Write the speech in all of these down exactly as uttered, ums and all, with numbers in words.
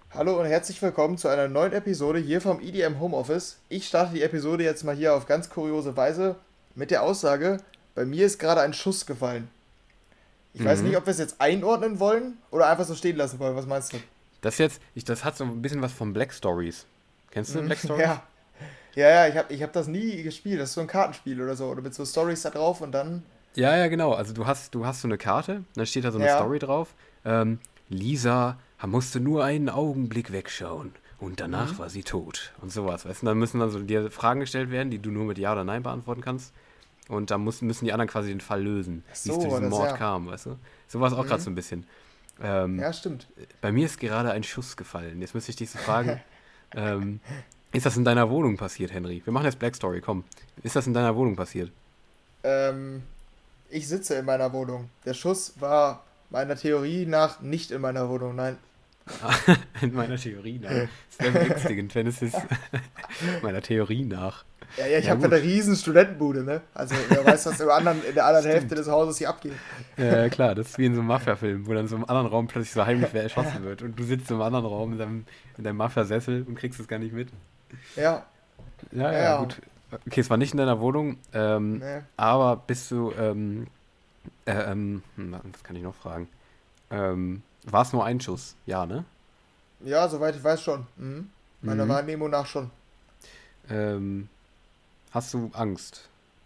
Hallo und herzlich willkommen zu einer neuen Episode hier vom E D M Homeoffice. Ich starte die Episode jetzt mal hier auf ganz kuriose Weise mit der Aussage, bei mir ist gerade ein Schuss gefallen. Ich weiß nicht, Mhm. ob wir es jetzt einordnen wollen oder einfach so stehen lassen wollen. Was meinst du? Das jetzt, ich, das hat so ein bisschen was von Black Stories. Kennst du Hm, Black Stories? ja, ja, ja, ich habe ich hab das nie gespielt. Das ist so ein Kartenspiel oder so. Oder mit so Stories da drauf und dann, Ja, ja, genau. Also du hast, du hast so eine Karte, dann steht da so eine ja, Story drauf. Ähm, Lisa musste nur einen Augenblick wegschauen und hm. danach war sie tot. Und sowas, weißt du? Dann müssen dann so dir Fragen gestellt werden, die du nur mit Ja oder Nein beantworten kannst. Und dann muss, müssen die anderen quasi den Fall lösen, Ach wie es zu so, war diesem das Mord ja. kam, weißt du? So war es auch gerade Hm. so ein bisschen. Ähm, Ja, stimmt. bei mir ist gerade ein Schuss gefallen. Jetzt müsste ich dich so fragen, ähm, ist das in deiner Wohnung passiert, Henry? Wir machen jetzt Black Story, komm. Ist das in deiner Wohnung passiert? Ähm, Ich sitze in meiner Wohnung. Der Schuss war meiner Theorie nach nicht in meiner Wohnung, nein. In meiner Theorie nach. Das wäre beängstigend, wenn es ist. Meiner Theorie nach. Ja, ja, ich Ja, habe ja eine gut. riesen Studentenbude, ne? Also wer weiß, was im anderen, in der anderen Hälfte Stimmt. des Hauses hier abgeht. Ja, klar, das ist wie in so einem Mafia-Film, wo dann so im anderen Raum plötzlich so heimlich wer erschossen wird. Und du sitzt im anderen Raum in deinem, in deinem Mafia-Sessel und kriegst es gar nicht mit. Ja, Ja, ja, ja, ja. gut. Okay, es war nicht in deiner Wohnung, ähm, Ne. aber bist du, ähm, äh, ähm, hm, was kann ich noch fragen? Ähm, war es nur ein Schuss? Ja, ne? Ja, soweit ich weiß schon. Mhm. Meiner Mhm. Wahrnehmung nach schon. Ähm, hast du Angst?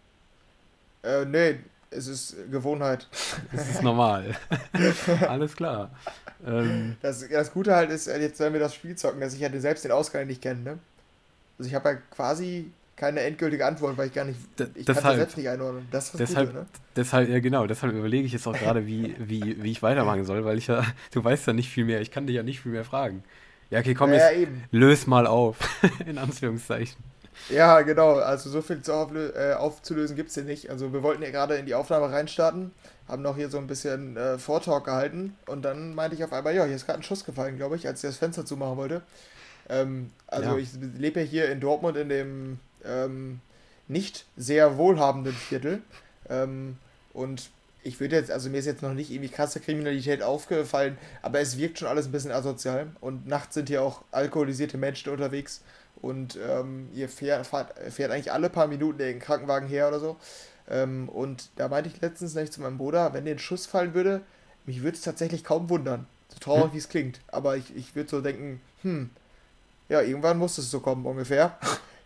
Äh, nee, es ist Gewohnheit. Es ist normal. Alles klar. Ähm, Das, das Gute halt ist, äh, jetzt wenn wir das Spiel zocken, dass ich ja selbst den Ausgang nicht kenne, ne? Also ich habe ja quasi keine endgültige Antwort, weil ich gar nicht, d- ich kann es ja deshalb, selbst nicht einordnen. Das ist das Gute, deshalb, ne? deshalb, ja genau, deshalb überlege ich jetzt auch gerade, wie, wie, wie ich weitermachen soll, weil ich ja, du weißt ja nicht viel mehr, ich kann dich ja nicht viel mehr fragen. Ja, okay, komm, Ja, jetzt ja, eben. löse mal auf, in Anführungszeichen. Ja, genau. Also so viel zu auflö äh, aufzulösen gibt es hier nicht. Also wir wollten ja gerade in die Aufnahme reinstarten, haben noch hier so ein bisschen äh, Vortalk gehalten und dann meinte ich auf einmal, ja, hier ist gerade ein Schuss gefallen, glaube ich, als ich das Fenster zumachen wollte. Ähm, also Ja, ich lebe ja hier in Dortmund in dem ähm, nicht sehr wohlhabenden Viertel. Ähm, und ich würde jetzt, also mir ist jetzt noch nicht irgendwie krasse Kriminalität aufgefallen, aber es wirkt schon alles ein bisschen asozial. Und nachts sind hier auch alkoholisierte Menschen unterwegs. Und ähm, ihr fährt, fahrt, fährt eigentlich alle paar Minuten den Krankenwagen her oder so. Ähm, und da meinte ich letztens nicht zu meinem Bruder, wenn dir ein Schuss fallen würde, mich würde es tatsächlich kaum wundern. So hm? traurig wie es klingt. Aber ich, ich würde so denken, hm, ja, irgendwann muss es so kommen ungefähr.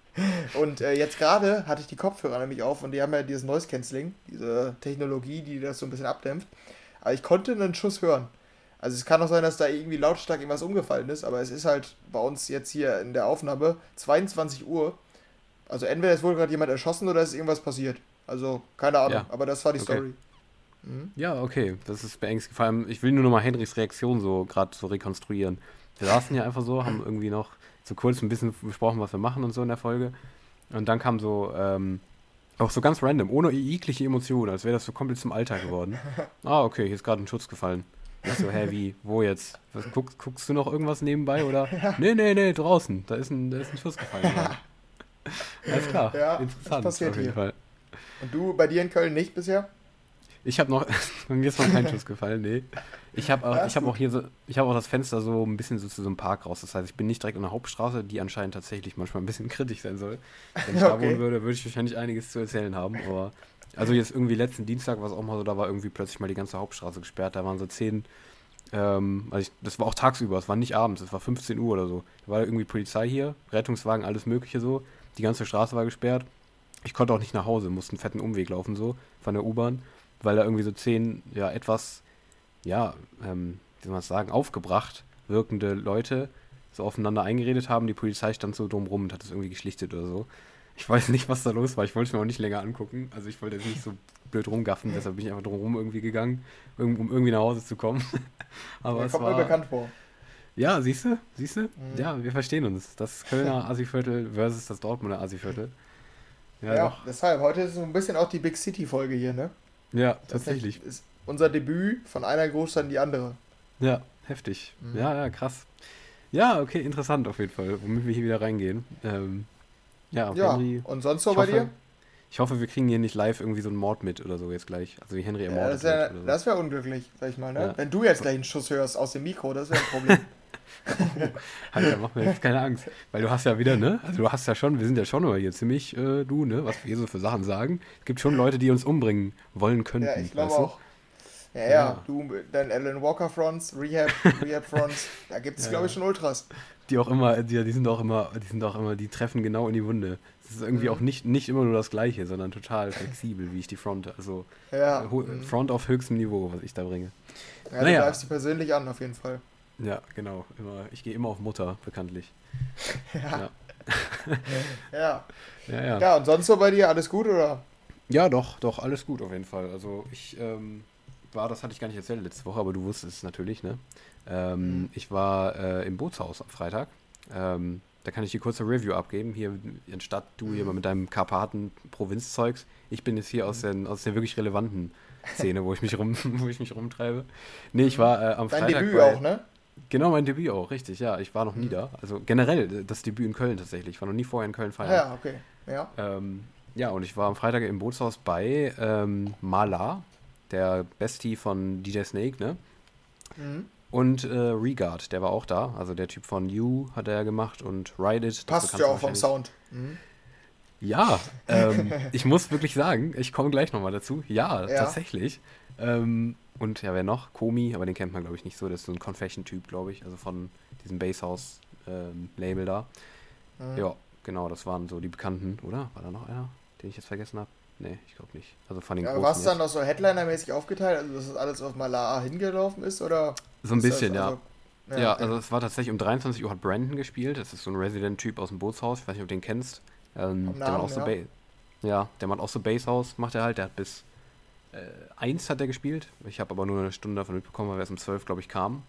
Und äh, jetzt gerade hatte ich die Kopfhörer nämlich auf und die haben ja dieses Noise Cancelling, diese Technologie, die das so ein bisschen abdämpft. Aber ich konnte einen Schuss hören. Also es kann auch sein, dass da irgendwie lautstark irgendwas umgefallen ist, aber es ist halt bei uns jetzt hier in der Aufnahme zweiundzwanzig Uhr. Also entweder ist wohl gerade jemand erschossen oder ist irgendwas passiert. Also keine Ahnung, Ja, aber das war die okay. Story. Mhm. Ja, okay, das ist beängstigend. Vor allem, ich will nur noch mal Henrys Reaktion so gerade so rekonstruieren. Wir saßen hier einfach so, haben irgendwie noch so kurz ein bisschen besprochen, was wir machen und so in der Folge. Und dann kam so, ähm, auch so ganz random, ohne jegliche Emotion, als wäre das so komplett zum Alltag geworden. Ah, okay, hier ist gerade ein Schutz gefallen. Ich so, hä, wie, wo jetzt? Was, guck, guckst du noch irgendwas nebenbei oder? Nee, nee, nee, draußen. Da ist ein, da ist ein Schuss gefallen gerade. Alles klar, Ja, das interessant passiert auf jeden hier. Fall. Und du bei dir in Köln nicht bisher? Ich habe noch, bei mir ist noch kein Schuss gefallen, nee. Ich habe auch, Ja, ich ist habe auch gut. hier so, ich habe auch das Fenster so ein bisschen so zu so einem Park raus. Das heißt, ich bin nicht direkt an der Hauptstraße, die anscheinend tatsächlich manchmal ein bisschen kritisch sein soll. Wenn ich da wohnen Okay. würde, würde ich wahrscheinlich einiges zu erzählen haben. Aber also jetzt irgendwie letzten Dienstag war es auch mal so, da war irgendwie plötzlich mal die ganze Hauptstraße gesperrt. Da waren so zehn, ähm, also ich, das war auch tagsüber, es war nicht abends, es war fünfzehn Uhr oder so. Da war irgendwie Polizei hier, Rettungswagen, alles Mögliche so. Die ganze Straße war gesperrt. Ich konnte auch nicht nach Hause, musste einen fetten Umweg laufen so von der U-Bahn, weil da irgendwie so zehn, ja, etwas, ja, ähm, wie soll man das sagen, aufgebracht wirkende Leute so aufeinander eingeredet haben. Die Polizei stand so drum rum und hat das irgendwie geschlichtet oder so. Ich weiß nicht, was da los war. Ich wollte es mir auch nicht länger angucken. Also ich wollte jetzt nicht so blöd rumgaffen, deshalb bin ich einfach drum rum irgendwie gegangen, um irgendwie nach Hause zu kommen. Aber Ja, es kommt mir war, bekannt vor. ja, siehst du, siehst du? Mhm. Ja, wir verstehen uns. Das Kölner Assi-Viertel versus das Dortmunder Assi-Viertel. Ja, Ja, doch. deshalb, heute ist so ein bisschen auch die Big City-Folge hier, ne? Ja, Tatsächlich tatsächlich. ist unser Debüt von einer Großstadt in die andere. Ja, heftig. Mhm. Ja, ja, krass. Ja, okay, interessant auf jeden Fall, womit wir hier wieder reingehen. Ähm, ja, Ja, Henry, und sonst so ich bei hoffe, dir? ich hoffe, wir kriegen hier nicht live irgendwie so einen Mord mit oder so jetzt gleich. Also wie Henry Ja, das ermordet wird wäre oder so. das wär unglücklich, sag ich mal, ne? Ja. Wenn du jetzt gleich einen Schuss hörst aus dem Mikro, das wäre ein Problem. Alter, mach mir jetzt keine Angst. Weil du hast ja wieder, ne? Also du hast ja schon, wir sind ja schon immer hier ziemlich, äh, du, ne? Was wir hier so für Sachen sagen. Es gibt schon Leute, die uns umbringen wollen Ja, könnten, ich glaube weißt du? auch. Ja, ja, Ja, du, dein Alan Walker Fronts, Rehab, Rehab Fronts, da gibt es, ja, glaube ich, ja. schon Ultras. Die auch immer, die, die sind auch immer, die sind auch immer, die treffen genau in die Wunde. Es ist irgendwie auch Mhm. nicht, nicht immer nur das Gleiche, sondern total flexibel, wie ich die fronte. Also äh, Ja, ho- mhm. Front auf höchstem Niveau, was ich da bringe. Ja, du Naja, greifst die persönlich an, auf jeden Fall. ja, genau. Immer, ich gehe immer auf Mutter, bekanntlich. Ja, Ja, ja. ja, ja. Ja, und sonst so bei dir, alles gut, oder? Ja, doch, doch, alles gut auf jeden Fall. Also ich ähm, war, das hatte ich gar nicht erzählt letzte Woche, aber du wusstest es natürlich, ne? Ähm, Mhm. ich war äh, im Bootshaus am Freitag. Ähm, da kann ich dir kurze Review abgeben. Hier, anstatt du hier mal Mhm. mit deinem Karpaten-Provinzzeugs. Ich bin jetzt hier aus, Mhm. den, aus der wirklich relevanten Szene, wo ich mich rum, wo ich mich rumtreibe. Nee, ich war äh, am Dein Freitag Debüt bei, auch, ne? genau mein Debüt auch, richtig, ja. Ich war noch nie Mhm. da. Also generell das Debüt in Köln tatsächlich. Ich war noch nie vorher in Köln Ach feiern. ja, okay. Ja. Ähm, ja, und ich war am Freitag im Bootshaus bei ähm, Malar, der Bestie von D J Snake, ne? Mhm. Und äh, Regard, der war auch da. Also der Typ von You hat er ja gemacht und Ride It, das Passt ja bekannst du auch vom wahrscheinlich. Sound. Mhm. Ja, ähm, ich muss wirklich sagen, ich komme gleich nochmal dazu. Ja, Ja. tatsächlich. Ähm, und ja, wer noch? Komi, aber den kennt man, glaube ich, nicht so. Das ist so ein Confession-Typ, glaube ich. Also von diesem Basshouse-Label da. Mhm. Ja, genau, das waren so die Bekannten, oder? War da noch einer, den ich jetzt vergessen habe? Nee, ich glaube nicht. Also von den Ja, aber war Großen es dann jetzt. auch so Headliner-mäßig aufgeteilt, also dass das alles auf Malaa hingelaufen ist, oder So ein ist das, bisschen, ja. also, ja, Ja, okay. also es war tatsächlich um dreiundzwanzig Uhr hat Brandon gespielt. Das ist so ein Resident-Typ aus dem Bootshaus. Ich weiß nicht, ob du den kennst. Ähm, Vom der macht auch Namen, so ja. ba ja, der macht auch so Basshouse, macht er halt. Der hat bis äh, eins hat er gespielt. Ich habe aber nur eine Stunde davon mitbekommen, weil er erst um zwölf, glaube ich, kam.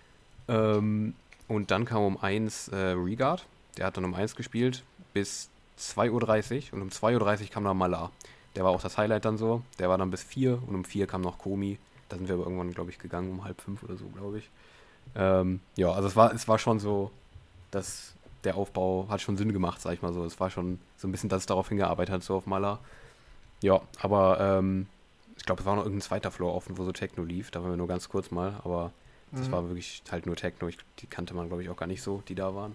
Ähm, und dann kam um eins äh, Regard. Der hat dann um eins gespielt bis zwei Uhr dreißig. Und um zwei Uhr dreißig kam dann Malar. Der war auch das Highlight dann so. Der war dann bis vier und um vier kam noch Komi. Da sind wir aber irgendwann, glaube ich, gegangen um halb fünf oder so, glaube ich. Ähm, ja, also es war, es war schon so, dass der Aufbau hat schon Sinn gemacht, sag ich mal so. Es war schon so ein bisschen, dass es darauf hingearbeitet hat, so auf Maler. Ja, aber ähm, ich glaube, es war noch irgendein zweiter Floor offen, wo so Techno lief. Da waren wir nur ganz kurz mal, aber das Mhm. war wirklich halt nur Techno. Ich, die kannte man, glaube ich, auch gar nicht so, die da waren.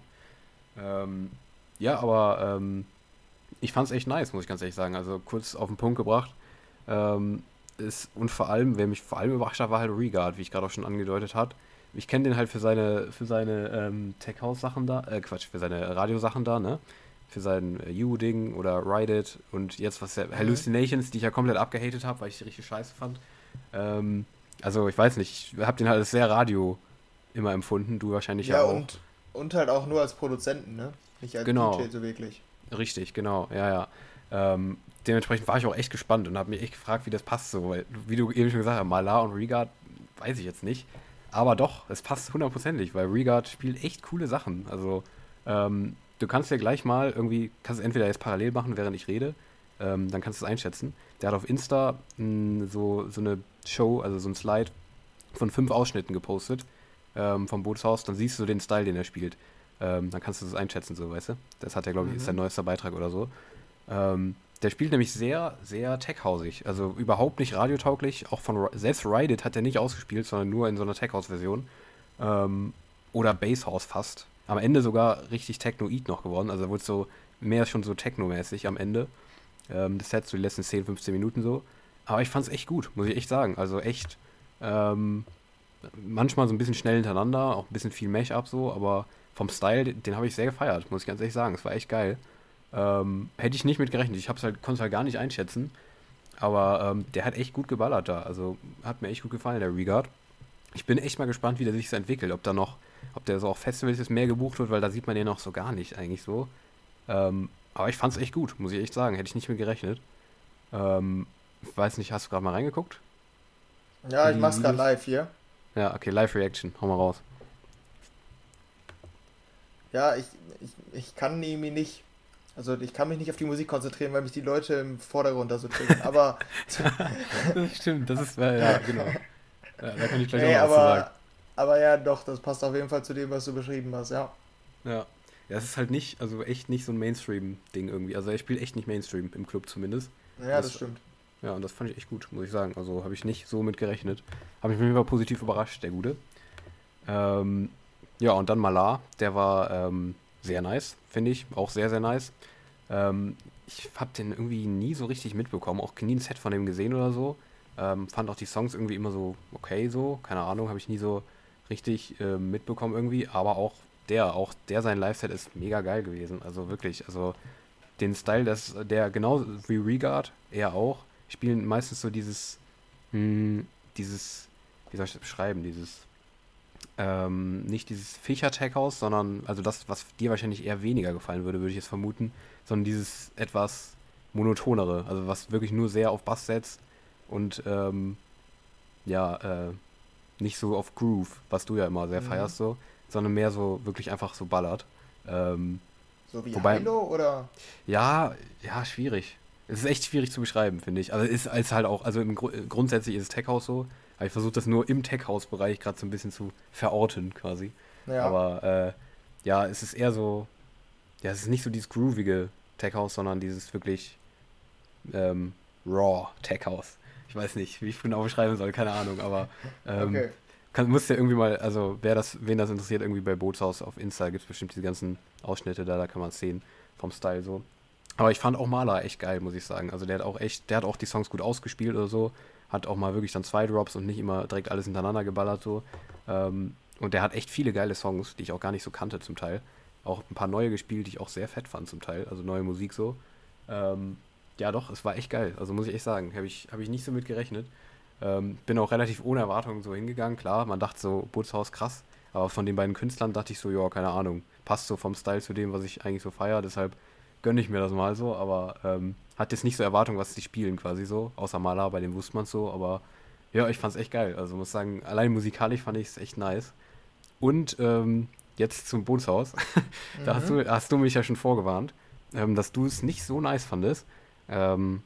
Ähm, ja, aber ähm, ich fand es echt nice, muss ich ganz ehrlich sagen. Also kurz auf den Punkt gebracht. Ähm, ist, und vor allem, wer mich vor allem überrascht hat, war halt Regard, wie ich gerade auch schon angedeutet hat. Ich kenne den halt für seine, für seine ähm, Tech-House-Sachen da, äh, Quatsch, für seine Radiosachen da, ne? Für sein äh, You-Ding oder Ride It und jetzt was der Mhm. Hallucinations, die ich ja komplett abgehatet habe, weil ich die richtig scheiße fand. Ähm, also ich weiß nicht, ich habe den halt als sehr Radio immer empfunden, du wahrscheinlich ja Ja, auch. und, und halt auch nur als Produzenten, ne? Nicht als D J Genau, so wirklich. richtig, genau, ja, ja. Ähm, dementsprechend war ich auch echt gespannt und habe mich echt gefragt, wie das passt so, weil, wie du eben schon gesagt hast, Malar und Regard, weiß ich jetzt nicht. Aber doch, es passt hundertprozentig, weil Regard spielt echt coole Sachen. Also, ähm, du kannst ja gleich mal irgendwie, kannst es entweder jetzt parallel machen, während ich rede, ähm, dann kannst du es einschätzen. Der hat auf Insta mh, so, so eine Show, also so ein Slide von fünf Ausschnitten gepostet ähm, vom Bootshaus, dann siehst du den Style, den er spielt. Ähm, dann kannst du das einschätzen, so, weißt du? Das hat er, glaube ich, ist sein Mhm. neuester Beitrag oder so. Ähm, der spielt nämlich sehr, sehr tech-hausig. Also überhaupt nicht radiotauglich. Auch von Ri- selbst Ride It hat er nicht ausgespielt, sondern nur in so einer Tech-House-Version. Ähm, oder Basshouse fast. Am Ende sogar richtig Technoid noch geworden. Also wurde so mehr schon so Techno-mäßig am Ende. Ähm, das Set so die letzten zehn, fünfzehn Minuten so. Aber ich fand es echt gut, muss ich echt sagen. Also echt ähm, manchmal so ein bisschen schnell hintereinander, auch ein bisschen viel Mash-up so, aber vom Style, den, den habe ich sehr gefeiert, muss ich ganz ehrlich sagen. Es war echt geil. Ähm, hätte ich nicht mit gerechnet. Ich hab's halt, konnte es halt gar nicht einschätzen. Aber ähm, der hat echt gut geballert da. Also hat mir echt gut gefallen, der Regard. Ich bin echt mal gespannt, wie der sich so entwickelt. Ob da noch, ob der so auf Festivals jetzt mehr gebucht wird, weil da sieht man den noch so gar nicht eigentlich so. Ähm, aber ich fand's echt gut, muss ich echt sagen. Hätte ich nicht mit gerechnet. Ähm, ich weiß nicht, hast du gerade mal reingeguckt Ja, in ich die mach's gerade Videos? live hier. Ja, okay, Live-Reaction. Hau mal raus. Ja, ich, ich, ich kann irgendwie nicht. Also ich kann mich nicht auf die Musik konzentrieren, weil mich die Leute im Vordergrund da so triggern. Aber Das stimmt, das ist, äh, ja, genau. Ja, da kann ich gleich auch nee, noch was zu sagen. aber aber ja, doch, das passt auf jeden Fall zu dem, was du beschrieben hast, ja. Ja. Ja, es ist halt nicht, also echt nicht so ein Mainstream-Ding irgendwie. Also er spielt echt nicht Mainstream, im Club zumindest. Und Ja, das das, stimmt. ja, und das fand ich echt gut, muss ich sagen. Also habe ich nicht so mit gerechnet. Habe mich auf jeden Fall positiv überrascht, der Gute. Ähm, Ja, und dann Malar, der war ähm, sehr nice, finde ich. Auch sehr, sehr nice. Ähm, ich habe den irgendwie nie so richtig mitbekommen, auch nie ein Set von dem gesehen oder so. Ähm, fand auch die Songs irgendwie immer so okay so, keine Ahnung, habe ich nie so richtig äh, mitbekommen irgendwie, aber auch der, auch der sein Live-Set ist mega geil gewesen, also wirklich, also den Style, das, der genau wie Regard, er auch, spielen meistens so dieses, mh, dieses, wie soll ich das beschreiben, dieses, ähm, nicht dieses Fischer-Tech-House, sondern, also das, was dir wahrscheinlich eher weniger gefallen würde, würde ich jetzt vermuten, sondern dieses etwas monotonere, also was wirklich nur sehr auf Bass setzt und, ähm, ja, äh, nicht so auf Groove, was du ja immer sehr Mhm. feierst so, sondern mehr so wirklich einfach so ballert. Ähm, So wie wobei, Hilo oder? ja, ja, schwierig. Es ist echt schwierig zu beschreiben, finde ich. Also ist als halt auch, also im Gru grundsätzlich ist es Tech House so, aber ich versuche das nur im Tech House Bereich gerade so ein bisschen zu verorten quasi. Ja. Aber äh, ja, es ist eher so, ja, es ist nicht so dieses groovige Tech House, sondern dieses wirklich ähm, raw Tech House. Ich weiß nicht, wie ich genau beschreiben soll, keine Ahnung, aber ähm, Okay. kann, muss ja irgendwie mal, also wer das, wen das interessiert, irgendwie bei Bootshaus auf Insta gibt es bestimmt diese ganzen Ausschnitte da, da kann man es sehen vom Style so. Aber ich fand auch Maler echt geil, muss ich sagen. Also der hat auch echt, der hat auch die Songs gut ausgespielt oder so. Hat auch mal wirklich dann zwei Drops und nicht immer direkt alles hintereinander geballert so. Ähm, und der hat echt viele geile Songs, die ich auch gar nicht so kannte zum Teil. Auch ein paar neue gespielt, die ich auch sehr fett fand zum Teil. Also neue Musik so. Ähm, ja doch, es war echt geil. Also muss ich echt sagen, habe ich, hab ich nicht so mit gerechnet. Ähm, bin auch relativ ohne Erwartungen so hingegangen. Klar, man dachte so, Bootshaus krass. Aber von den beiden Künstlern dachte ich so, ja, keine Ahnung. Passt so vom Style zu dem, was ich eigentlich so feiere. Deshalb gönne ich mir das mal so, aber ähm, hat jetzt nicht so Erwartung, was sie spielen quasi so, außer Maler, bei dem wusste man es so, aber ja, ich fand's echt geil. Also muss sagen, allein musikalisch fand ich es echt nice. Und ähm, jetzt zum Bootshaus. Da hast Mhm. du, hast du mich ja schon vorgewarnt, ähm, dass du es nicht so nice fandest, ähm,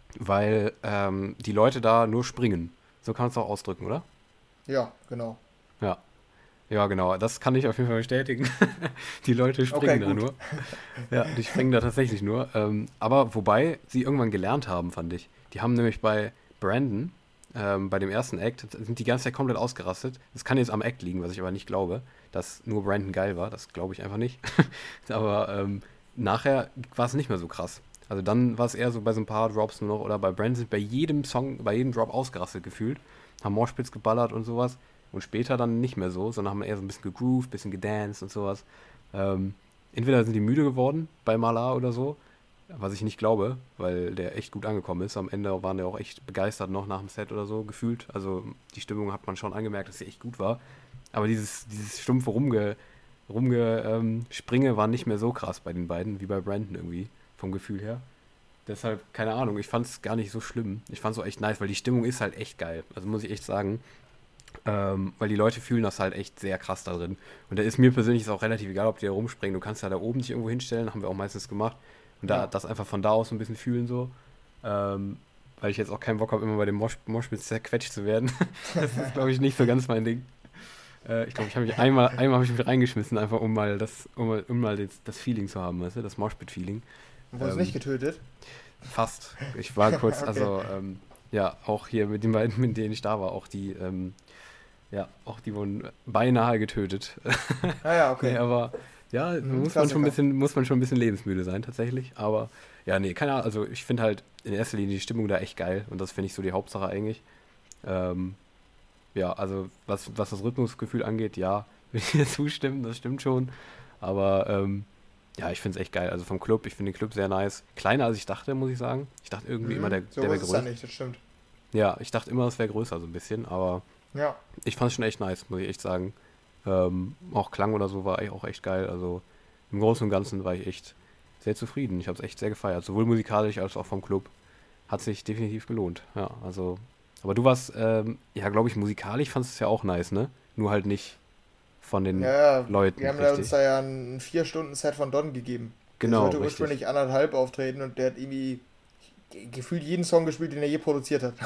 weil ähm, die Leute da nur springen. So kann man es auch ausdrücken, oder? Ja, genau. Ja. Ja, genau. Das kann ich auf jeden Fall bestätigen. Die Leute Okay, springen da gut. nur. Ja, die springen da tatsächlich nur. Ähm, aber wobei sie irgendwann gelernt haben, fand ich. Die haben nämlich bei Brandon, ähm, bei dem ersten Act, sind die ganze Zeit komplett ausgerastet. Das kann jetzt am Act liegen, was ich aber nicht glaube, dass nur Brandon geil war. Das glaube ich einfach nicht. Aber ähm, nachher war es nicht mehr so krass. Also dann war es eher so bei so ein paar Drops nur noch, oder bei Brandon sind bei jedem Song, bei jedem Drop ausgerastet gefühlt. Haben Moshpits geballert und sowas. Und später dann nicht mehr so, sondern haben eher so ein bisschen gegroovt, bisschen gedanced und sowas. Ähm, entweder sind die müde geworden bei Malar oder so, was ich nicht glaube, weil der echt gut angekommen ist. Am Ende waren die auch echt begeistert noch nach dem Set oder so gefühlt. Also die Stimmung hat man schon angemerkt, dass sie echt gut war. Aber dieses, dieses stumpfe Rumge, Rumge ähm, Springe war nicht mehr so krass bei den beiden wie bei Brandon irgendwie, vom Gefühl her. Deshalb, keine Ahnung, ich fand es gar nicht so schlimm. Ich fand es auch echt nice, weil die Stimmung ist halt echt geil. Also muss ich echt sagen. Ähm, weil die Leute fühlen das halt echt sehr krass da drin. Und da ist mir persönlich ist auch relativ egal, ob die da rumspringen. Du kannst ja da oben dich irgendwo hinstellen, haben wir auch meistens gemacht. Und da Ja. das einfach von da aus so ein bisschen fühlen so. Ähm, weil ich jetzt auch keinen Bock habe, immer bei dem Mosh, Moshpit zerquetscht zu werden. Das ist, glaube ich, nicht so ganz mein Ding. Äh, ich glaube, ich habe mich einmal, einmal habe ich mich reingeschmissen, einfach um mal das, um mal, um mal das, das Feeling zu haben, weißt du, das Moshpit-Feeling. Wurde es nicht Ähm, getötet? fast. Ich war kurz, Okay. also ähm, ja, auch hier mit den beiden, mit denen ich da war, auch die, ähm, ja, auch die wurden beinahe getötet. Ah ja, Nee, okay. aber ja, Mhm, muss man schon ein Klassiker. bisschen, muss man schon ein bisschen lebensmüde sein, tatsächlich. Aber ja, nee, keine Ahnung. Also ich finde halt in erster Linie die Stimmung da echt geil und das finde ich so die Hauptsache eigentlich. Ähm, ja, also was, was das Rhythmusgefühl angeht, ja, will ich dir zustimmen, das stimmt schon. Aber ähm, ja, ich finde es echt geil. Also vom Club, ich finde den Club sehr nice. Kleiner als ich dachte, muss ich sagen. Ich dachte irgendwie immer, Mhm, der, so der wäre ist es dann größer. nicht, das stimmt. Ja, ich dachte immer, es wäre größer so ein bisschen, aber Ja. ich fand es schon echt nice, muss ich echt sagen. Ähm, auch Klang oder so war echt- auch echt geil. Also im Großen und Ganzen war ich echt sehr zufrieden. Ich habe es echt sehr gefeiert. Sowohl musikalisch als auch vom Club. Hat sich definitiv gelohnt. Ja, also. Aber du warst, ähm, ja, glaube ich, musikalisch fandest es ja auch nice, ne? Nur halt nicht von den Ja, ja, wir Leuten, haben da uns richtig? da ja ein vier Stunden Set von Don gegeben. Der Genau, sollte richtig. ursprünglich anderthalb auftreten und der hat irgendwie ge- gefühlt jeden Song gespielt, den er je produziert hat.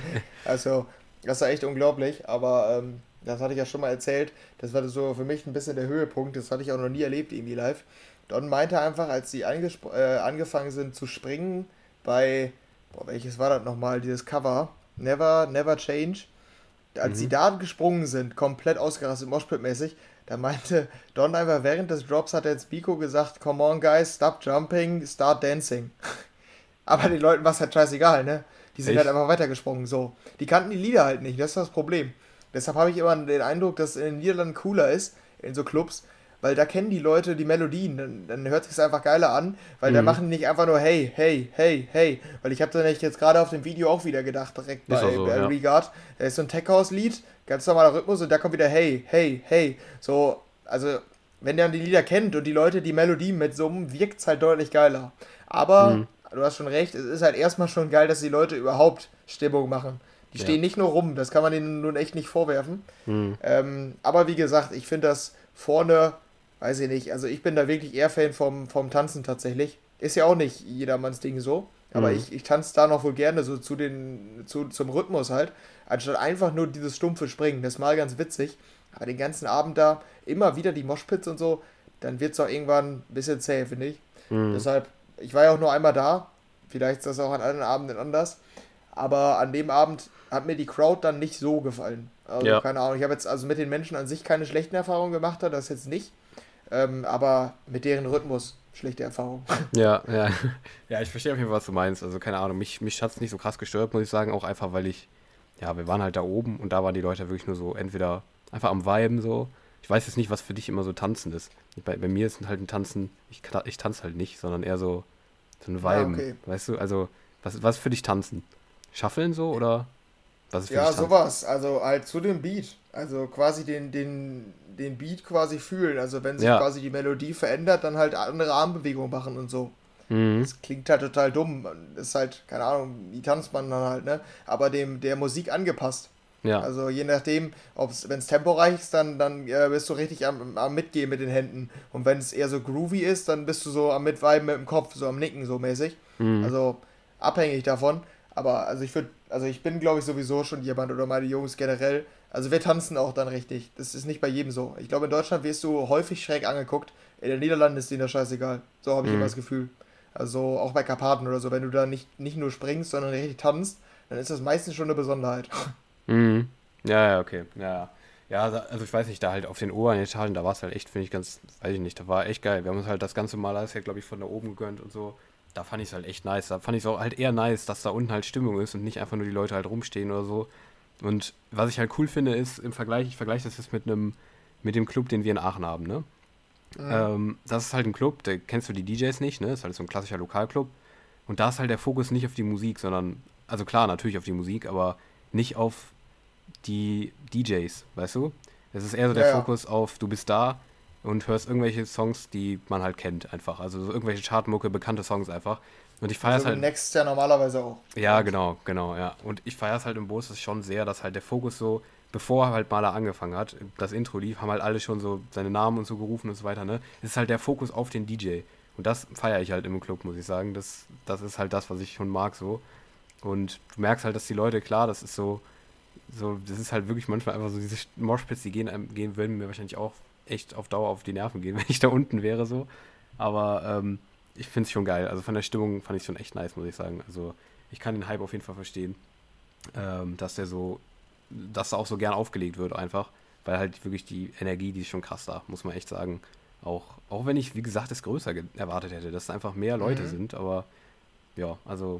Also, das war echt unglaublich, aber ähm, das hatte ich ja schon mal erzählt. Das war so für mich ein bisschen der Höhepunkt. Das hatte ich auch noch nie erlebt, irgendwie live. Don meinte einfach, als sie angespr- äh, angefangen sind zu springen bei, boah, welches war das nochmal, dieses Cover? Never, Never Change. Als sie Mhm. da gesprungen sind, komplett ausgerastet, Moshpit-mäßig, Da meinte Don einfach während des Drops, hat er jetzt Biko gesagt, come on guys, stop jumping, start dancing. Aber den Leuten war es halt scheißegal, ne? Die sind Echt? halt einfach weitergesprungen, so. Die kannten die Lieder halt nicht, das ist das Problem. Deshalb habe ich immer den Eindruck, dass es in den Niederlanden cooler ist, in so Clubs, weil da kennen die Leute die Melodien, dann, dann hört sich's einfach geiler an, weil Mhm. da machen die nicht einfach nur hey, hey, hey, hey, weil ich habe da nicht jetzt gerade auf dem Video auch wieder gedacht, direkt Ist auch bei, so, bei ja. Regard, da ist so ein Tech-House-Lied, ganz normaler Rhythmus und da kommt wieder hey, hey, hey, so, also, wenn der die Lieder kennt und die Leute die Melodien mitsummen, wirkt's halt deutlich geiler. Aber, Mhm. du hast schon recht, es ist halt erstmal schon geil, dass die Leute überhaupt Stimmung machen. Die Ja. stehen nicht nur rum, das kann man ihnen nun echt nicht vorwerfen. Mhm. Ähm, aber wie gesagt, ich finde das vorne, weiß ich nicht, also ich bin da wirklich eher Fan vom, vom Tanzen tatsächlich. Ist ja auch nicht jedermanns Ding so, aber Mhm. ich, ich tanze da noch wohl gerne so zu den, zu, zum Rhythmus halt, anstatt einfach nur dieses stumpfe Springen. Das ist mal ganz witzig, aber den ganzen Abend da immer wieder die Moshpits und so, dann wird es auch irgendwann ein bisschen zäh, finde ich. Mhm. Deshalb, ich war ja auch nur einmal da, vielleicht ist das auch an anderen Abenden anders, aber an dem Abend hat mir die Crowd dann nicht so gefallen. Also Ja. keine Ahnung, ich habe jetzt also mit den Menschen an sich keine schlechten Erfahrungen gemacht, das jetzt nicht, ähm, aber mit deren Rhythmus schlechte Erfahrungen. Ja, ja. Ja, ich verstehe auf jeden Fall, was du meinst. Also, keine Ahnung, mich, mich hat es nicht so krass gestört, muss ich sagen. Auch einfach, weil ich, ja, wir waren halt da oben und da waren die Leute wirklich nur so entweder einfach am Viben so. Ich weiß jetzt nicht, was für dich immer so Tanzen ist. Ich, bei, bei mir ist halt ein Tanzen, ich, kla- ich tanze halt nicht, sondern eher so, so ein Ja, Viben. okay. Weißt du, also, was, was ist für dich Tanzen? Shuffeln so oder was ist für dich Ja, Tanzen? sowas. Also halt zu dem Beat. Also quasi den, den, den Beat quasi fühlen. Also wenn sich Ja. quasi die Melodie verändert, dann halt andere Armbewegungen machen und so. Mhm. Das klingt halt total dumm. Das ist halt, keine Ahnung, wie tanzt man dann halt, ne? Aber dem der Musik angepasst. Ja. Also je nachdem, ob's, wenn es temporeich ist, dann, dann äh, bist du richtig am, am Mitgehen mit den Händen. Und wenn es eher so groovy ist, dann bist du so am Mitviben mit dem Kopf, so am Nicken so mäßig. Mhm. Also abhängig davon. Aber also ich würde, also ich bin glaube ich sowieso schon jemand oder meine Jungs generell. Also wir tanzen auch dann richtig. Das ist nicht bei jedem so. Ich glaube in Deutschland wirst du häufig schräg angeguckt. In den Niederlanden ist denen das scheißegal. So habe ich immer Mhm. das Gefühl. Also auch bei Karpaten oder so, wenn du da nicht, nicht nur springst, sondern richtig tanzt, dann ist das meistens schon eine Besonderheit. Mhm. Ja, ja, okay. Ja, ja. Ja, da- also ich weiß nicht, da halt auf den oberen Etagen, da war es halt echt, finde ich ganz, weiß ich nicht, da war echt geil. Wir haben uns halt das ganze Mal alles, glaube ich, von da oben gegönnt und so. Da fand ich es halt echt nice. Da fand ich es auch halt eher nice, dass da unten halt Stimmung ist und nicht einfach nur die Leute halt rumstehen oder so. Und was ich halt cool finde, ist im Vergleich, ich vergleiche das jetzt mit einem, mit dem Club, den wir in Aachen haben, ne? Mhm. Ähm, das ist halt ein Club, da kennst du die D Js nicht, ne? Das ist halt so ein klassischer Lokalclub. Und da ist halt der Fokus nicht auf die Musik, sondern, also klar, natürlich auf die Musik, aber nicht auf die D Js, weißt du? Es ist eher so der Ja, ja. Fokus auf, du bist da und hörst irgendwelche Songs, die man halt kennt, einfach. Also so irgendwelche Chartmucke, bekannte Songs einfach. Und ich feiere So es wie halt, Next ja normalerweise auch. ja, genau, genau, ja. Und ich feiere es halt im Bus schon sehr, dass halt der Fokus so, bevor halt Maler angefangen hat, das Intro lief, haben halt alle schon so seine Namen und so gerufen und so weiter, ne? Es ist halt der Fokus auf den D J. Und das feiere ich halt im Club, muss ich sagen. Das, das ist halt das, was ich schon mag so. Und du merkst halt, dass die Leute, klar, das ist so, so, das ist halt wirklich manchmal einfach so, diese Moshpits, die gehen, einem- gehen, würden mir wahrscheinlich auch echt auf Dauer auf die Nerven gehen, wenn ich da unten wäre so. Aber ähm, ich finde es schon geil. Also von der Stimmung fand ich schon echt nice, muss ich sagen. Also ich kann den Hype auf jeden Fall verstehen, ähm, dass der so, dass da auch so gern aufgelegt wird einfach, weil halt wirklich die Energie, die ist schon krass da, muss man echt sagen. Auch, auch wenn ich, wie gesagt, es größer ge- erwartet hätte, dass es einfach mehr Leute Mhm. sind, aber ja, also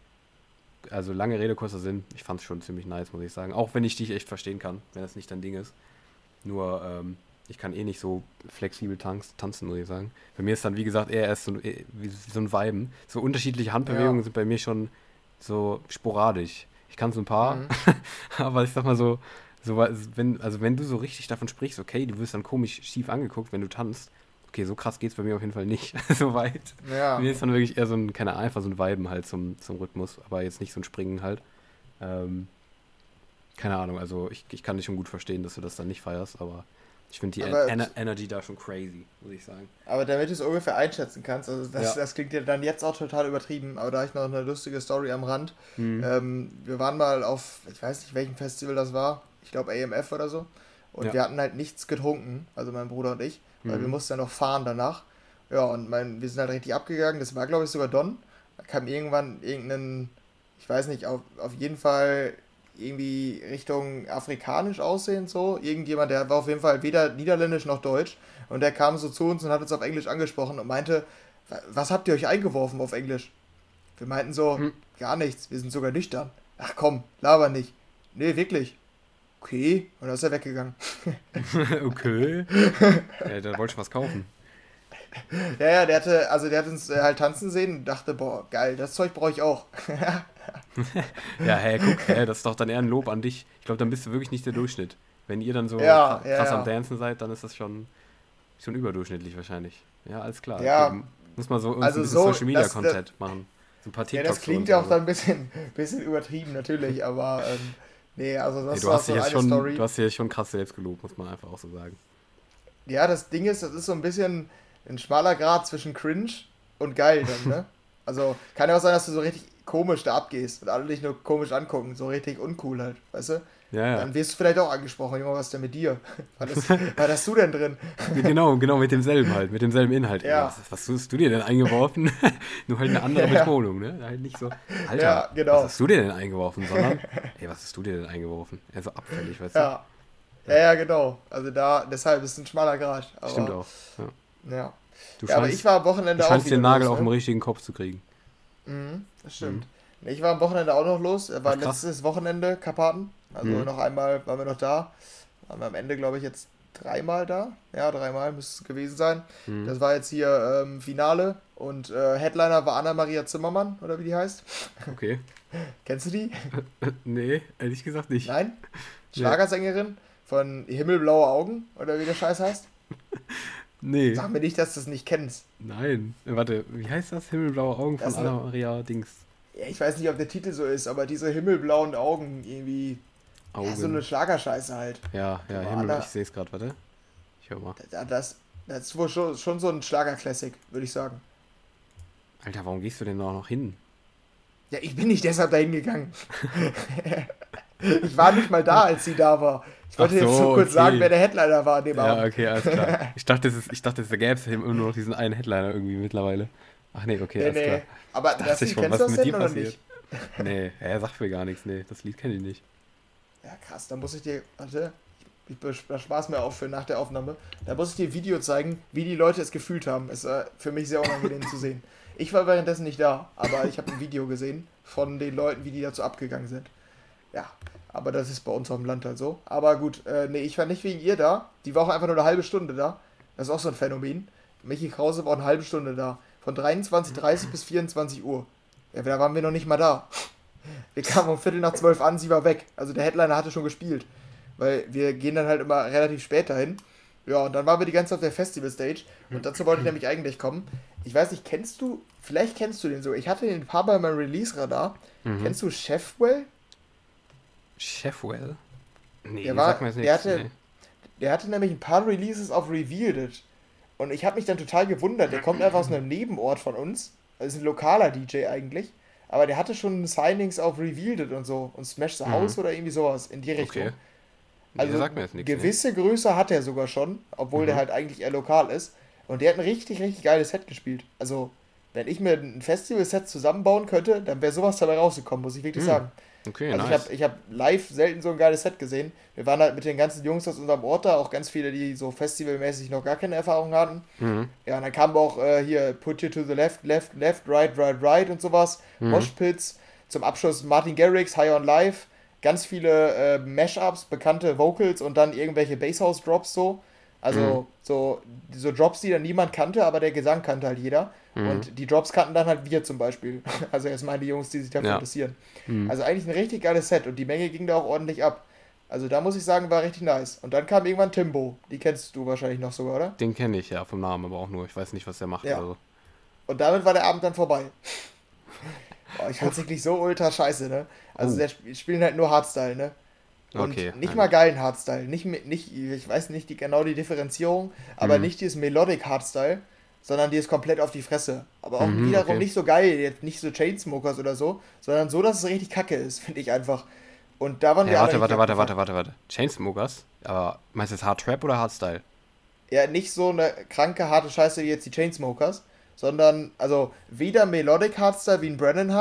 also lange Rede, kurzer Sinn. Ich fand es schon ziemlich nice, muss ich sagen. Auch wenn ich dich echt verstehen kann, wenn das nicht dein Ding ist. Nur, ähm, ich kann eh nicht so flexibel tanz tanzen, muss ich sagen. Bei mir ist dann, wie gesagt, eher erst so, ein- eh, wie, wie so ein Viben. So unterschiedliche Ja. Handbewegungen sind bei mir schon so sporadisch. Ich kann so ein paar, Mhm. aber ich sag mal so, so wa- wenn, also wenn du so richtig davon sprichst, okay, du wirst dann komisch schief angeguckt, wenn du tanzt. Okay, so krass geht's bei mir auf jeden Fall nicht, so weit. Ja. Mir ist dann wirklich eher so ein, keine Ahnung, einfach so ein Viben halt zum, zum Rhythmus, aber jetzt nicht so ein Springen halt. Ähm, keine Ahnung, also ich, ich kann dich schon gut verstehen, dass du das dann nicht feierst, aber ich finde die En Aber, Ener Energy da schon crazy, muss ich sagen. aber damit du es ungefähr einschätzen kannst, also das, Ja. das klingt ja dann jetzt auch total übertrieben, aber da habe ich noch eine lustige Story am Rand. Mhm. Ähm, wir waren mal auf, ich weiß nicht welchem Festival das war, ich glaube A M F oder so. Und Ja. wir hatten halt nichts getrunken, also mein Bruder und ich, weil wir Mhm. mussten ja noch fahren danach. Ja, und mein, wir sind halt richtig abgegangen, das war glaube ich sogar Don. Da kam irgendwann irgendein, ich weiß nicht, auf, auf jeden Fall irgendwie Richtung afrikanisch aussehend so. Irgendjemand, der war auf jeden Fall weder niederländisch noch deutsch. Und der kam so zu uns und hat uns auf Englisch angesprochen und meinte, was habt ihr euch eingeworfen auf Englisch? Wir meinten so, hm. gar nichts, wir sind sogar nüchtern. Ach komm, laber nicht. Nee, wirklich. Okay, und dann ist er weggegangen. Okay. Ja, da wollte ich was kaufen. Ja, ja, der hatte, also der hat uns halt tanzen sehen und dachte, boah, geil, das Zeug brauche ich auch. Ja, hey, guck, hey, das ist doch dann eher ein Lob an dich. Ich glaube, dann bist du wirklich nicht der Durchschnitt. Wenn ihr dann so ja, krass ja, ja. am Dancen seid, dann ist das schon, schon überdurchschnittlich wahrscheinlich. Ja, alles klar. Ja, Eben, muss man so also ein so, Social Media Content das, machen. So ein paar ja, das klingt ja auch dann ein bisschen, bisschen übertrieben, natürlich, aber ähm, nee, also das nee, du war hast so dich eine schon, Story. Du hast dich schon krass selbst gelobt, muss man einfach auch so sagen. Ja, das Ding ist, das ist so ein bisschen ein schmaler Grad zwischen cringe und geil dann, ne? Also kann ja auch sein, dass du so richtig komisch da abgehst und alle dich nur komisch angucken, so richtig uncool halt, weißt du? Ja, ja. Dann wirst du vielleicht auch angesprochen, Junge, was ist denn mit dir? Was ist, was hast du denn drin? Genau, genau, mit demselben halt, mit demselben Inhalt. Ja. Was, was hast du dir denn eingeworfen? Nur halt eine andere ja. Betonung, ne? Halt nicht so, Alter, ja, genau. was hast du dir denn eingeworfen? Sondern, ey, was hast du dir denn eingeworfen? Ja, so abfällig, weißt du? Ja. Ja, ja, genau. Also da, deshalb ist es ein schmaler Grad. Aber, stimmt auch. Ja. Ja. Du ja, aber ich war am Wochenende du auch scheinst wieder den Nagel los, auf ne? den richtigen Kopf zu kriegen. Mhm, das stimmt. Mhm. Ich war am Wochenende auch noch los. War Ach, letztes Wochenende Karpaten. Also Mhm. noch einmal waren wir noch da. Waren wir am Ende, glaube ich, jetzt dreimal da. Ja, dreimal müsste es gewesen sein. Mhm. Das war jetzt hier ähm, Finale. Und äh, Headliner war Anna-Maria Zimmermann, oder wie die heißt. Okay. Kennst du die? Nee, ehrlich gesagt nicht. Nein? Schlagersängerin von Himmelblaue Augen, oder wie der Scheiß heißt? Nee. Sag mir nicht, dass du es nicht kennst. Nein. Warte, wie heißt das? Himmelblaue Augen von Das ist eine- Anna-Maria Dings. Ja, ich weiß nicht, ob der Titel so ist, aber diese himmelblauen Augen irgendwie. Augen. Ja, so eine Schlagerscheiße halt. Ja, ja, Aber Himmel, Anna- ich sehe es gerade, warte. Ich hör mal. Das, das, das ist wohl schon, schon so ein Schlager-Classic, würde ich sagen. Alter, warum gehst du denn da noch hin? Ja, ich bin nicht deshalb dahin gegangen. Ich war nicht mal da, als sie da war. Ich wollte Ach so, jetzt nur kurz okay. sagen, wer der Headliner war an dem Ja, Abend. okay, alles klar. Ich dachte, es ist, ich dachte, es gäbe es immer nur noch diesen einen Headliner irgendwie mittlerweile. Ach nee, okay, Nee, alles nee. klar. Aber Dachte das ich Lied, schon, kennst was du das mit denn dir oder passiert? nicht? Nee, er sagt mir gar nichts, nee, das Lied kenne ich nicht. Ja, krass, dann muss ich dir, warte, ich bespaß mir auch für nach der Aufnahme, da muss ich dir ein Video zeigen, wie die Leute es gefühlt haben. Es war für mich sehr unangenehm zu sehen. Ich war währenddessen nicht da, aber ich habe ein Video gesehen von den Leuten, wie die dazu abgegangen sind. Ja, aber das ist bei uns auf dem Land halt so. Aber gut, äh, nee, ich war nicht wegen ihr da. Die war auch einfach nur eine halbe Stunde da. Das ist auch so ein Phänomen. Michi Krause war eine halbe Stunde da. Von dreiundzwanzig Uhr dreißig bis vierundzwanzig Uhr. Ja, da waren wir noch nicht mal da. Wir kamen um Viertel nach zwölf an, sie war weg. Also der Headliner hatte schon gespielt. Weil wir gehen dann halt immer relativ spät dahin. Ja, und dann waren wir die ganze Zeit auf der Festival-Stage. Und dazu wollte ich nämlich eigentlich kommen. Ich weiß nicht, kennst du, vielleicht kennst du den so. Ich hatte den ein paar Mal beim Release-Radar. Mhm. Kennst du Chefwell? Chefwell? Nee, Der war- sag mir jetzt der nichts. hatte- Nee. Der hatte nämlich ein paar Releases auf Revealed It. Und ich habe mich dann total gewundert. Der kommt einfach aus einem Nebenort von uns. Das ist ein lokaler D J eigentlich. Aber der hatte schon Signings auf Revealed It und so. Und Smash the Mhm. House oder irgendwie sowas in die Richtung. Okay. Nee, Also sag mir jetzt nichts. Nee. gewisse Größe hat er sogar schon, obwohl Mhm. der halt eigentlich eher lokal ist. Und der hat ein richtig, richtig geiles Set gespielt. Also, wenn ich mir ein Festival-Set zusammenbauen könnte, dann wäre sowas dabei rausgekommen, muss ich wirklich Mhm. sagen. Okay, Also ich nice. habe ich hab live selten so ein geiles Set gesehen. Wir waren halt mit den ganzen Jungs aus unserem Ort da, auch ganz viele, die so festivalmäßig noch gar keine Erfahrung hatten. Mhm. Ja, und dann kam auch äh, hier Put You to the Left, Left, Left, Right, Right, Right und sowas. Mhm. Moshpits. Zum Abschluss Martin Garrix, High on Life. Ganz viele äh, Mashups, bekannte Vocals und dann irgendwelche Basshouse-Drops so. Also Mhm. so, so Drops, die dann niemand kannte, aber der Gesang kannte halt jeder. Mhm. Und die Drops kannten dann halt wir zum Beispiel. Also jetzt mal die Jungs, die sich dafür Ja. interessieren. Mhm. Also eigentlich ein richtig geiles Set und die Menge ging da auch ordentlich ab. Also da muss ich sagen, war richtig nice. Und dann kam irgendwann Timbo. Die kennst du wahrscheinlich noch sogar, oder? Den kenne ich ja vom Namen, aber auch nur. Ich weiß nicht, was der macht. Ja. Also. Und damit war der Abend dann vorbei. Boah, ich fand's wirklich so ultra scheiße, ne? Also Oh. der sp- spielen halt nur Hardstyle, ne? Und Okay, nicht nein. mal geilen Hardstyle. Nicht, mi- nicht, ich weiß nicht die, genau die Differenzierung, aber Mhm. nicht dieses Melodic Hardstyle, sondern die ist komplett auf die Fresse. Aber auch Mhm, wiederum okay. nicht so geil, jetzt nicht so Chainsmokers oder so, sondern so, dass es richtig kacke ist, finde ich einfach. Und da waren wir Ja, alle warte, warte, richtig warte, abgefuckt. warte, warte, warte. Chainsmokers? Aber meinst du jetzt Hard Trap oder Hardstyle? Ja, nicht so eine kranke, harte Scheiße wie jetzt die Chainsmokers, sondern, also, weder Melodic Hardstyle wie ein Brennan Hart,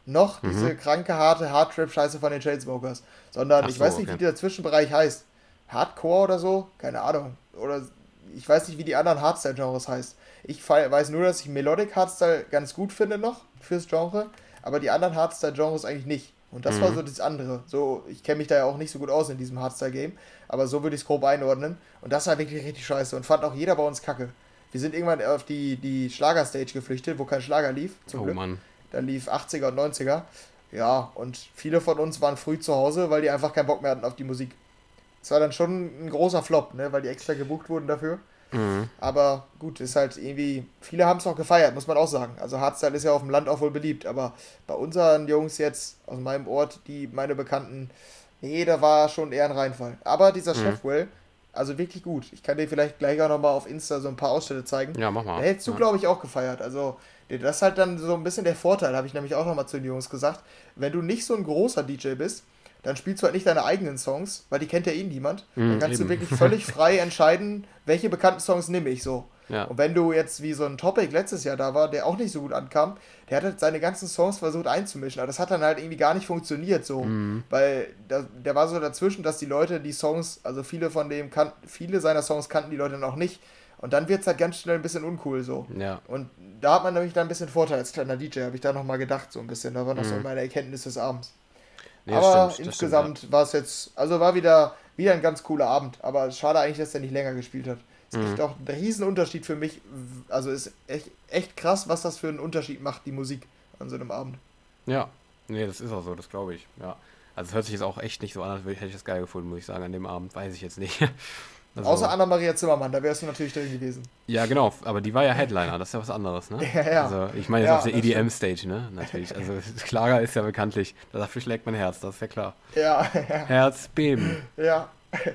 noch Mhm. diese kranke, harte Hardtrap-Scheiße von den Chainsmokers. Sondern Ach ich so, weiß nicht, okay. wie dieser Zwischenbereich heißt. Hardcore oder so? Keine Ahnung. Oder ich weiß nicht, wie die anderen Hardstyle-Genres heißt. Ich fei- weiß nur, dass ich Melodic Hardstyle ganz gut finde noch fürs Genre, aber die anderen Hardstyle-Genres eigentlich nicht. Und das war Mhm. so das andere. So, ich kenne mich da ja auch nicht so gut aus in diesem Hardstyle-Game, aber so würde ich es grob einordnen. Und das war wirklich richtig scheiße und fand auch jeder bei uns kacke. Wir sind irgendwann auf die, die Schlagerstage geflüchtet, wo kein Schlager lief, zum Oh Glück. Mann. Da lief achtziger und neunziger. Ja, und viele von uns waren früh zu Hause, weil die einfach keinen Bock mehr hatten auf die Musik. Es war dann schon ein großer Flop, ne, weil die extra gebucht wurden dafür. Mhm. Aber gut, ist halt irgendwie, viele haben es auch gefeiert, muss man auch sagen. Also Hardstyle ist ja auf dem Land auch wohl beliebt, aber bei unseren Jungs jetzt aus meinem Ort, die meine Bekannten, nee, da war schon eher ein Reinfall. Aber dieser Mhm. Chefwell, also wirklich gut. Ich kann dir vielleicht gleich auch nochmal auf Insta so ein paar Ausschnitte zeigen. Ja, mach Da mal. hättest du, Ja. glaube ich, auch gefeiert. Also, das ist halt dann so ein bisschen der Vorteil, habe ich nämlich auch nochmal zu den Jungs gesagt. Wenn du nicht so ein großer D J bist, dann spielst du halt nicht deine eigenen Songs, weil die kennt ja eh niemand. Dann Mhm, kannst du eben. wirklich völlig frei entscheiden, welche bekannten Songs nehme ich so. Ja. Und wenn du jetzt wie so ein Topic letztes Jahr da war, der auch nicht so gut ankam, der hat halt seine ganzen Songs versucht einzumischen, aber das hat dann halt irgendwie gar nicht funktioniert so, Mhm. weil da, der war so dazwischen, dass die Leute die Songs, also viele von dem kannten, viele seiner Songs kannten die Leute noch nicht und dann wird es halt ganz schnell ein bisschen uncool so. Ja. Und da hat man nämlich dann ein bisschen Vorteil als kleiner D J, habe ich da nochmal gedacht so ein bisschen, da war noch so Mhm. meine Erkenntnis des Abends. Nee, das Aber stimmt, das insgesamt war es jetzt, also war wieder, wieder ein ganz cooler Abend. Aber schade eigentlich, dass der nicht länger gespielt hat. Ist Mhm. echt auch ein Riesenunterschied für mich. Also ist echt, echt krass, was das für einen Unterschied macht, die Musik an so einem Abend. stimmt. Ja. Nee, das ist auch so, das glaube ich. Ja. Also es hört sich jetzt auch echt nicht so an, als hätte ich das geil gefunden, muss ich sagen, an dem Abend. Weiß ich jetzt nicht. Also, Außer Anna-Maria Zimmermann, da wärst du natürlich drin gewesen. ja, genau, aber die war ja Headliner, das ist ja was anderes, ne? Ja, ja. Also ich meine jetzt Ja, auf der das E D M-Stage, ne? Natürlich. Also Schlager ist ja bekanntlich, dafür schlägt mein Herz, das ist ja klar. Ja, Herzbeben. ja.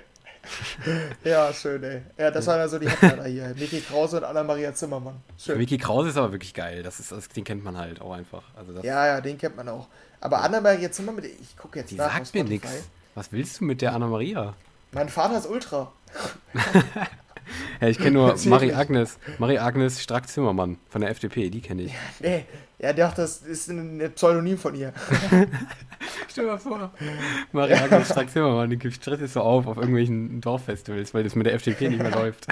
Ja, schön, ey. Ja, das waren also die Headliner hier. Niki Krause und Anna-Maria Zimmermann. Schön. Vicky Krause ist aber wirklich geil, das ist, das, den kennt man halt auch einfach. Also das, Ja, ja, den kennt man auch. Aber Anna-Maria Zimmermann, ich gucke jetzt die nach auf sagt mir Spotify. nichts. Was willst du mit der Anna-Maria? Mein Vater ist Ultra. Ja, ich kenne nur Wirklich? Marie-Agnes, Marie-Agnes Strack-Zimmermann von der F D P, die kenne ich. Nee, ja, der das ist ein Pseudonym von ihr. Stell dir mal vor, Marie-Agnes Strack-Zimmermann, die gibt Stress jetzt so auf auf irgendwelchen Dorffestivals, weil das mit der F D P nicht mehr läuft.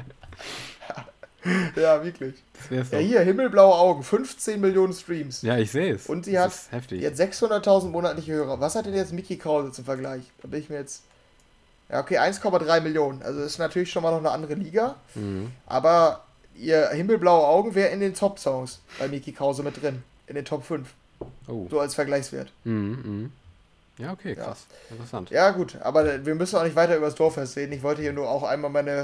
Ja, wirklich. Das wär's Ja, doch. hier, himmelblaue Augen, fünfzehn Millionen Streams. Ja, ich sehe es. Und sie das hat, ist heftig. die hat sechshunderttausend monatliche Hörer. Was hat denn jetzt Mickey Krause zum Vergleich? Da bin ich mir jetzt... Ja, okay, eins Komma drei Millionen. Also ist natürlich schon mal noch eine andere Liga. Mhm. Aber ihr himmelblaue Augen wäre in den Top-Songs bei Mickey Krause mit drin. In den Top fünf. Oh. So als Vergleichswert. Mhm, mhm. Ja, okay, Ja. krass. Interessant. Ja, gut, aber wir müssen auch nicht weiter über das Dorffest reden. Ich wollte hier nur auch einmal meine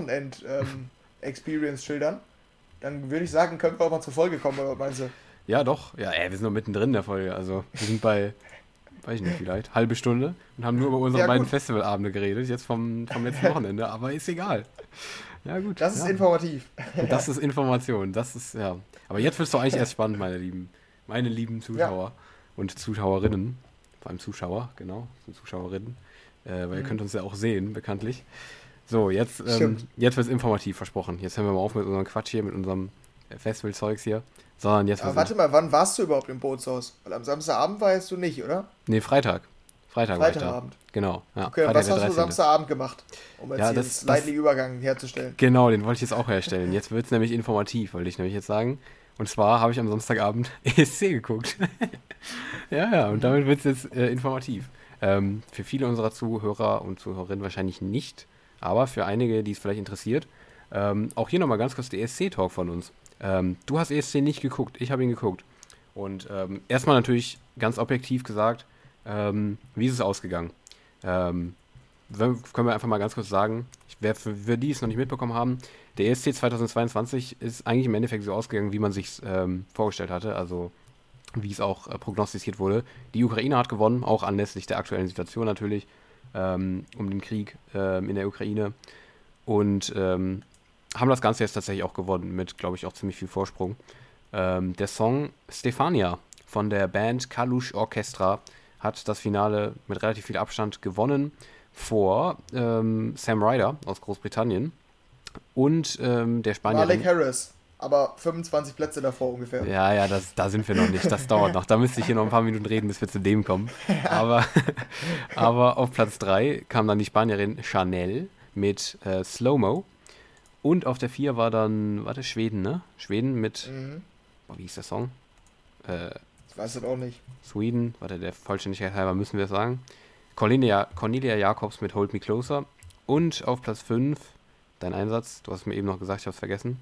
Wochenend-Experience schildern. Dann würde ich sagen, können wir auch mal zur Folge kommen, oder was meinst du? Ja, doch. Ja, ey, wir sind noch mittendrin in der Folge. Also, wir sind bei, weiß ich nicht, vielleicht, halbe Stunde und haben nur über unsere Ja, beiden gut. Festivalabende geredet, jetzt vom, vom letzten Wochenende, aber ist egal. Ja, gut. Das ist ja. informativ. Das ist Information. Das ist, ja. Aber jetzt wird es doch eigentlich erst spannend, meine Lieben. Meine lieben Zuschauer und Zuschauerinnen. Vor allem Zuschauer, genau. Und Zuschauerinnen. Äh, weil Mhm. ihr könnt uns ja auch sehen, bekanntlich. So, jetzt, ähm, Stimmt. jetzt wird es informativ versprochen. Jetzt hören wir mal auf mit unserem Quatsch hier, mit unserem äh, Festival-Zeugs hier. Sondern jetzt Aber wird's warte mal, wann warst du überhaupt im Bootshaus? Weil am Samstagabend warst du nicht, oder? Nee, Freitag. Freitag war ich da. Freitagabend. Genau. Ja, Okay, und Freitag was der hast du dreizehnte. Samstagabend gemacht? Um jetzt Ja, hier das- einen das- slightly Übergang herzustellen. Genau, den wollte ich jetzt auch herstellen. Jetzt wird es nämlich informativ, wollte ich nämlich jetzt sagen. Und zwar habe ich am Samstagabend E S C geguckt. ja, ja, und damit wird es jetzt äh, informativ. Ähm, für viele unserer Zuhörer und Zuhörerinnen wahrscheinlich nicht, aber für einige, die es vielleicht interessiert, ähm, auch hier nochmal ganz kurz der E S C-Talk von uns. Ähm, du hast E S C nicht geguckt, ich habe ihn geguckt. Und ähm, erstmal natürlich ganz objektiv gesagt, ähm, wie ist es ausgegangen? Ähm, wenn- können wir einfach mal ganz kurz sagen, ich, wer für, für die es noch nicht mitbekommen haben, der E S C zweitausendzweiundzwanzig ist eigentlich im Endeffekt so ausgegangen, wie man sich ähm, vorgestellt hatte, also wie es auch äh, prognostiziert wurde. Die Ukraine hat gewonnen, auch anlässlich der aktuellen Situation natürlich, ähm, um den Krieg ähm, in der Ukraine. Und ähm, haben das Ganze jetzt tatsächlich auch gewonnen, mit, glaube ich, auch ziemlich viel Vorsprung. Ähm, der Song Stefania von der Band Kalush Orchestra hat das Finale mit relativ viel Abstand gewonnen vor ähm, Sam Ryder aus Großbritannien und ähm, der Spanierin. Malik Harris. aber fünfundzwanzig Plätze davor ungefähr. Ja, ja, das, da sind wir noch nicht. Das dauert noch. Da müsste ich hier noch ein paar Minuten reden, bis wir zu dem kommen. Aber, aber auf Platz drei kam dann die Spanierin Chanel mit äh, Slow-Mo. Und auf der vier war dann, warte, Schweden, ne? Schweden mit, Mhm. oh, wie hieß der Song? Äh, Ich weiß das auch nicht. Sweden, warte, der Vollständigkeit halber müssen wir es sagen. Cornelia, Cornelia Jacobs mit Hold Me Closer. Und auf Platz fünf, dein Einsatz, du hast mir eben noch gesagt, ich hab's vergessen.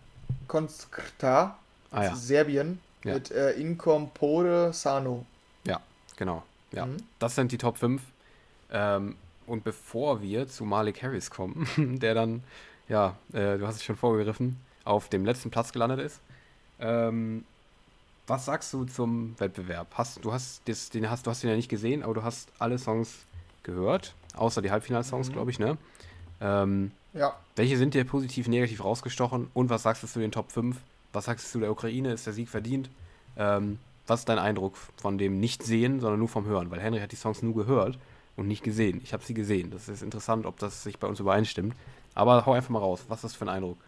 Konskta, Ah ja, Serbien, Ja. mit äh, Incompore Sano. ja, genau. Ja, Mhm. das sind die Top fünf. Ähm, und bevor wir zu Malik Harris kommen, der dann, ja, äh, du hast es schon vorgegriffen, auf dem letzten Platz gelandet ist. Ähm, was sagst du zum Wettbewerb? Hast, du, hast das, den, hast, du hast den ja nicht gesehen, aber du hast alle Songs gehört, außer die Halbfinalsongs, Mhm. glaube ich, ne? Ähm, Ja, welche sind dir positiv, negativ rausgestochen? Und was sagst du zu den Top fünf? Was sagst du der Ukraine? Ist der Sieg verdient? Ähm, was ist dein Eindruck von dem Nicht-Sehen, sondern nur vom Hören? Weil Henry hat die Songs nur gehört und nicht gesehen. Ich habe sie gesehen. Das ist interessant, ob das sich bei uns übereinstimmt. Aber hau einfach mal raus. Was ist das für ein Eindruck?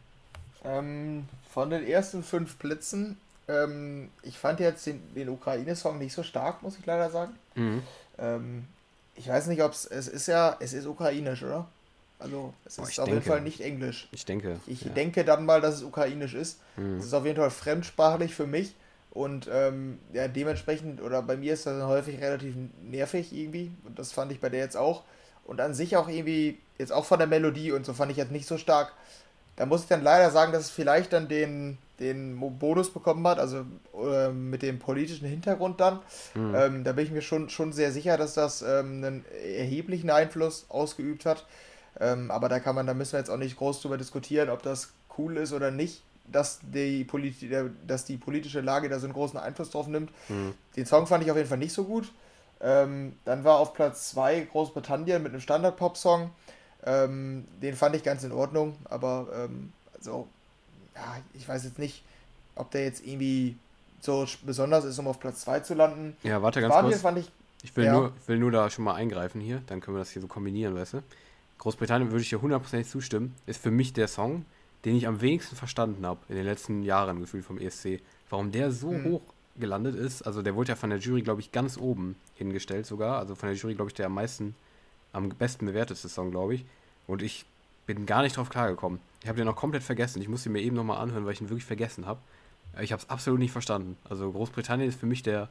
ähm, von den ersten fünf Plätzen, ähm, ich fand jetzt den, den Ukraine-Song nicht so stark, muss ich leider sagen. Mhm. Ähm, ich weiß nicht, ob es, es ist ja, es ist ukrainisch, oder? Also, es Boah, ist ich auf jeden denke. Fall nicht Englisch. Ich denke. Ich Ja. denke dann mal, dass es ukrainisch ist. Mhm. Es ist auf jeden Fall fremdsprachlich für mich und ähm, ja, dementsprechend, oder bei mir ist das häufig relativ nervig irgendwie und das fand ich bei der jetzt auch. Und an sich auch irgendwie, jetzt auch von der Melodie und so fand ich jetzt nicht so stark. Da muss ich dann leider sagen, dass es vielleicht dann den, den Mo- Bonus bekommen hat, also äh, mit dem politischen Hintergrund dann. Mhm. Ähm, da bin ich mir schon, schon sehr sicher, dass das ähm, einen erheblichen Einfluss ausgeübt hat. Ähm, aber da kann man, da müssen wir jetzt auch nicht groß drüber diskutieren, ob das cool ist oder nicht, dass die, Politi der- dass die politische Lage da so einen großen Einfluss drauf nimmt. Mhm. Den Song fand ich auf jeden Fall nicht so gut. Ähm, dann war auf Platz zwei Großbritannien mit einem Standard-Pop-Song. Ähm, den fand ich ganz in Ordnung, aber ähm, also, ja, ich weiß jetzt nicht, ob der jetzt irgendwie so sch- besonders ist, um auf Platz zwei zu landen. Ja, warte ganz Spanien kurz. fand ich, Ich will, ja, nur, ich will nur da schon mal eingreifen hier. Dann können wir das hier so kombinieren, weißt du? Großbritannien würde ich dir hundertprozentig zustimmen. Ist für mich der Song, den ich am wenigsten verstanden habe in den letzten Jahren gefühlt vom E S C. Warum der so hm, hoch gelandet ist. Also der wurde ja von der Jury, glaube ich, ganz oben hingestellt sogar. Also von der Jury, glaube ich, der am meisten, am besten bewertete Song, glaube ich. Und ich bin gar nicht drauf klargekommen. Ich habe den noch komplett vergessen. Ich musste ihn mir eben nochmal anhören, weil ich ihn wirklich vergessen habe. Ich habe es absolut nicht verstanden. Also Großbritannien ist für mich der,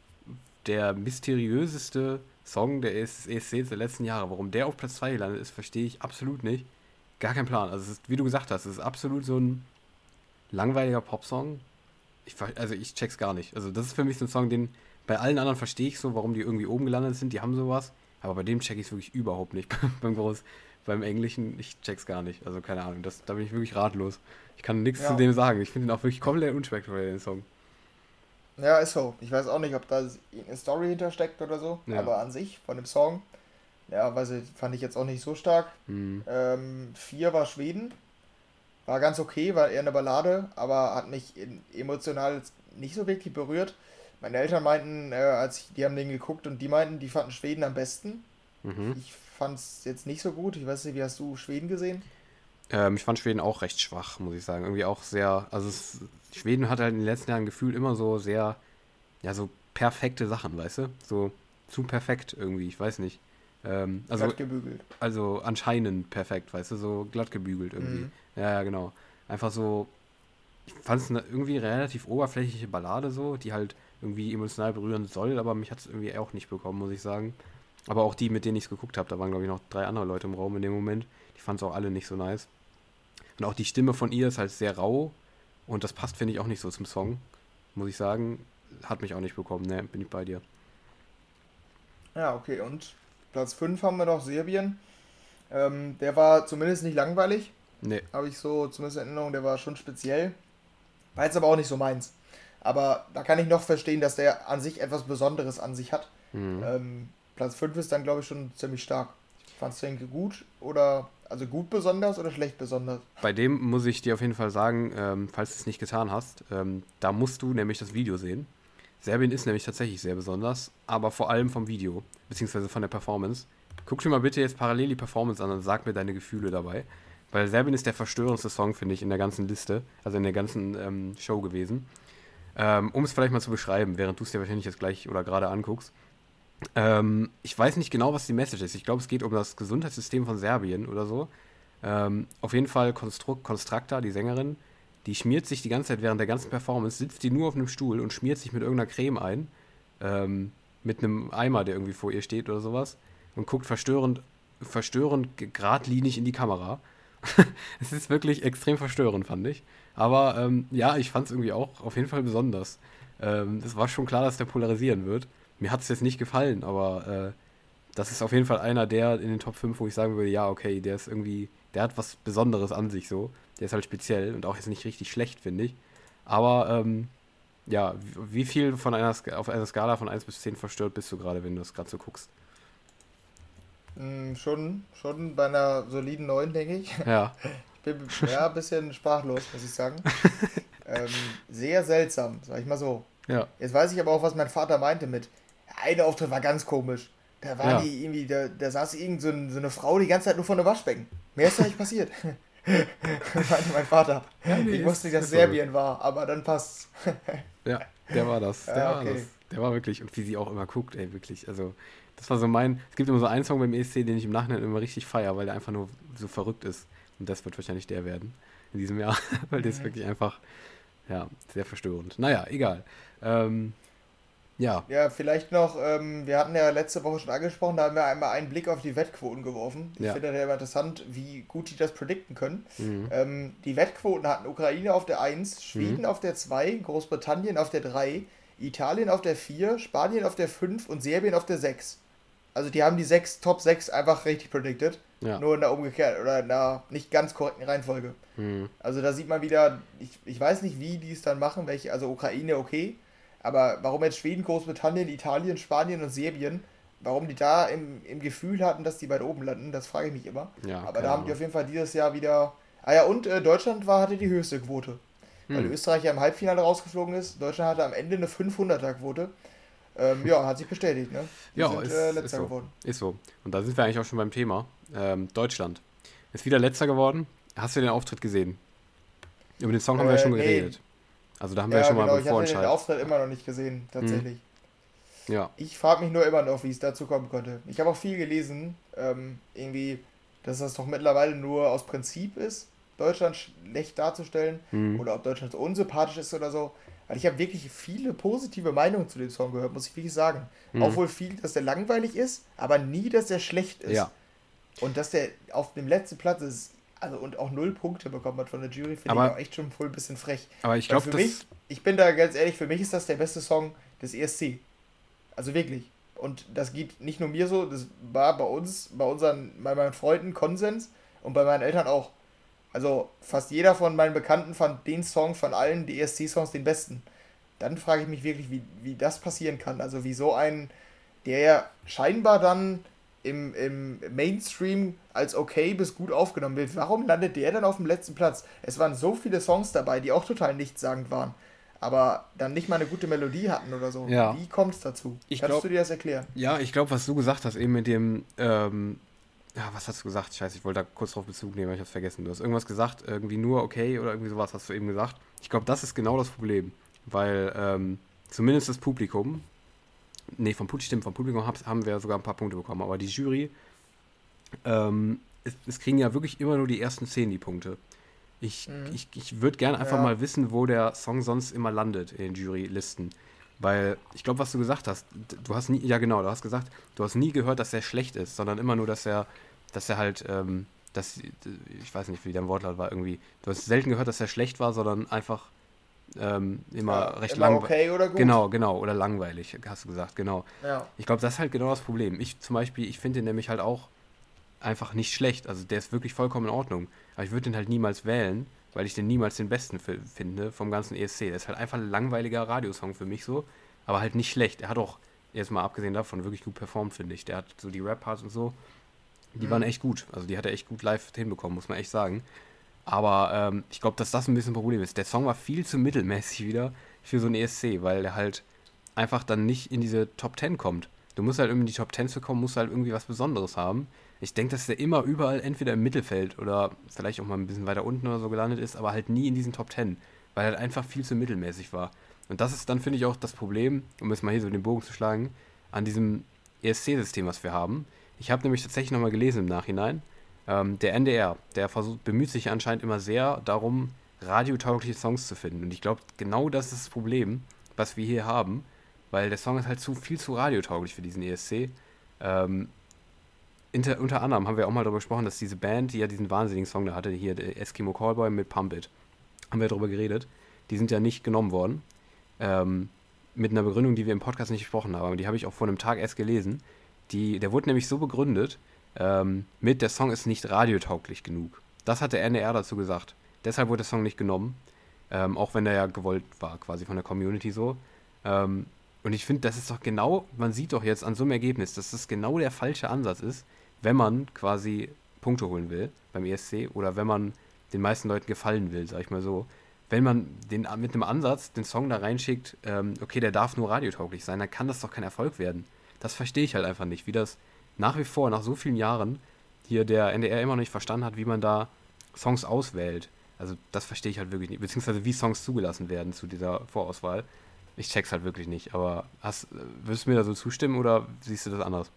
der mysteriöseste Song der E S C der letzten Jahre. Warum der auf Platz zwei gelandet ist, verstehe ich absolut nicht. Gar kein Plan. Also es ist, wie du gesagt hast, es ist absolut so ein langweiliger Popsong. Ich, ver- also ich check's gar nicht. Also das ist für mich so ein Song, den bei allen anderen verstehe ich so, warum die irgendwie oben gelandet sind. Die haben sowas. Aber bei dem check ich es wirklich überhaupt nicht. beim Groß, beim Englischen, ich check's gar nicht. Also keine Ahnung, das, da bin ich wirklich ratlos. Ich kann nichts zu ja, dem sagen. Ich finde ihn auch wirklich komplett unspektakulär, den Song. ja, ist so. Ich weiß auch nicht, ob da eine Story hintersteckt oder so, Ja. aber an sich, von dem Song, ja, weiß ich, fand ich jetzt auch nicht so stark. Hm. Ähm, vier war Schweden, war ganz okay, war eher eine Ballade, aber hat mich in, emotional jetzt nicht so wirklich berührt. Meine Eltern meinten, äh, als ich, die haben den geguckt und die meinten, die fanden Schweden am besten. Mhm. Ich fand es jetzt nicht so gut. Ich weiß nicht, wie hast du Schweden gesehen? Ähm, ich fand Schweden auch recht schwach, muss ich sagen. Irgendwie auch sehr, also es, Schweden hat halt in den letzten Jahren gefühlt immer so sehr, ja, so perfekte Sachen, weißt du? So zu perfekt irgendwie, ich weiß nicht. Ähm, also, Glatt gebügelt. also anscheinend perfekt, weißt du, so glatt gebügelt irgendwie. Mhm. Ja, ja, genau. Einfach so, ich fand es eine irgendwie relativ oberflächliche Ballade so, die halt irgendwie emotional berühren soll, aber mich hat es irgendwie auch nicht bekommen, muss ich sagen. Aber auch die, mit denen ich es geguckt habe, da waren glaube ich noch drei andere Leute im Raum in dem Moment, die fanden es auch alle nicht so nice. Und auch die Stimme von ihr ist halt sehr rau und das passt, finde ich, auch nicht so zum Song, muss ich sagen. Hat mich auch nicht bekommen, ne, bin ich bei dir. Ja, okay. Und Platz fünf haben wir noch Serbien. Ähm, der war zumindest nicht langweilig. Ne, Habe ich so zumindest in Erinnerung. Der war schon speziell. War jetzt aber auch nicht so meins. Aber da kann ich noch verstehen, dass der an sich etwas Besonderes an sich hat. mhm. Ähm, Platz fünf ist dann, glaube ich, schon ziemlich stark. Fandst du den gut oder, also gut besonders oder schlecht besonders? Bei dem muss ich dir auf jeden Fall sagen, ähm, falls du es nicht getan hast, ähm, da musst du nämlich das Video sehen. Serbien ist nämlich tatsächlich sehr besonders, aber vor allem vom Video, beziehungsweise von der Performance. Guck dir mal bitte jetzt parallel die Performance an und sag mir deine Gefühle dabei. Weil Serbien ist der verstörendste Song, finde ich, in der ganzen Liste, also in der ganzen ähm, Show gewesen. Ähm, um es vielleicht mal zu beschreiben, während du es dir wahrscheinlich jetzt gleich oder gerade anguckst. Ähm, ich weiß nicht genau, was die Message ist. Ich glaube, es geht um das Gesundheitssystem von Serbien oder so. Ähm, auf jeden Fall Konstru- Konstrakta, die Sängerin, die schmiert sich die ganze Zeit während der ganzen Performance, sitzt die nur auf einem Stuhl und schmiert sich mit irgendeiner Creme ein. Ähm, mit einem Eimer, der irgendwie vor ihr steht oder sowas. Und guckt verstörend, verstörend geradlinig in die Kamera. Es ist wirklich extrem verstörend, fand ich. Aber ähm, ja, ich fand es irgendwie auch auf jeden Fall besonders. Ähm, es war schon klar, dass der polarisieren wird. Mir hat es jetzt nicht gefallen, aber äh, das ist auf jeden Fall einer der in den Top fünf, wo ich sagen würde, ja, okay, der ist irgendwie, der hat was Besonderes an sich so. Der ist halt speziell und auch jetzt nicht richtig schlecht, finde ich. Aber ähm, ja, wie wie viel von einer, Ska- auf einer Skala von eins bis zehn verstört bist du gerade, wenn du das gerade so guckst? Mm, schon, schon bei einer soliden neun, denke ich. Ja, Ich bin ja ein bisschen sprachlos, muss ich sagen. Ähm, sehr seltsam, sag ich mal so. ja, Jetzt weiß ich aber auch, was mein Vater meinte mit, ein Auftritt war ganz komisch. Da war ja. die irgendwie, da, da saß irgend so, ein, so eine Frau die ganze Zeit nur vor einem Waschbecken. Mehr ist da nicht passiert. Meinte mein Vater. Ja, nee, Ich ist, wusste nicht, dass ist so. Serbien war, aber dann passt's. Ja, der war das. Der Ja, war das. okay. Der war wirklich, und wie sie auch immer guckt, ey, wirklich. Also, das war so mein. Es gibt immer so einen Song beim E S C, den ich im Nachhinein immer richtig feiere, weil der einfach nur so verrückt ist. Und das wird wahrscheinlich der werden in diesem Jahr, weil der ist Mhm. wirklich einfach, ja, sehr verstörend. Naja, egal. Ähm, ja, Ja, vielleicht noch, ähm, wir hatten ja letzte Woche schon angesprochen, da haben wir einmal einen Blick auf die Wettquoten geworfen. Ich ja. finde das ja immer interessant, wie gut die das predikten können. Mhm. Ähm, die Wettquoten hatten Ukraine auf der eins, Mhm. Schweden auf der zwei, Großbritannien auf der drei, Italien auf der vier, Spanien auf der fünf und Serbien auf der sechs. Also die haben die sechs, Top sechs einfach richtig predicted. Ja. Nur in der umgekehrt oder in der nicht ganz korrekten Reihenfolge. Mhm. Also da sieht man wieder, ich, ich weiß nicht, wie die es dann machen, welche, also Ukraine okay, aber warum jetzt Schweden, Großbritannien, Italien, Spanien und Serbien, warum die da im, im Gefühl hatten, dass die weit oben landen, das frage ich mich immer. Ja, Aber keine da haben die Ahnung. auf jeden Fall dieses Jahr wieder. Ah ja, und äh, Deutschland war, hatte die höchste Quote. Weil Hm. Österreich ja im Halbfinale rausgeflogen ist. Deutschland hatte am Ende eine fünfhunderter-Quote. Ähm, ja, hat sich bestätigt, ne? Die Ja, sind ist, äh, ist letzter so. geworden. Ist so. Und da sind wir eigentlich auch schon beim Thema. Ähm, Deutschland ist wieder letzter geworden. Hast du den Auftritt gesehen? Über den Song haben wir ja Äh, schon nee, geredet. Also da haben wir ja ja, schon mal genau, beim ich hatte den Vorentscheid. Auftritt immer noch nicht gesehen, Mhm. tatsächlich. Ja. Ich frage mich nur immer noch, wie es dazu kommen konnte. Ich habe auch viel gelesen, ähm, irgendwie, dass das doch mittlerweile nur aus Prinzip ist, Deutschland schlecht darzustellen Mhm. oder ob Deutschland so unsympathisch ist oder so. Weil ich habe wirklich viele positive Meinungen zu dem Song gehört, muss ich wirklich sagen. Auch Mhm. wohl viel, dass der langweilig ist, aber nie, dass der schlecht ist. Ja. Und dass der auf dem letzten Platz ist, also und auch null Punkte bekommen hat von der Jury, finde ich Aber, auch echt schon voll ein bisschen frech. aber ich Weil glaube, für mich, das. ich bin da ganz ehrlich, für mich ist das der beste Song des E S C. Also wirklich. Und das geht nicht nur mir so, das war bei uns, bei unseren, bei meinen Freunden Konsens und bei meinen Eltern auch. Also fast jeder von meinen Bekannten fand den Song von allen D E S C-Songs den besten. Dann frage ich mich wirklich, wie, wie das passieren kann. Also wie so ein, der ja scheinbar dann im, im Mainstream als okay bis gut aufgenommen wird. Warum landet der dann auf dem letzten Platz? Es waren so viele Songs dabei, die auch total nichtssagend waren, aber dann nicht mal eine gute Melodie hatten oder so. Ja. Wie kommt es dazu? Ich Kannst glaub- du dir das erklären? Ja, ich glaube, was du gesagt hast, eben mit dem. Ähm, ja, was hast du gesagt? Scheiße, ich wollte da kurz drauf Bezug nehmen, aber ich hab's vergessen. Du hast irgendwas gesagt, irgendwie nur okay oder irgendwie sowas hast du eben gesagt. Ich glaube, das ist genau das Problem. Weil ähm, zumindest das Publikum, nee, vom, Pu- stimmt, vom Publikum hab, haben wir sogar ein paar Punkte bekommen, aber die Jury, ähm, es, es kriegen ja wirklich immer nur die ersten zehn die Punkte. Ich, Mhm. ich, ich würde gerne einfach Ja. mal wissen, wo der Song sonst immer landet in den Jurylisten. Weil ich glaube, was du gesagt hast, d- du hast nie, ja genau, du hast gesagt, du hast nie gehört, dass er schlecht ist, sondern immer nur, dass er, dass er halt, ähm, dass, ich weiß nicht, wie dein Wortlaut war irgendwie, du hast selten gehört, dass er schlecht war, sondern einfach ähm, immer Ja, recht immer langweilig. okay oder gut? Genau, genau, oder langweilig, hast du gesagt, genau. Ja. Ich glaube, das ist halt genau das Problem. Ich zum Beispiel, ich finde den nämlich halt auch einfach nicht schlecht. Also der ist wirklich vollkommen in Ordnung. Aber ich würde den halt niemals wählen, weil ich den niemals den besten fi- finde vom ganzen E S C. Der ist halt einfach ein langweiliger Radiosong für mich so, aber halt nicht schlecht. Er hat auch, jetzt mal abgesehen davon, wirklich gut performt, finde ich. Der hat so die Rap-Parts und so, die Mhm. waren echt gut. Also die hat er echt gut live hinbekommen, muss man echt sagen. Aber ähm, ich glaube, dass das ein bisschen ein Problem ist. Der Song war viel zu mittelmäßig wieder für so ein E S C, weil der halt einfach dann nicht in diese Top zehn kommt. Du musst halt irgendwie in die Top zehn zu kommen, musst halt irgendwie was Besonderes haben. Ich denke, dass der immer überall entweder im Mittelfeld oder vielleicht auch mal ein bisschen weiter unten oder so gelandet ist, aber halt nie in diesen Top Ten, weil er halt einfach viel zu mittelmäßig war. Und das ist dann, finde ich, auch das Problem, um jetzt mal hier so den Bogen zu schlagen, an diesem E S C-System, was wir haben. Ich habe nämlich tatsächlich nochmal gelesen im Nachhinein, ähm, der N D R, der versucht, bemüht sich anscheinend immer sehr darum, radiotaugliche Songs zu finden. Und ich glaube, genau das ist das Problem, was wir hier haben, weil der Song ist halt zu viel zu radiotauglich für diesen E S C. Ähm, inter, unter anderem haben wir auch mal darüber gesprochen, dass diese Band, die ja diesen wahnsinnigen Song da hatte, hier der Eskimo Callboy mit Pump It, haben wir darüber geredet, die sind ja nicht genommen worden. Ähm, mit einer Begründung, die wir im Podcast nicht besprochen haben, aber die habe ich auch vor einem Tag erst gelesen. Die, der wurde nämlich so begründet, ähm, mit der Song ist nicht radiotauglich genug. Das hat der N D R dazu gesagt. Deshalb wurde der Song nicht genommen, ähm, auch wenn der ja gewollt war, quasi von der Community so. Ähm, und ich finde, das ist doch genau, man sieht doch jetzt an so einem Ergebnis, dass das genau der falsche Ansatz ist, wenn man quasi Punkte holen will beim E S C oder wenn man den meisten Leuten gefallen will, sag ich mal so. Wenn man den mit einem Ansatz den Song da reinschickt, ähm, okay, der darf nur radiotauglich sein, dann kann das doch kein Erfolg werden. Das verstehe ich halt einfach nicht, wie das nach wie vor, nach so vielen Jahren, hier der N D R immer noch nicht verstanden hat, wie man da Songs auswählt. Also das verstehe ich halt wirklich nicht, beziehungsweise wie Songs zugelassen werden zu dieser Vorauswahl. Ich check's halt wirklich nicht, aber hast, würdest du mir da so zustimmen oder siehst du das anders?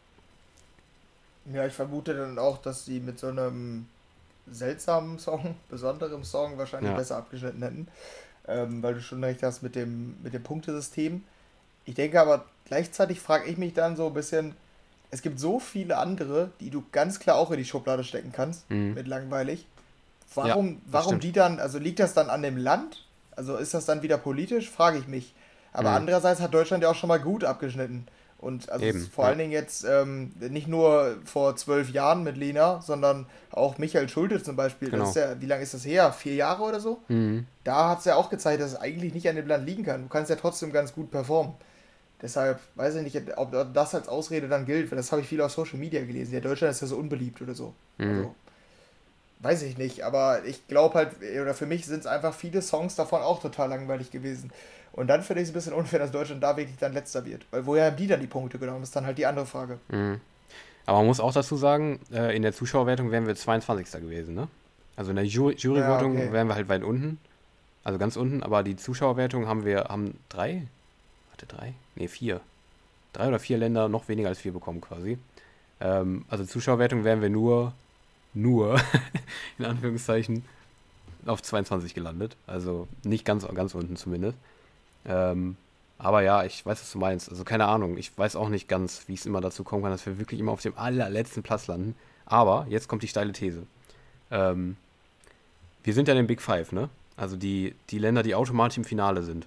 Ja, ich vermute dann auch, dass sie mit so einem seltsamen Song, besonderem Song wahrscheinlich Ja, besser abgeschnitten hätten, ähm, weil du schon recht hast mit dem, mit dem Punktesystem. Ich denke aber, gleichzeitig frage ich mich dann so ein bisschen, es gibt so viele andere, die du ganz klar auch in die Schublade stecken kannst, mhm. mit langweilig. Ja, Warum, das warum stimmt. die dann, also liegt das dann an dem Land? Also ist das dann wieder politisch? Frage ich mich. Aber Mhm. andererseits hat Deutschland ja auch schon mal gut abgeschnitten. Und also es- Eben, vor ja, allen Dingen jetzt ähm, nicht nur vor zwölf Jahren mit Lena, sondern auch Michael Schulte zum Beispiel. Das ist genau. ja, wie lange ist das her? Vier Jahre oder so? Mhm. Da hat es ja auch gezeigt, dass es eigentlich nicht an dem Land liegen kann. Du kannst ja trotzdem ganz gut performen. Deshalb weiß ich nicht, ob das als Ausrede dann gilt, weil das habe ich viel auf Social Media gelesen. Ja, Deutschland ist ja so unbeliebt oder so. Mhm. Also, weiß ich nicht, aber ich glaube halt, oder für mich sind es einfach viele Songs davon auch total langweilig gewesen. Und dann finde ich es ein bisschen unfair, dass Deutschland da wirklich dann letzter wird. Weil woher haben die dann die Punkte genommen, ist dann halt die andere Frage. Mhm. Aber man muss auch dazu sagen, äh, in der Zuschauerwertung wären wir zweiundzwanzigster gewesen, ne? Also in der Ju Ja, Jurywertung okay. wären wir halt weit unten, also ganz unten, aber die Zuschauerwertung haben wir, haben drei? Warte, drei? Nee, vier. Drei oder vier Länder noch weniger als wir bekommen quasi. Ähm, also Zuschauerwertung wären wir nur, nur, in Anführungszeichen, auf zweiundzwanzig gelandet. Also nicht ganz, ganz unten zumindest. Ähm, aber ja, ich weiß, was du meinst. Also keine Ahnung, ich weiß auch nicht ganz, wie es immer dazu kommen kann, dass wir wirklich immer auf dem allerletzten Platz landen. Aber jetzt kommt die steile These. Ähm, wir sind ja in den Big Five, ne? Also die, die Länder, die automatisch im Finale sind.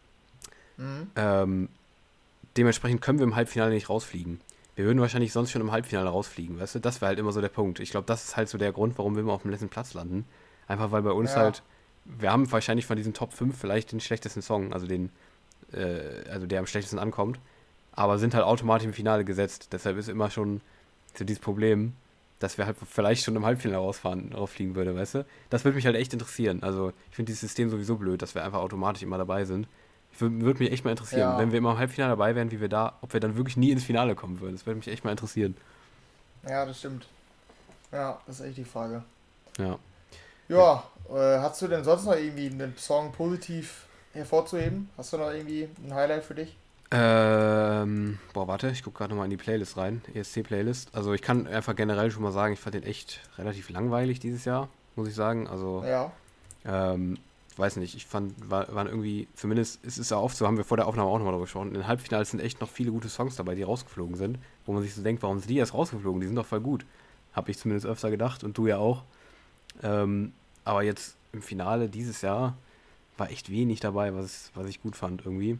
Mhm. Ähm, dementsprechend können wir im Halbfinale nicht rausfliegen. Wir würden wahrscheinlich sonst schon im Halbfinale rausfliegen, weißt du? Das wäre halt immer so der Punkt. Ich glaube, das ist halt so der Grund, warum wir immer auf dem letzten Platz landen. Einfach weil bei uns Ja, halt, wir haben wahrscheinlich von diesen Top fünf vielleicht den schlechtesten Song, also den, äh, also der am schlechtesten ankommt, aber sind halt automatisch im Finale gesetzt. Deshalb ist immer schon so dieses Problem, dass wir halt vielleicht schon im Halbfinale rausfahren, rauffliegen würde, weißt du? Das würde mich halt echt interessieren. Also ich finde dieses System sowieso blöd, dass wir einfach automatisch immer dabei sind. Ich würde würd mich echt mal interessieren, wenn ja, wir immer im Halbfinale dabei wären, wie wir da, ob wir dann wirklich nie ins Finale kommen würden. Das würde mich echt mal interessieren. ja, das stimmt. Ja, das ist echt die Frage. Ja. Ja. Ja, äh, hast du denn sonst noch irgendwie einen Song positiv hervorzuheben? Hast du noch irgendwie ein Highlight für dich? Ähm, boah, warte, ich gucke gerade nochmal in die Playlist rein, E S C-Playlist. Also ich kann einfach generell schon mal sagen, ich fand den echt relativ langweilig dieses Jahr, muss ich sagen. Also, Ja, ähm, weiß nicht, ich fand, war, waren irgendwie, zumindest, es ist ja oft so, haben wir vor der Aufnahme auch nochmal darüber gesprochen, in den Halbfinals sind echt noch viele gute Songs dabei, die rausgeflogen sind, wo man sich so denkt, warum sind die erst rausgeflogen? Die sind doch voll gut. Habe ich zumindest öfter gedacht und du ja auch. Ähm, aber jetzt im Finale dieses Jahr war echt wenig dabei, was, was ich gut fand irgendwie.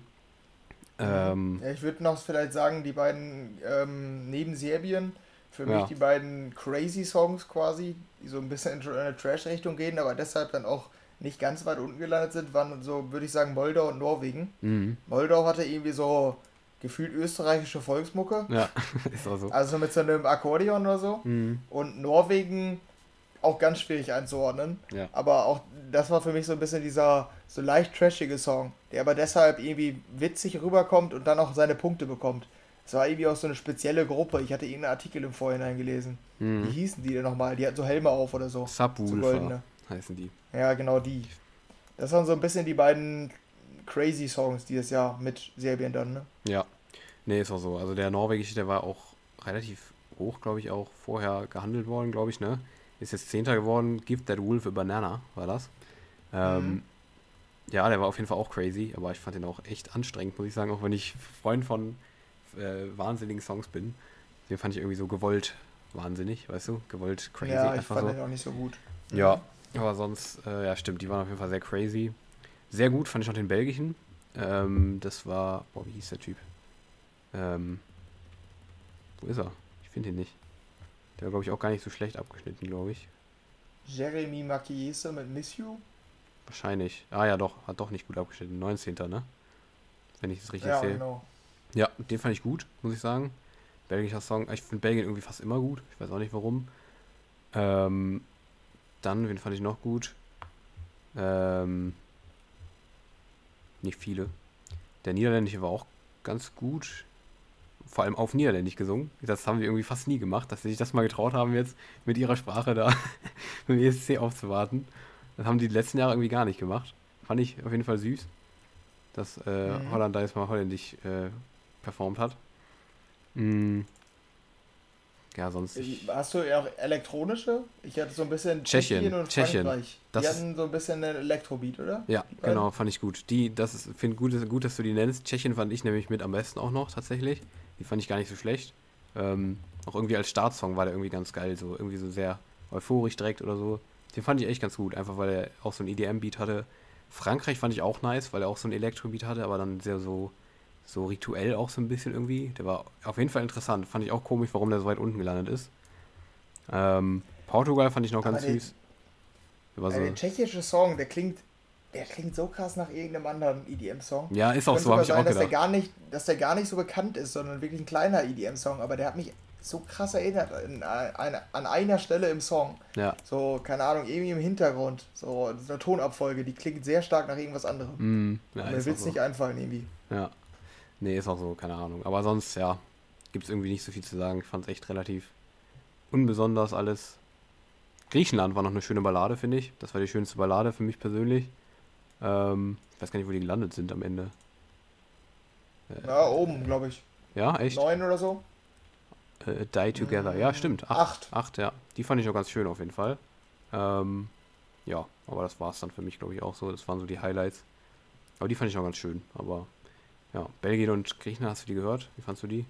mhm. Ähm, Ja, ich würde noch vielleicht sagen, die beiden ähm, neben Serbien, für mich ja, die beiden Crazy Songs quasi, die so ein bisschen in eine Trash-Richtung gehen, aber deshalb dann auch nicht ganz weit unten gelandet sind, waren so, würde ich sagen, Moldau und Norwegen. mhm. Moldau hatte irgendwie so gefühlt österreichische Volksmucke, Ja, ist auch so. also mit so einem Akkordeon oder so. Mhm. Und Norwegen auch ganz schwierig einzuordnen. Ja. Aber auch das war für mich so ein bisschen dieser so leicht trashige Song, der aber deshalb irgendwie witzig rüberkommt und dann auch seine Punkte bekommt. Es war irgendwie auch so eine spezielle Gruppe. Ich hatte irgendeinen Artikel im Vorhinein gelesen. Mhm. Wie hießen die denn nochmal? Die hatten so Helme auf oder so. So Subwoofer goldene. heißen die. Ja, genau die. Das waren so ein bisschen die beiden crazy Songs dieses Jahr mit Serbien dann, ne? Ja, nee, ist auch so. Also der norwegische, der war auch relativ hoch, glaube ich, auch vorher gehandelt worden, glaube ich, ne? Ist jetzt Zehnter geworden. Give That Wolf a Banana, war das. Mhm. Ähm, ja, der war auf jeden Fall auch crazy, aber ich fand den auch echt anstrengend, muss ich sagen, auch wenn ich Freund von äh, wahnsinnigen Songs bin. Den fand ich irgendwie so gewollt wahnsinnig, weißt du? Gewollt crazy, Ja, ich einfach fand so. den auch nicht so gut. Ja, Mhm. aber sonst, äh, ja, stimmt, die waren auf jeden Fall sehr crazy. Sehr gut fand ich noch den belgischen. Ähm, das war, boah, wie hieß der Typ? Ähm, wo ist er? Ich finde ihn nicht. Der war, glaube ich, auch gar nicht so schlecht abgeschnitten, glaube ich. Jeremy Makiese mit Miss You. Wahrscheinlich. Ah ja, doch, hat doch nicht gut abgeschnitten. neunzehnter, ne? Wenn ich das richtig Ja, sehe. genau. Ja, den fand ich gut, muss ich sagen. Belgischer Song. Ich finde Belgien irgendwie fast immer gut. Ich weiß auch nicht warum. Ähm, dann, wen fand ich noch gut? Ähm, nicht viele. Der Niederländische war auch ganz gut. Vor allem auf Niederländisch gesungen. Das haben wir irgendwie fast nie gemacht, dass sie sich das mal getraut haben, jetzt mit ihrer Sprache da mit dem E S C aufzuwarten. Das haben die die letzten Jahre irgendwie gar nicht gemacht. Fand ich auf jeden Fall süß, dass äh, Mhm. Holland da jetzt mal holländisch äh, performt hat. Mm, ja, sonst ich. Hast du ja auch elektronische? Ich hatte so ein bisschen Tschechien, Tschechien und Tschechien. Frankreich. Die Das ist, hatten so ein bisschen einen Elektrobeat, oder? ja, Die beiden? genau, fand ich gut. Die, das ist, finde gut, dass- gut, dass du die nennst. Tschechien fand ich nämlich mit am besten auch noch, tatsächlich. Die fand ich gar nicht so schlecht. Ähm, auch irgendwie als Startsong war der irgendwie ganz geil, so irgendwie so sehr euphorisch direkt oder so. Den fand ich echt ganz gut, einfach weil er auch so ein E D M-Beat hatte. Frankreich fand ich auch nice, weil er auch so ein Elektro-Beat hatte, aber dann sehr so, so rituell auch so ein bisschen irgendwie. Der war auf jeden Fall interessant. Fand ich auch komisch, warum der so weit unten gelandet ist. Ähm, Portugal fand ich noch Aber ganz der, süß. Der war äh, der so, tschechische Song, der klingt, der klingt so krass nach irgendeinem anderen E D M-Song. ja, ist auch Könnte so, habe sogar ich auch sein, dass der gedacht. gar nicht, dass der gar nicht so bekannt ist, sondern wirklich ein kleiner E D M-Song. Aber der hat mich so krass erinnert an, an, an einer Stelle im Song. Ja, So, keine Ahnung, irgendwie im Hintergrund. So eine Tonabfolge, die klingt sehr stark nach irgendwas anderem. mm, ja, Und mir ist will auch es so. nicht einfallen, irgendwie. Ja, nee, ist auch so, keine Ahnung. Aber sonst, ja, gibt es irgendwie nicht so viel zu sagen. Ich fand es echt relativ unbesonders alles. Griechenland war noch eine schöne Ballade, finde ich. Das war die schönste Ballade für mich persönlich. Ähm, ich weiß gar nicht, wo die gelandet sind am Ende. Ja, oben, glaube ich. Ja, echt? Neun oder so? Äh, Die Together. Ja, Mm, stimmt. Acht. acht. Acht, ja. Die fand ich auch ganz schön auf jeden Fall. Ähm, ja, aber das war es dann für mich, glaube ich, auch so. Das waren so die Highlights. Aber die fand ich auch ganz schön. Aber ja, Belgien und Griechenland, hast du die gehört? Wie fandst du die?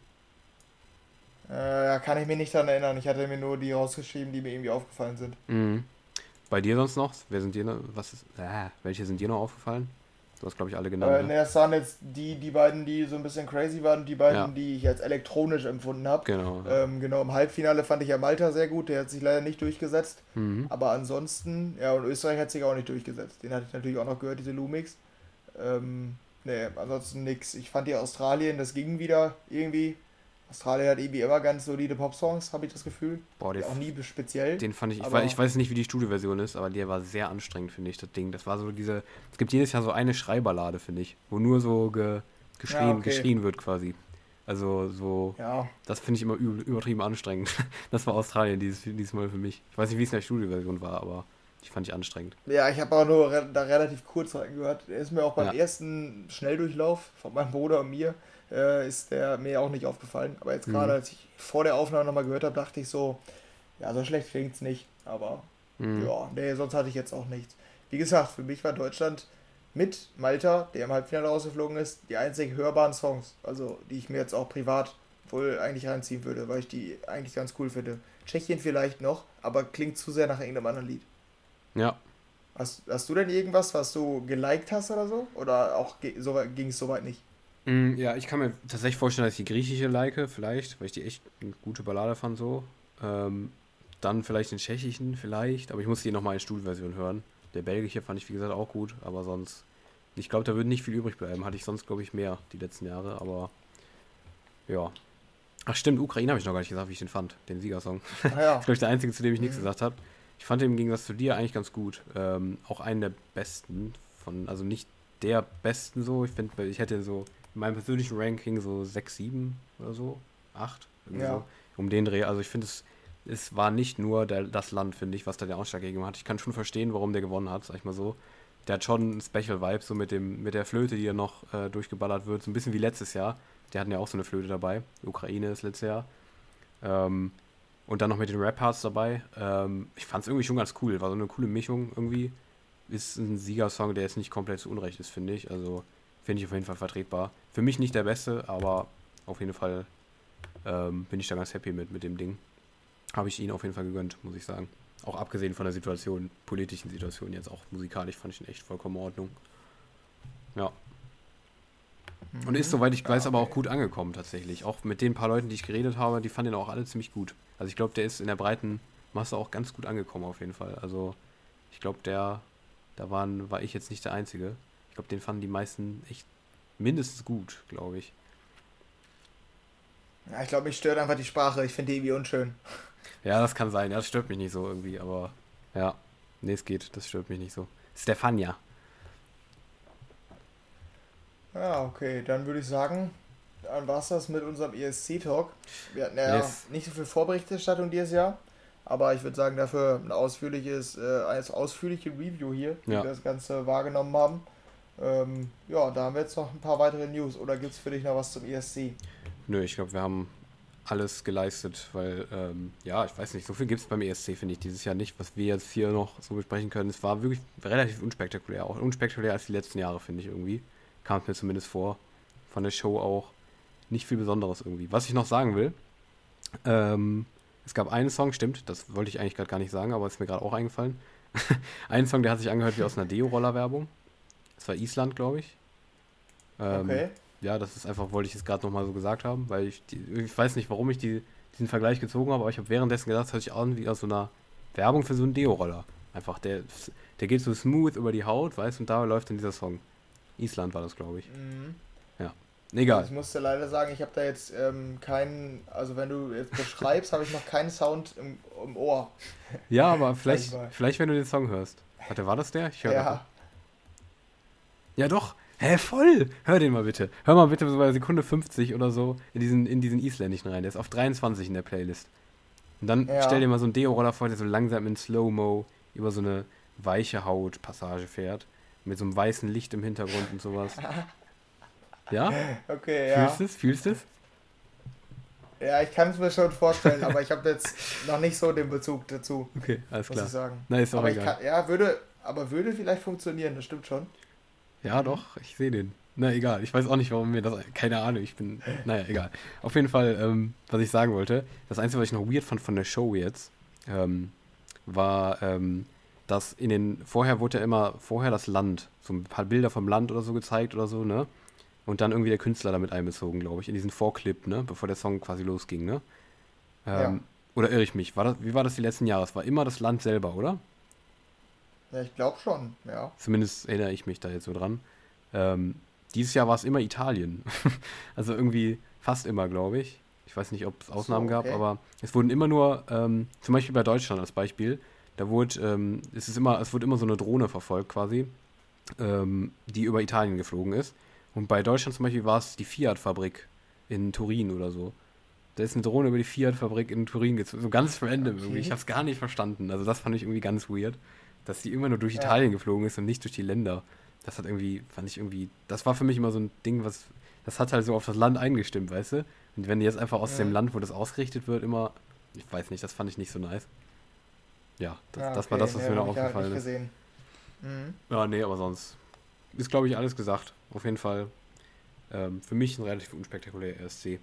Äh, ja, kann ich mich nicht daran erinnern. Ich hatte mir nur die rausgeschrieben, die mir irgendwie aufgefallen sind. Mhm. Bei dir sonst noch? Wer sind dir noch? Was ist. Äh, welche sind dir noch aufgefallen? Du hast, glaube ich, alle genannt, Äh, ne? ne, das waren jetzt die, die beiden, die so ein bisschen crazy waren, die Ja, beiden, die ich als elektronisch empfunden habe. genau, ja. Ähm, genau, im Halbfinale fand ich ja Malta sehr gut, der hat sich leider nicht durchgesetzt. Mhm. Aber ansonsten, ja, und Österreich hat sich auch nicht durchgesetzt. Den hatte ich natürlich auch noch gehört, diese Lumix. Ähm, ne, ansonsten nix. Ich fand die Australien, das ging wieder irgendwie. Australien hat irgendwie immer ganz solide Popsongs, habe ich das Gefühl. Boah, den, Auch nie speziell, den fand ich, ich weiß, ich aber weiß nicht, wie die Studioversion ist, aber der war sehr anstrengend, finde ich, das Ding. Das war so diese, es gibt jedes Jahr so eine Schreiballade, finde ich, wo nur so ge, ja, geschrien, okay. geschrien wird quasi. Also so, Ja, das finde ich immer üb- übertrieben anstrengend. Das war Australien dieses, dieses Mal für mich. Ich weiß nicht, wie es in der Studioversion war, aber die fand ich anstrengend. Ja, ich habe auch nur re da relativ kurz reingehört. Der ist mir auch beim Ja. ersten Schnelldurchlauf von meinem Bruder und mir, äh, ist der mir auch nicht aufgefallen. Aber jetzt gerade, Mhm. als ich vor der Aufnahme nochmal gehört habe, dachte ich so, ja, so schlecht klingt's nicht. Aber Mhm. ja, nee, sonst hatte ich jetzt auch nichts. Wie gesagt, für mich war Deutschland mit Malta, der im Halbfinale rausgeflogen ist, die einzig hörbaren Songs. Also, die ich mir jetzt auch privat wohl eigentlich reinziehen würde, weil ich die eigentlich ganz cool finde. Tschechien vielleicht noch, aber klingt zu sehr nach irgendeinem anderen Lied. Ja. Hast, hast du denn irgendwas, was du geliked hast oder so? Oder auch ge so ging es soweit nicht? Mm, ja, ich kann mir tatsächlich vorstellen, dass ich die griechische like, vielleicht, weil ich die echt eine gute Ballade fand so. Ähm, dann vielleicht den tschechischen, vielleicht, aber ich muss die nochmal in Studioversion hören. Der belgische fand ich, wie gesagt, auch gut, aber sonst, ich glaube, da würde nicht viel übrig bleiben. Hatte ich sonst, glaube ich, mehr die letzten Jahre, aber ja. Ach stimmt, Ukraine habe ich noch gar nicht gesagt, wie ich den fand, den Siegersong. Ah Das ja. ist, glaube ich, der einzige, zu dem ich nichts Mhm. gesagt habe. Ich fand den im Gegensatz zu dir eigentlich ganz gut. Ähm, auch einen der besten von, also nicht der besten so. Ich finde, ich hätte so in meinem persönlichen Ranking so sechs, sieben oder so, acht, irgendwie Ja. so, um den Dreh. Also ich finde, es, es war nicht nur der, das Land, finde ich, was da den Ausschlag gegeben hat. Ich kann schon verstehen, warum der gewonnen hat, sag ich mal so. Der hat schon einen Special Vibe, so mit dem, mit der Flöte, die ja noch äh, durchgeballert wird, so ein bisschen wie letztes Jahr. Die hatten ja auch so eine Flöte dabei. Die Ukraine ist letztes Jahr. Ähm, und dann noch mit den Rap-Parts dabei. Ähm, ich fand es irgendwie schon ganz cool. War so eine coole Mischung irgendwie. Ist ein Siegersong, der jetzt nicht komplett zu Unrecht ist, finde ich. Also finde ich auf jeden Fall vertretbar. Für mich nicht der beste, aber auf jeden Fall ähm, bin ich da ganz happy mit, mit dem Ding. Habe ich ihn auf jeden Fall gegönnt, muss ich sagen. Auch abgesehen von der Situation, politischen Situation jetzt, auch musikalisch fand ich ihn echt vollkommen in Ordnung. Ja. Und ist, soweit ich weiß, Ja, aber auch okay. gut angekommen tatsächlich. Auch mit den paar Leuten, die ich geredet habe, die fanden ihn auch alle ziemlich gut. Also ich glaube, der ist in der breiten Masse auch ganz gut angekommen auf jeden Fall. Also ich glaube, der, da waren, war ich jetzt nicht der Einzige. Ich glaube, den fanden die meisten echt mindestens gut, glaube ich. Ja, ich glaube, mich stört einfach die Sprache. Ich finde die irgendwie unschön. Ja, das kann sein. Ja, das stört mich nicht so irgendwie, aber ja. Nee, es geht. Das stört mich nicht so. Stefania. Ja, okay. Dann würde ich sagen, dann war es das mit unserem E S C-Talk. Wir hatten ja Yes. nicht so viel Vorberichterstattung dieses Jahr. Aber ich würde sagen, dafür ein ausführliches, äh, eine ausführliche Review hier, wie Ja. wir das Ganze wahrgenommen haben. Ähm, ja, da haben wir jetzt noch ein paar weitere News. Oder gibt es für dich noch was zum E S C? Nö, ich glaube, wir haben alles geleistet, weil, ähm, ja, ich weiß nicht, so viel gibt es beim E S C, finde ich, dieses Jahr nicht, was wir jetzt hier noch so besprechen können. Es war wirklich relativ unspektakulär, auch unspektakulär als die letzten Jahre, finde ich irgendwie. Kam es mir zumindest vor. Von der Show auch nicht viel Besonderes irgendwie. Was ich noch sagen will, ähm, es gab einen Song, stimmt, das wollte ich eigentlich gerade gar nicht sagen, aber ist mir gerade auch eingefallen. Einen Song, der hat sich angehört wie aus einer Deo-Roller-Werbung. Das war Island, glaube ich. Ähm, Okay. ja, das ist einfach, wollte ich es gerade nochmal so gesagt haben, weil ich, die, ich weiß nicht, warum ich die, diesen Vergleich gezogen habe, aber ich habe währenddessen gedacht, das hört sich an wie aus so einer Werbung für so einen Deo-Roller. Einfach, der, der geht so smooth über die Haut, weißt du, und da läuft dann dieser Song. Island war das, glaube ich. Mhm. Ja. Also Egal. ich muss dir leider sagen, ich habe da jetzt ähm, keinen, also wenn du jetzt beschreibst, habe ich noch keinen Sound im, im Ohr. Ja, aber Sag ich vielleicht, mal. vielleicht, wenn du den Song hörst. Warte, war das der? Ich höre Ja, Ja, doch. Hä, voll. Hör den mal bitte. Hör mal bitte so bei Sekunde fünfzig oder so in diesen, in diesen isländischen rein. Der ist auf dreiundzwanzig in der Playlist. Und dann stell dir ja. mal so einen Deo-Roller vor, der so langsam in Slow-Mo über so eine weiche Haut-Passage fährt. Mit so einem weißen Licht im Hintergrund und sowas. Ja? Okay, Fühlst ja. du es? Fühlst du es? Ja, ich kann es mir schon vorstellen, aber ich habe jetzt noch nicht so den Bezug dazu, Okay, alles muss klar. ich sagen. Na, ist auch Aber ich egal. kann, ja, würde, aber würde vielleicht funktionieren, das stimmt schon. Ja, Mhm. doch, ich sehe den. Na, egal. Ich weiß auch nicht, warum mir das. Keine Ahnung, ich bin. Naja, egal. Auf jeden Fall, ähm, was ich sagen wollte, das Einzige, was ich noch weird fand von der Show jetzt, ähm, war, ähm, dass in den. Vorher wurde ja immer vorher das Land, so ein paar Bilder vom Land oder so gezeigt oder so, ne? Und dann irgendwie der Künstler damit einbezogen, glaube ich, in diesen Vorclip, ne? Bevor der Song quasi losging, ne? Ja. Ähm, oder irre ich mich? War das, wie war das die letzten Jahre? Es war immer das Land selber, oder? Ja, ich glaube schon, ja. Zumindest erinnere ich mich da jetzt so dran. Ähm, dieses Jahr war es immer Italien. Also irgendwie fast immer, glaube ich. Ich weiß nicht, ob es Ach so, Ausnahmen gab, okay. aber es wurden immer nur, ähm, zum Beispiel bei Deutschland als Beispiel, da wurde, ähm, es ist immer, es wurde immer so eine Drohne verfolgt quasi, ähm, die über Italien geflogen ist. Und bei Deutschland zum Beispiel war es die Fiat-Fabrik in Turin oder so. Da ist eine Drohne über die Fiat-Fabrik in Turin gezogen. So ganz random irgendwie. Ich Okay. habe es gar nicht verstanden. Also das fand ich irgendwie ganz weird, dass die immer nur durch Ja. Italien geflogen ist und nicht durch die Länder. Das hat irgendwie, fand ich irgendwie, das war für mich immer so ein Ding, was, das hat halt so auf das Land eingestimmt, weißt du? Und wenn die jetzt einfach aus dem Mhm. Land, wo das ausgerichtet wird, immer, ich weiß nicht, das fand ich nicht so nice. Ja, das, Ja, das war okay, das, was ne, mir noch habe ich ja aufgefallen nicht ist. gesehen. Mhm. Ja, nee, aber sonst ist, glaube ich, alles gesagt. Auf jeden Fall ähm, für mich ein relativ unspektakulärer E S C.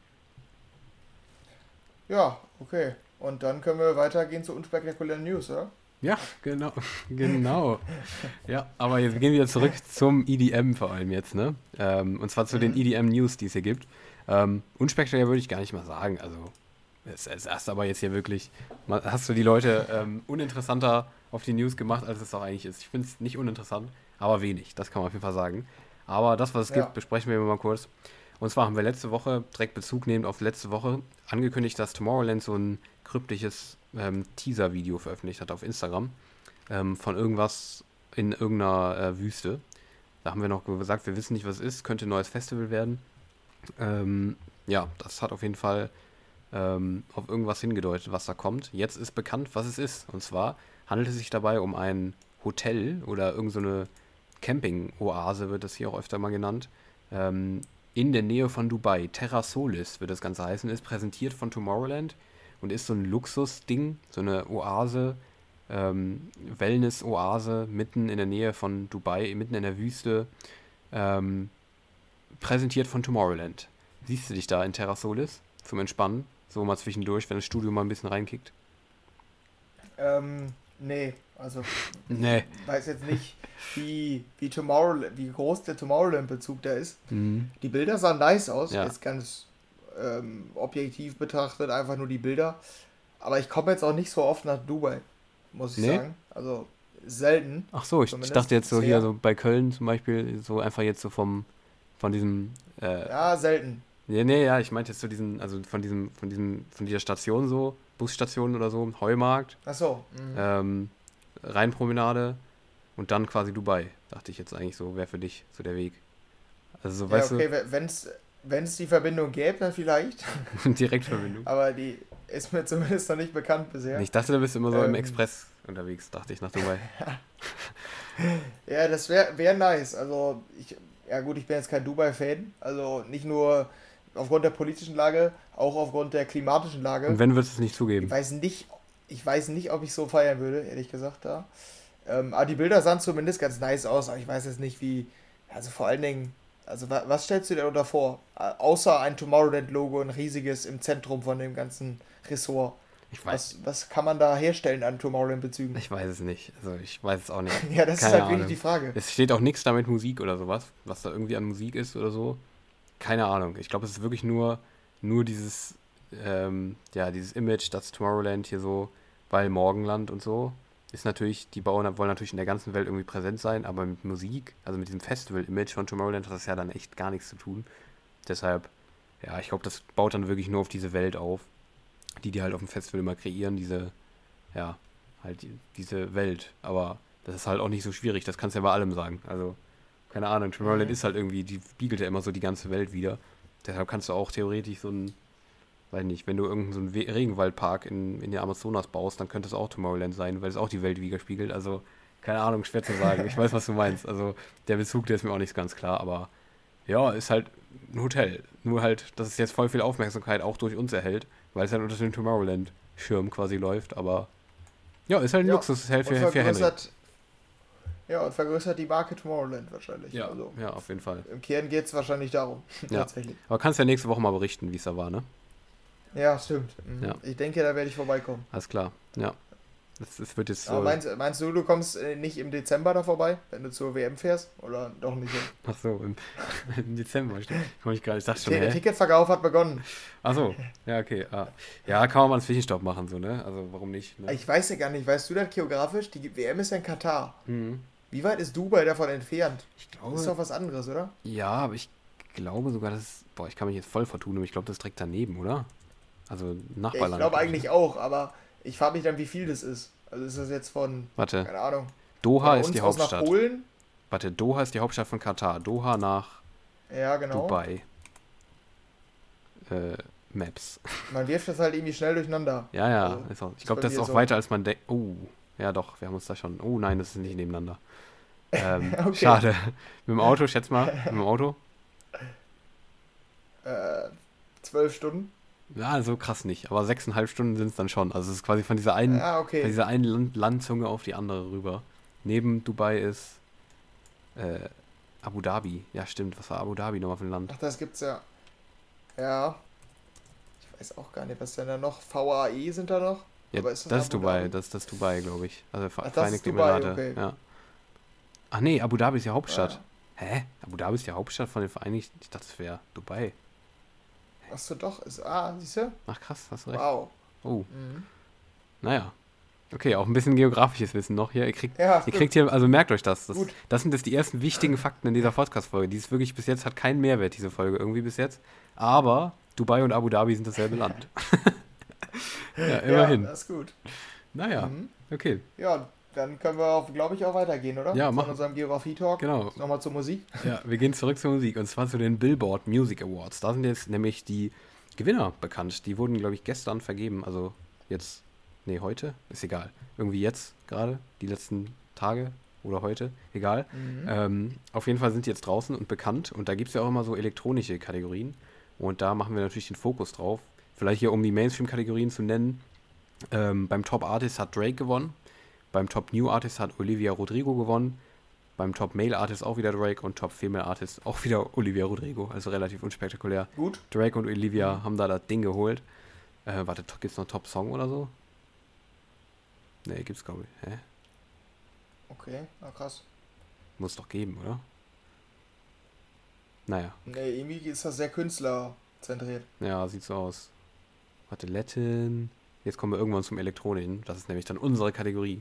Ja, okay. Und dann können wir weitergehen zu unspektakulären News, oder? Ja, genau, genau. Ja, aber jetzt gehen wir wieder zurück zum E D M vor allem jetzt, ne? Ähm, und zwar zu den Mhm. E D M-News, die es hier gibt. Ähm, unspektakulär würde ich gar nicht mal sagen. Also, es, es erst aber jetzt hier wirklich, mal, hast du die Leute ähm, uninteressanter auf die News gemacht, als es auch eigentlich ist. Ich finde es nicht uninteressant, aber wenig, das kann man auf jeden Fall sagen. Aber das, was es gibt, Ja. besprechen wir mal kurz. Und zwar haben wir letzte Woche, direkt Bezug nehmend auf letzte Woche, angekündigt, dass Tomorrowland so ein kryptisches ähm, Teaser-Video veröffentlicht hat auf Instagram ähm, von irgendwas in irgendeiner äh, Wüste. Da haben wir noch gesagt, wir wissen nicht, was es ist, könnte ein neues Festival werden. Ähm, ja, das hat auf jeden Fall ähm, auf irgendwas hingedeutet, was da kommt. Jetzt ist bekannt, was es ist. Und zwar handelt es sich dabei um ein Hotel oder irgend so eine Camping-Oase, wird das hier auch öfter mal genannt, ähm, in der Nähe von Dubai. Terra Solis wird das Ganze heißen, ist präsentiert von Tomorrowland und ist so ein Luxusding, so eine Oase, ähm, Wellness-Oase mitten in der Nähe von Dubai, mitten in der Wüste, ähm, präsentiert von Tomorrowland. Siehst du dich da in Terra Solis zum Entspannen? So mal zwischendurch, wenn das Studio mal ein bisschen reinkickt? Ähm, nee, also Nee. ich weiß jetzt nicht, wie, wie, Tomorrowland, wie groß der Tomorrowland-Bezug da ist. Mhm. Die Bilder sahen nice aus, Ja. jetzt ganz ähm, objektiv betrachtet, einfach nur die Bilder. Aber ich komme jetzt auch nicht so oft nach Dubai, muss ich Nee? sagen. Also selten. Ach so, ich, ich Zumindest dachte jetzt so bisher. hier so bei Köln zum Beispiel, so einfach jetzt so vom, von diesem, äh, Ja, selten. nee, nee, ja, ich meinte jetzt so diesen, also von diesem, von diesem, von dieser Station so, Busstation oder so, Heumarkt, Achso. Mhm. ähm, Rheinpromenade und dann quasi Dubai, dachte ich jetzt eigentlich so, wäre für dich so der Weg. Also so, Ja, weißt okay, wenn es wenn es die Verbindung gäbe, dann vielleicht. du, Direktverbindung. Aber die ist mir zumindest noch nicht bekannt bisher. Ich dachte, du bist immer so im Ähm. Express unterwegs, dachte ich, nach Dubai. Ja, das wäre wär nice. Also, ich, ja gut, ich bin jetzt kein Dubai-Fan. Also nicht nur aufgrund der politischen Lage, auch aufgrund der klimatischen Lage. Und wenn, würdest du es nicht Ich zugeben? weiß nicht, ich weiß nicht, ob ich so feiern würde, ehrlich gesagt, da. Ähm, aber die Bilder sahen zumindest ganz nice aus, aber ich weiß jetzt nicht, wie. Also vor allen Dingen, also wa was stellst du dir da vor? Äh, Außer ein Tomorrowland-Logo, ein riesiges im Zentrum von dem ganzen Ressort. Ich weiß, Was, was kann man da herstellen an Tomorrowland-Bezügen? ich weiß es nicht. Also ich weiß es auch nicht. Ja, das Keine ist halt Ahnung. wirklich die Frage. Es steht auch nichts da mit Musik oder sowas, was da irgendwie an Musik ist oder so. Keine Ahnung. Ich glaube, es ist wirklich nur, nur dieses, ähm, ja, dieses Image, das Tomorrowland hier so, weil Morgenland und so, ist natürlich, die bauen, wollen natürlich in der ganzen Welt irgendwie präsent sein, aber mit Musik, also mit diesem Festival-Image von Tomorrowland hat das ja dann echt gar nichts zu tun. Deshalb, ja, ich glaube, das baut dann wirklich nur auf diese Welt auf, die die halt auf dem Festival immer kreieren, diese, ja, halt die, diese Welt. Aber das ist halt auch nicht so schwierig, das kannst du ja bei allem sagen. Also, keine Ahnung, Tomorrowland Mhm. ist halt irgendwie, die spiegelt ja immer so die ganze Welt wieder. Deshalb kannst du auch theoretisch so ein, weiß nicht, wenn du irgendeinen so einen We- Regenwaldpark in, in der Amazonas baust, dann könnte es auch Tomorrowland sein, weil es auch die Welt widerspiegelt. Also, keine Ahnung, schwer zu sagen. Ich weiß, was du meinst. Also, der Bezug, der ist mir auch nicht ganz klar, aber ja, ist halt ein Hotel. Nur halt, dass es jetzt voll viel Aufmerksamkeit auch durch uns erhält, weil es halt unter dem Tomorrowland-Schirm quasi läuft, aber ja, ist halt ein Ja, Luxushotel und für, für Henry. vergrößert, ja, und vergrößert die Marke Tomorrowland wahrscheinlich. Ja, Also ja, auf jeden Fall. im Kern geht es wahrscheinlich darum. Ja. Tatsächlich. Aber kannst ja nächste Woche mal berichten, wie es da war, ne? Ja, stimmt. Mhm. Ja. Ich denke, da werde ich vorbeikommen. Alles klar, ja. Es, es wird jetzt Aber so. meinst, meinst du, du kommst äh, nicht im Dezember da vorbei, wenn du zur W M fährst? Oder doch nicht? Ach so, im, im Dezember, stimmt. Komm ich gerade, ich dachte schon, Der hä? Ticketverkauf hat begonnen. Ach so, ja, okay. Ah. Ja, kann man mal einen Zwischenstopp machen, so, ne? Also, warum nicht? Ne? Ich weiß ja gar nicht, weißt du das geografisch? Die W M ist ja in Katar. Mhm. Wie weit ist Dubai davon entfernt? Ich Das ist doch glaube, was anderes, oder? ja, aber ich glaube sogar, dass es, boah, ich kann mich jetzt voll vertun, aber ich glaube, das ist direkt daneben, oder? Also, Ja, ich Nachbarland. glaube glaub ich, eigentlich ne? auch, aber ich frage mich dann, wie viel das ist. Also ist das jetzt von, Warte, keine Ahnung, Doha von ist uns die aus nach Hauptstadt. Polen? Warte, Doha ist die Hauptstadt von Katar. Doha nach Ja, genau. Dubai. Äh, Maps. Man wirft das halt irgendwie schnell durcheinander. Ja, ja. Also, Ist auch, ich ist glaube, bei das ist mir auch so. weiter, als man denkt. Oh, ja doch, wir haben uns da schon. Oh nein, das ist nicht nebeneinander. Ähm, Okay. Schade. Mit dem Auto, schätz mal. Mit dem Auto? Äh, zwölf Stunden? Ja, so krass nicht. Aber sechseinhalb Stunden sind es dann schon. Also es ist quasi von dieser einen, Ja, von okay. dieser einen Land Landzunge auf die andere rüber. Neben Dubai ist äh, Abu Dhabi. Ja, stimmt. Was war Abu Dhabi nochmal für ein Land? Ach, das gibt's ja. Ja. Ich weiß auch gar nicht, was denn da noch? V A E sind da noch? Ja, Aber das ist das ist Abu Dubai. Dhabi? Das ist das Dubai, glaube ich. Also Ver Ach, das ist Vereinigte Dubai, Emirate. okay. Ja. Ach nee, Abu Dhabi ist die Hauptstadt. Ja. Hä? Abu Dhabi ist die Hauptstadt von den Vereinigten. Ich dachte, es wäre Dubai. Achso, doch. Ist, ah, siehst du? Ach krass, hast du recht. Wow. Oh, Mhm. naja. Okay, auch ein bisschen geografisches Wissen noch hier. Ihr kriegt, Ja, ihr stimmt. kriegt hier, also merkt euch das. Das, Gut. das sind jetzt die ersten wichtigen Fakten in dieser Podcast-Folge. Die ist wirklich bis jetzt, hat keinen Mehrwert, diese Folge irgendwie bis jetzt. Aber Dubai und Abu Dhabi sind dasselbe Land. Ja, immerhin. Ja, das ist gut. Naja, Mhm. okay. Ja, dann können wir, glaube ich, auch weitergehen, oder? Ja, Von machen. unserem Geografie-Talk. Genau. Nochmal zur Musik. Ja, wir gehen zurück zur Musik und zwar zu den Billboard Music Awards. Da sind jetzt nämlich die Gewinner bekannt. Die wurden, glaube ich, gestern vergeben. Also jetzt, nee, heute? Ist egal. Irgendwie jetzt gerade, die letzten Tage oder heute, egal. Mhm. Ähm, auf jeden Fall sind die jetzt draußen und bekannt und da gibt es ja auch immer so elektronische Kategorien und da machen wir natürlich den Fokus drauf. Vielleicht hier, um die Mainstream-Kategorien zu nennen. Ähm, beim Top Artist hat Drake gewonnen. Beim Top New Artist hat Olivia Rodrigo gewonnen. Beim Top Male Artist auch wieder Drake und Top Female Artist auch wieder Olivia Rodrigo. Also relativ unspektakulär. Gut. Drake und Olivia haben da das Ding geholt. Äh, warte, gibt's noch Top Song oder so? Nee, gibt's glaube ich. Hä? Okay, na krass. Muss doch geben, oder? Naja, Nee, irgendwie ist das sehr künstlerzentriert. ja, sieht so aus. Warte, Latin. Jetzt kommen wir irgendwann zum Elektronischen. Das ist nämlich dann unsere Kategorie.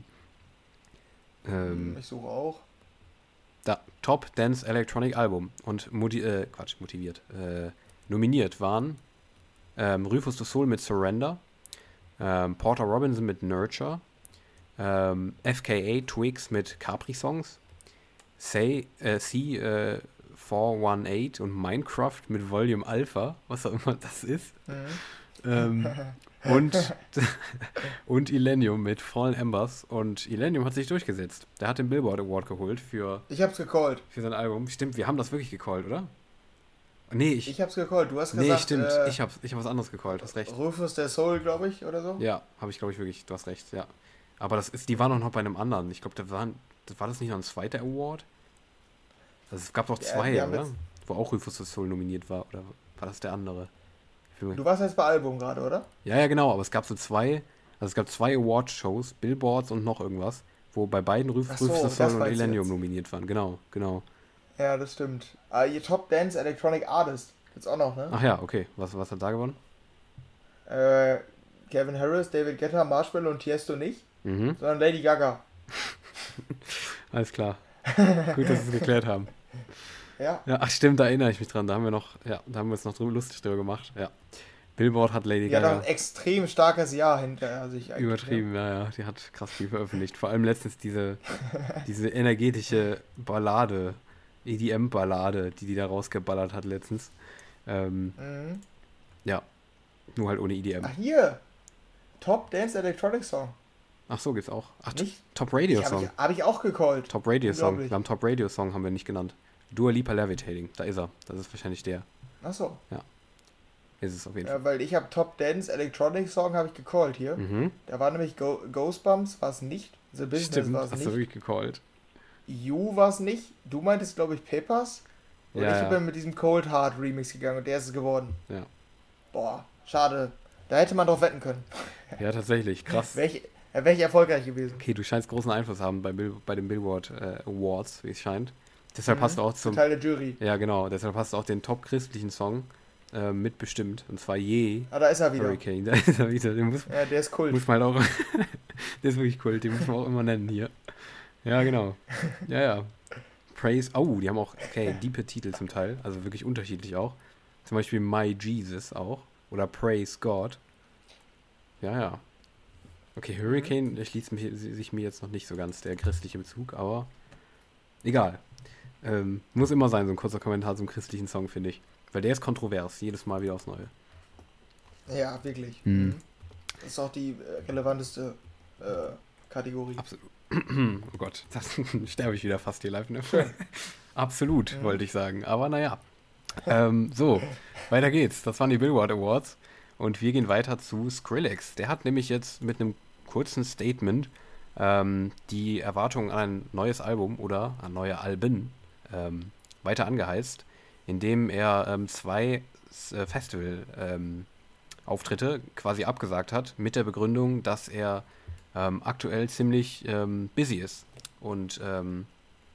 Ähm, Ich suche auch. Da, Top Dance Electronic Album und moti äh, Quatsch, motiviert. Äh, nominiert waren ähm, Rufus du Soul mit Surrender, ähm, Porter Robinson mit Nurture, ähm, F K A Twigs mit Capri Songs, Say, äh, C äh, vierhundertachtzehn und Minecraft mit Volume Alpha, was auch immer das ist. Mhm. Ähm, und, und Illenium mit Fallen Embers. Und Illenium hat sich durchgesetzt. Der hat den Billboard Award geholt für, Ich hab's gecallt. für sein Album. Stimmt, wir haben das wirklich gecallt, oder? Nee, ich. Ich hab's gecallt. Du hast nee, gesagt, stimmt. äh, ich, hab's, ich hab was anderes gecallt, hast recht. Rufus der Soul, glaube ich, oder so. Ja, habe ich, glaube ich, wirklich. Du hast recht, ja. Aber das ist, die waren auch noch bei einem anderen. Ich glaube, da waren, das war das nicht noch ein zweiter Award? Also es gab doch Ja, zwei, wir haben oder? jetzt- Wo auch Rufus the Soul nominiert war. Oder war das der andere? Ich bin mir- Du warst jetzt bei Album gerade, oder? Ja, ja, genau, aber es gab so zwei, also es gab zwei Award-Shows, Billboards und noch irgendwas, wo bei beiden Ruf, Ach so, Rufus the das Soul und meinst du Illenium jetzt. nominiert waren. Genau, genau. Ja, das stimmt. Ah, ihr Top Dance Electronic Artist. Gibt's auch noch, ne? Ach ja, okay. Was, was hat da gewonnen? Äh, Kevin Harris, David Guetta, Marshmallow und Tiesto nicht, Mhm, sondern Lady Gaga. alles klar. Gut, dass wir es geklärt haben. Ja. Ja, ach stimmt, da erinnere ich mich dran. Da haben wir noch, ja, da haben wir uns noch drüber, lustig drüber gemacht. Ja. Billboard hat Lady Die hat auch Gaga ein extrem starkes Jahr hinter sich eigentlich. übertrieben, ja, ja. Die hat krass viel veröffentlicht. Vor allem letztens diese, diese energetische Ballade, E D M-Ballade, die die da rausgeballert hat letztens. Ähm, Ne? Mhm. ja, nur halt ohne E D M. Ach, hier. Top Dance Electronic Song. Ach so, geht's auch. Ach, Nicht? Top Radio Habe Song. ich, hab ich auch gecallt. Top Radio Song. Unglaublich. Wir haben Top Radio Song haben wir nicht genannt. Dua Lipa Levitating. Da ist er. Das ist wahrscheinlich der. Achso. Ist es auf jeden Fall. Ja, weil ich habe Top Dance Electronic Song habe ich gecallt hier. Mhm. Da war nämlich Go Ghostbumps, war es nicht. The Business Stimmt, war es hast du nicht. wirklich gecallt. You war es nicht. Du meintest, glaube ich, Papers. Und Ja, ich ja. bin mit diesem Cold Heart Remix gegangen und der ist es geworden. Ja. Boah, schade. Da hätte man drauf wetten können. Ja, tatsächlich. Krass. Wäre ich, wär ich erfolgreich gewesen. Okay, du scheinst großen Einfluss haben bei, Bill, bei den Billboard äh, Awards, wie es scheint. Deshalb Mhm. hast du auch Zum zum. Teil der Jury. Ja, genau. Deshalb hast du auch den top christlichen Song äh, mitbestimmt. Und zwar Je Ah, da ist er wieder. Hurricane. Da ist er wieder. Den muss, Ja, der ist Kult. muss man halt auch. Der ist wirklich Kult. Den muss man auch immer nennen hier. Ja, genau. Ja, ja. Praise. Oh, die haben auch, okay, diepe Titel zum Teil. Also wirklich unterschiedlich auch. Zum Beispiel My Jesus auch. Oder Praise God. Ja, ja. Okay, Hurricane erschließt mich, sich mir jetzt noch nicht so ganz, der christliche Bezug, aber egal. Ähm, muss immer sein, so ein kurzer Kommentar zum christlichen Song, finde ich. Weil der ist kontrovers, jedes Mal wieder aufs Neue. Ja, wirklich. Mhm. Mhm. Das ist auch die äh, relevanteste äh, Kategorie. Absolut. Oh Gott, das sterbe ich wieder fast hier live. Ne? Absolut, Mhm. wollte ich sagen. Aber naja. Ähm, so, weiter geht's. Das waren die Billboard Awards. Und wir gehen weiter zu Skrillex. Der hat nämlich jetzt mit einem kurzen Statement ähm, die Erwartungen an ein neues Album oder an neue Alben ähm, weiter angeheizt, indem er ähm, zwei äh, Festival-Auftritte quasi abgesagt hat, mit der Begründung, dass er ähm, aktuell ziemlich ähm, busy ist. Und, ähm,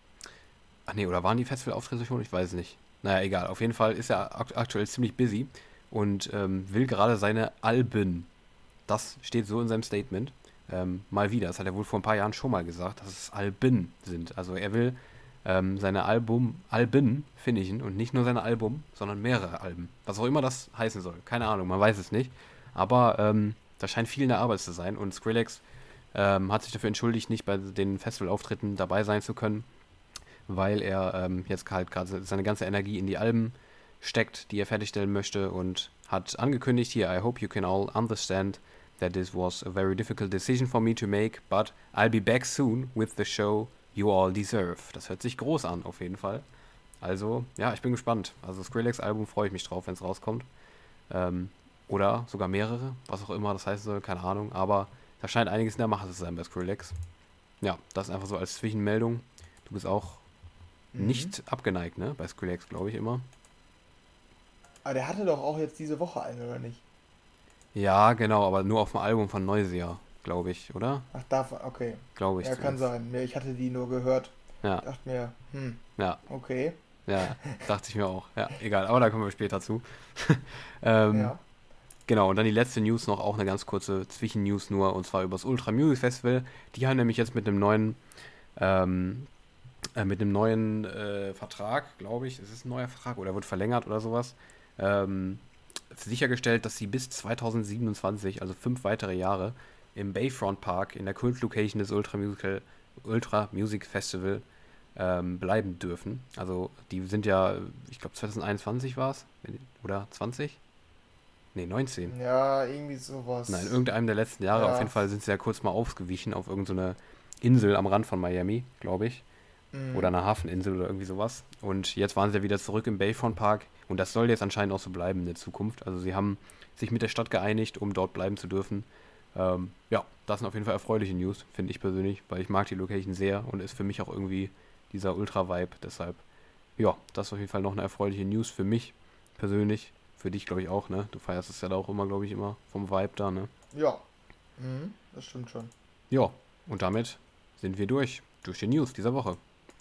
ach nee, oder waren die Festival-Auftritte schon? Ich weiß es nicht. Naja, egal. Auf jeden Fall ist er akt aktuell ziemlich busy und ähm, will gerade seine Alben. Das steht so in seinem Statement. Ähm, mal wieder. Das hat er wohl vor ein paar Jahren schon mal gesagt, dass es Alben sind. Also er will ähm, seine Album, Alben finishen und nicht nur seine Album, sondern mehrere Alben. Was auch immer das heißen soll. Keine Ahnung, man weiß es nicht. Aber ähm, da scheint viel in der Arbeit zu sein und Skrillex ähm, hat sich dafür entschuldigt, nicht bei den Festivalauftritten dabei sein zu können, weil er ähm, jetzt halt gerade seine ganze Energie in die Alben steckt, die er fertigstellen möchte, und hat angekündigt hier: I hope you can all understand that this was a very difficult decision for me to make, but I'll be back soon with the show you all deserve. Das hört sich groß an, auf jeden Fall. Also, ja, ich bin gespannt. Also Skrillex-Album freue ich mich drauf, wenn es rauskommt. Ähm, oder sogar mehrere, was auch immer das heißen soll, keine Ahnung. Aber da scheint einiges in der Mache zu sein bei Skrillex. Ja, das einfach so als Zwischenmeldung. Du bist auch Mhm. nicht abgeneigt, ne? Bei Skrillex, glaube ich immer. Aber der hatte doch auch jetzt diese Woche einen, oder nicht? Ja, genau, aber nur auf dem Album von Neuseer, glaube ich, oder? Ach, darf, okay. Glaube ich Ja, kann zumindest. sein. Nee, ich hatte die nur gehört. Ja, Dachte mir, hm, ja, okay. ja, dachte ich mir auch. Ja, egal, aber da kommen wir später zu. ähm, Ja. genau, und dann die letzte News noch, auch eine ganz kurze Zwischennews nur, und zwar über das Ultra Music Festival. Die haben nämlich jetzt mit einem neuen, ähm, äh, mit einem neuen äh, Vertrag, glaube ich, ist es ein neuer Vertrag oder wird verlängert oder sowas, ähm, sichergestellt, dass sie bis zweitausendsiebenundzwanzig, also fünf weitere Jahre, im Bayfront Park in der Kult-Location des Ultra Musical, Ultra Music Festival ähm, bleiben dürfen. Also die sind ja, ich glaube zweitausendeinundzwanzig war es, oder zwanzig? Nee, neunzehn. Ja, irgendwie Nein, sowas. irgendeinem der letzten Jahre. Auf Ja. jeden Fall sind sie ja kurz mal ausgewichen auf irgendeine Insel am Rand von Miami, glaube ich. Oder Mhm. eine Hafeninsel oder irgendwie sowas. Und jetzt waren sie ja wieder zurück im Bayfront Park. Und das soll jetzt anscheinend auch so bleiben in der Zukunft. Also sie haben sich mit der Stadt geeinigt, um dort bleiben zu dürfen. Ähm, ja, das sind auf jeden Fall erfreuliche News, finde ich persönlich, weil ich mag die Location sehr und ist für mich auch irgendwie dieser Ultra-Vibe. Deshalb, ja, das ist auf jeden Fall noch eine erfreuliche News für mich persönlich. Für dich, glaube ich, auch, ne? Du feierst es ja da auch immer, glaube ich, immer vom Vibe da, ne? Ja. Mhm. Das stimmt schon. Ja, und damit sind wir durch. Durch die News dieser Woche.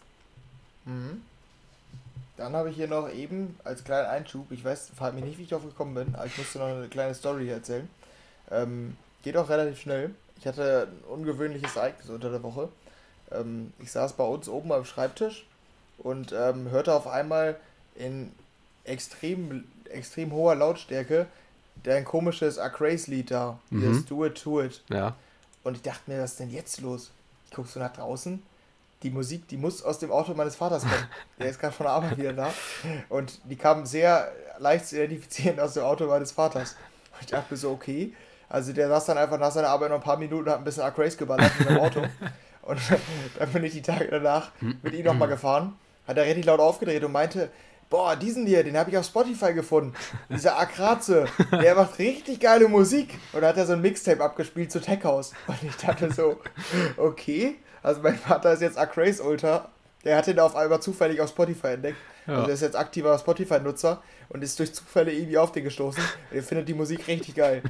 Mhm. Dann habe ich hier noch eben als kleinen Einschub, ich weiß, frag mich nicht, wie ich darauf gekommen bin, aber ich musste noch eine kleine Story hier erzählen. Ähm, geht auch relativ schnell. Ich hatte ein ungewöhnliches Ereignis unter der Woche. Ähm, ich saß bei uns oben am Schreibtisch und ähm, hörte auf einmal in extrem, extrem hoher Lautstärke dein komisches Acraze-Lied da. Mhm. Dieses Do It, To It. Ja. Und ich dachte mir, was ist denn jetzt los? Ich guck so nach draußen. Die Musik, die muss aus dem Auto meines Vaters kommen. Der ist gerade von der Arbeit wieder da. Und die kam sehr leicht zu identifizieren aus dem Auto meines Vaters. Und ich dachte mir so, okay. Also der saß dann einfach nach seiner Arbeit noch ein paar Minuten und hat ein bisschen Acraze geballert mit dem Auto. Und dann bin ich die Tage danach mit ihm nochmal gefahren. Hat er richtig laut aufgedreht und meinte, boah, diesen hier, den habe ich auf Spotify gefunden. Dieser Akraze, der macht richtig geile Musik. Und da hat er so ein Mixtape abgespielt zu Tech House. Und ich dachte so, okay. Also mein Vater ist jetzt Acraze Ultra. Der hat den auf einmal zufällig auf Spotify entdeckt. Also Ja. er ist jetzt aktiver Spotify-Nutzer und ist durch Zufälle irgendwie auf den gestoßen. Und er findet die Musik richtig geil.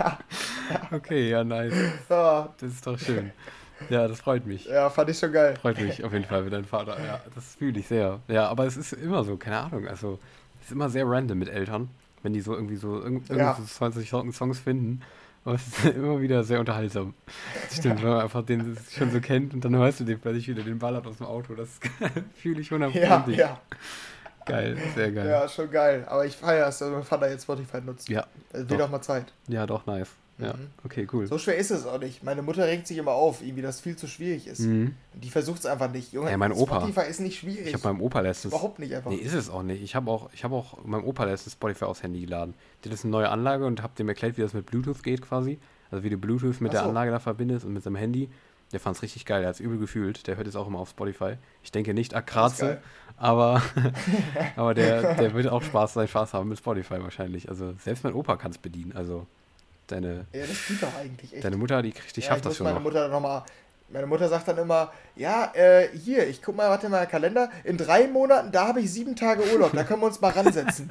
Okay, ja, nice. Ja, Das ist doch schön. Ja, das freut mich. ja, fand ich schon geil. Freut mich auf jeden Fall für deinen Vater. Ja, das fühle ich sehr. Ja, aber es ist immer so, keine Ahnung. Also, es ist immer sehr random mit Eltern, wenn die so irgendwie so irgend, Ja. irgendwie so zwanzig Song- Songs finden. Aber es ist immer wieder sehr unterhaltsam. Das stimmt, wenn man einfach den schon so kennt und dann hörst du den plötzlich wieder, den ballert aus dem Auto. Das fühle ich Ja, hundertprozentig. ja, Geil, sehr geil. ja, schon geil. Aber ich feiere es, dass mein Vater jetzt Spotify nutzt. Ja, Also wird doch. auch mal Zeit. Ja, doch, nice. Ja, Mhm. okay, cool. So schwer ist es auch nicht. Meine Mutter regt sich immer auf, irgendwie, dass es viel zu schwierig ist. Mhm. Und die versucht es einfach nicht. Junge, Ja, mein Opa. Spotify ist nicht schwierig. Ich habe meinem Opa letztens. Überhaupt nicht einfach. Nee, ist es auch nicht. Ich habe auch, ich habe auch meinem Opa letztens Spotify aufs Handy geladen. Der ist eine neue Anlage und habe dem erklärt, wie das mit Bluetooth geht quasi. Also wie du Bluetooth mit Ach der so. Anlage da verbindest und mit seinem Handy. Der fand es richtig geil, der hat es übel gefühlt. Der hört jetzt auch immer auf Spotify. Ich denke nicht Das ist Akraze, geil. aber, aber der, der wird auch Spaß, seinen Spaß haben mit Spotify wahrscheinlich. Also selbst mein Opa kann es bedienen. Also deine, Ja, das geht doch eigentlich echt. deine Mutter, die, kriegt- die Ja, schafft ich das muss schon meine noch. Mutter dann nochmal. Meine Mutter sagt dann immer, ja, äh, hier, ich guck mal, warte mal, Kalender. In drei Monaten, da habe ich sieben Tage Urlaub, da können wir uns mal ransetzen.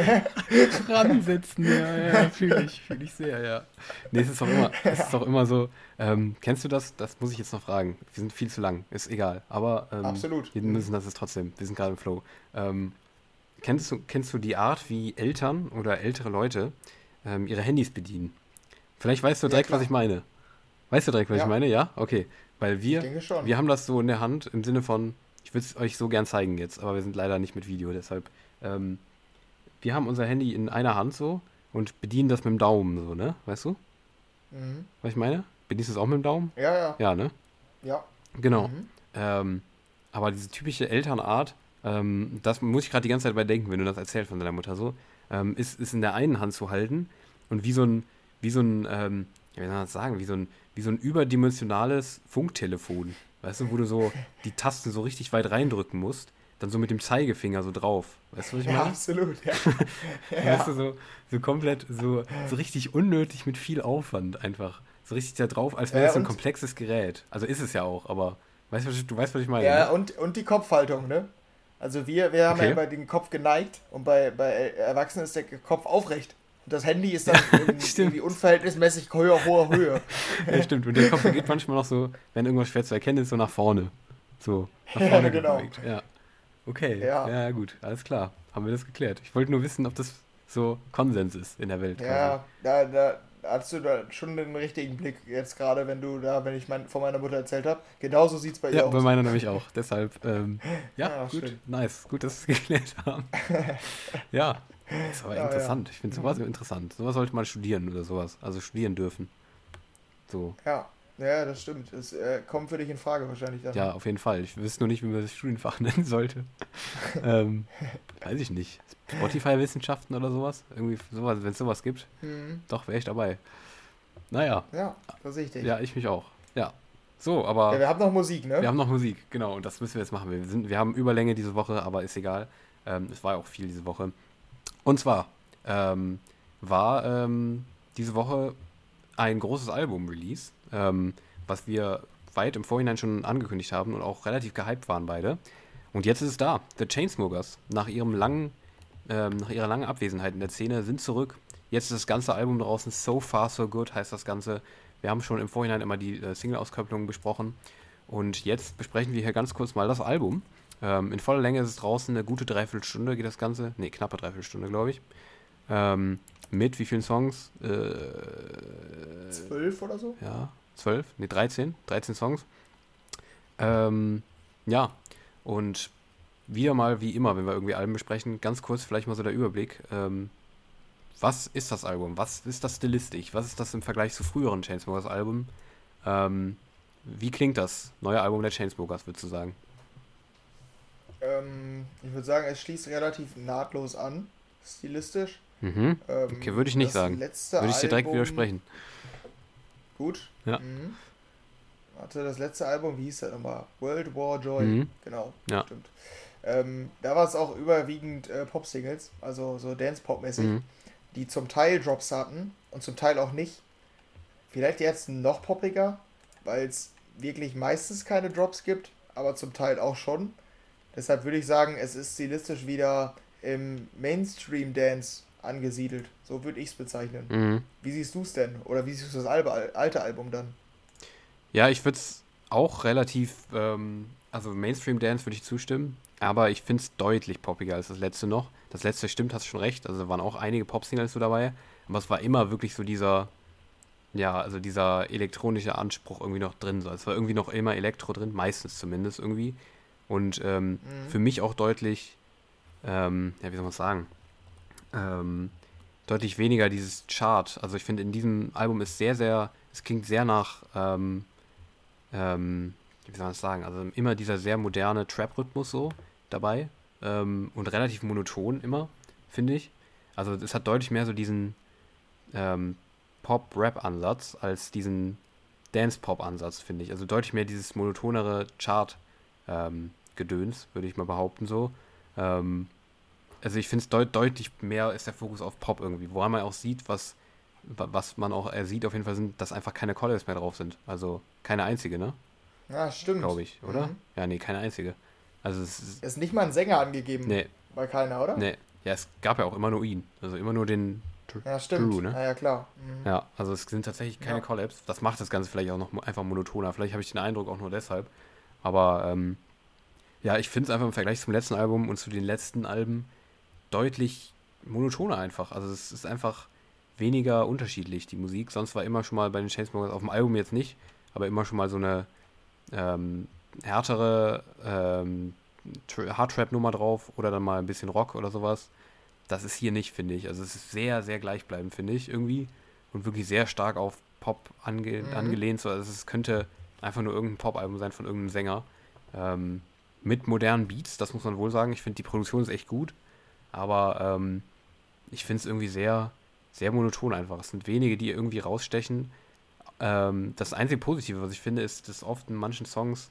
Ransetzen, ja, ja, fühle ich, fühle ich sehr, ja. Nee, es ist doch immer, es ist doch immer so, ähm, kennst du das? Das muss ich jetzt noch fragen. Wir sind viel zu lang, ist egal. Aber ähm, Absolut. wir müssen das jetzt trotzdem, wir sind gerade im Flow. Ähm, kennst du, kennst du die Art, wie Eltern oder ältere Leute ähm, ihre Handys bedienen? Vielleicht weißt du Ja, direkt, was klar. ich meine. Weißt du direkt, was Ja. ich meine? Ja? Okay. Weil Ich wir, denke schon. wir haben das so in der Hand im Sinne von, ich würde es euch so gern zeigen jetzt, aber wir sind leider nicht mit Video, deshalb. Ähm, wir haben unser Handy in einer Hand so und bedienen das mit dem Daumen so, ne? Weißt du, Mhm. was ich meine? Benimmst du es auch mit dem Daumen? Ja, ja. Ja, ne? Ja. Genau. Mhm. Ähm, aber diese typische Elternart, ähm, das muss ich gerade die ganze Zeit bei denken, wenn du das erzählst von deiner Mutter so, ähm, ist, ist in der einen Hand zu halten und wie so ein, wie so ein, ähm, ja, wie soll man das sagen, wie so ein, wie so ein überdimensionales Funktelefon. Weißt du, wo du so die Tasten so richtig weit reindrücken musst, dann so mit dem Zeigefinger so drauf. Weißt du, was ich Ja, meine? absolut, ja. Weißt du, Ja. so, so komplett, so, so richtig unnötig mit viel Aufwand einfach. So richtig da drauf, als wäre Ja, das so ein und, komplexes Gerät. Also ist es ja auch, aber weißt du, was ich- du weißt, was ich meine, ne? ja, und, und die Kopfhaltung, ne? Also wir, wir haben ja Okay. immer den Kopf geneigt und bei, bei Erwachsenen ist der Kopf aufrecht. Und das Handy ist dann in irgendwie Stimmt. unverhältnismäßig hoher, hoher Höhe. Ja, stimmt. Und der Kopf geht manchmal noch so, wenn irgendwas schwer zu erkennen ist, so nach vorne. So, nach Ja, vorne genau. gebeugt. Ja. Okay. Ja, Ja, gut. Alles klar. Haben wir das geklärt. Ich wollte nur wissen, ob das so Konsens ist in der Welt quasi. ja, da, da hast du da schon den richtigen Blick jetzt gerade, wenn du da, wenn ich mein, von meiner Mutter erzählt habe. Genauso sieht es bei Ja, ihr bei aus. meiner nämlich auch. Deshalb, ähm, ja, Ja, gut. schön. Nice. Gut, dass wir es geklärt haben. Ja. Ist aber Ja, ja. interessant. Ich finde sowas interessant. Sowas sollte man studieren oder sowas. Also studieren dürfen. So. Ja, ja, das stimmt. Das äh, kommt für dich in Frage wahrscheinlich dann. Ja, auf jeden Fall. Ich wüsste nur nicht, wie man das Studienfach nennen sollte. ähm, weiß ich nicht. Spotify-Wissenschaften oder sowas? Irgendwie sowas, wenn es sowas gibt. Mhm. Doch, wäre ich dabei. Naja, Ja, das sehe ich dich. ja, ich mich auch. Ja. So, Ja, aber wir haben noch Musik, ne? wir haben noch Musik, genau, und das müssen wir jetzt machen. Wir, sind, wir haben Überlänge diese Woche, aber ist egal. Ähm, es war ja auch viel diese Woche. Und zwar ähm, war ähm, diese Woche ein großes Album-Release, ähm, was wir weit im Vorhinein schon angekündigt haben und auch relativ gehypt waren beide. Und jetzt ist es da. The Chainsmokers, nach ihrem langen, ähm, nach ihrer langen Abwesenheit in der Szene, sind zurück. Jetzt ist das ganze Album draußen. So Far So Good heißt das Ganze. Wir haben schon im Vorhinein immer die äh, Single-Auskopplungen besprochen. Und jetzt besprechen wir hier ganz kurz mal das Album. Ähm, in voller Länge ist es draußen, eine gute Dreiviertelstunde geht das Ganze. Ne, knappe Dreiviertelstunde, glaube ich. Ähm, mit wie vielen Songs? Äh, Zwölf oder so? ja, zwölf? Ne, dreizehn. dreizehn Songs. Ähm, ja, und wieder mal, wie immer, wenn wir irgendwie Alben besprechen, ganz kurz vielleicht mal so der Überblick. Ähm, was ist das Album? Was ist das stilistisch? Was ist das im Vergleich zu früheren Chainsmokers-Alben? Ähm, wie klingt das neue Album der Chainsmokers, würdest du sagen? Ähm, ich würde sagen, es schließt relativ nahtlos an, stilistisch. Mhm. Okay, Ähm, würde ich nicht das sagen. letzte Würde ich dir direkt Album, widersprechen. gut. Ja. Mhm. Warte, das letzte Album, wie hieß das nochmal? World War Joy. Mhm. Genau, Ja. stimmt. Ähm, da war es auch überwiegend äh, Pop-Singles, also so Dance-Pop-mäßig, Mhm. die zum Teil Drops hatten und zum Teil auch nicht. Vielleicht jetzt noch poppiger, weil es wirklich meistens keine Drops gibt, aber zum Teil auch schon. Deshalb würde ich sagen, es ist stilistisch wieder im Mainstream-Dance angesiedelt. So würde ich es bezeichnen. Mhm. Wie siehst du es denn? Oder wie siehst du das alte, alte Album dann? Ja, ich würde es auch relativ, ähm, also Mainstream-Dance würde ich zustimmen, aber ich finde es deutlich poppiger als das letzte noch. Das letzte stimmt, hast schon recht, also da waren auch einige Pop-Singles so dabei, aber es war immer wirklich so dieser, ja, also dieser elektronische Anspruch irgendwie noch drin. So. Es war irgendwie noch immer Elektro drin, meistens zumindest irgendwie. Und ähm, Mhm. für mich auch deutlich, ähm, ja, wie soll man es sagen, ähm, deutlich weniger dieses Chart. Also ich finde, in diesem Album ist sehr, sehr, es klingt sehr nach, ähm, ähm, wie soll man das sagen, also immer dieser sehr moderne Trap-Rhythmus so dabei ähm, und relativ monoton immer, finde ich. Also es hat deutlich mehr so diesen ähm, Pop-Rap-Ansatz als diesen Dance-Pop-Ansatz, finde ich. Also deutlich mehr dieses monotonere Chart-Gedöns, würde ich mal behaupten so. Ähm, also ich finde es deut deutlich mehr ist der Fokus auf Pop irgendwie, woran man auch sieht, was, wa- was man auch äh, sieht auf jeden Fall sind, dass einfach keine Collabs mehr drauf sind. Also keine einzige, ne? Ja, stimmt. Glaube ich, oder? Mhm. Ja, nee, keine einzige. Also es ist, Ist nicht mal ein Sänger angegeben nee, bei keiner, oder? nee. Ja, es gab ja auch immer nur ihn. Also immer nur den Dr- Ja, stimmt. Drew, ne? Ja, ja, klar. Mhm. Ja, also es sind tatsächlich keine Ja. Collabs. Das macht das Ganze vielleicht auch noch mo- einfach monotoner. Vielleicht habe ich den Eindruck auch nur deshalb. Aber ähm, ja, ich finde es einfach im Vergleich zum letzten Album und zu den letzten Alben deutlich monotoner einfach. Also es ist einfach weniger unterschiedlich, die Musik. Sonst war immer schon mal bei den Chainsmokers auf dem Album jetzt nicht, aber immer schon mal so eine ähm, härtere ähm, Tr- Hardtrap-Nummer drauf oder dann mal ein bisschen Rock oder sowas. Das ist hier nicht, finde ich. Also es ist sehr, sehr gleichbleibend, finde ich, irgendwie. Und wirklich sehr stark auf Pop ange Mhm. angelehnt. So, also es könnte einfach nur irgendein Pop-Album sein von irgendeinem Sänger. Ähm, mit modernen Beats, das muss man wohl sagen. Ich finde, die Produktion ist echt gut. Aber ähm, ich finde es irgendwie sehr, sehr monoton einfach. Es sind wenige, die irgendwie rausstechen. Ähm, das einzige Positive, was ich finde, ist, dass oft in manchen Songs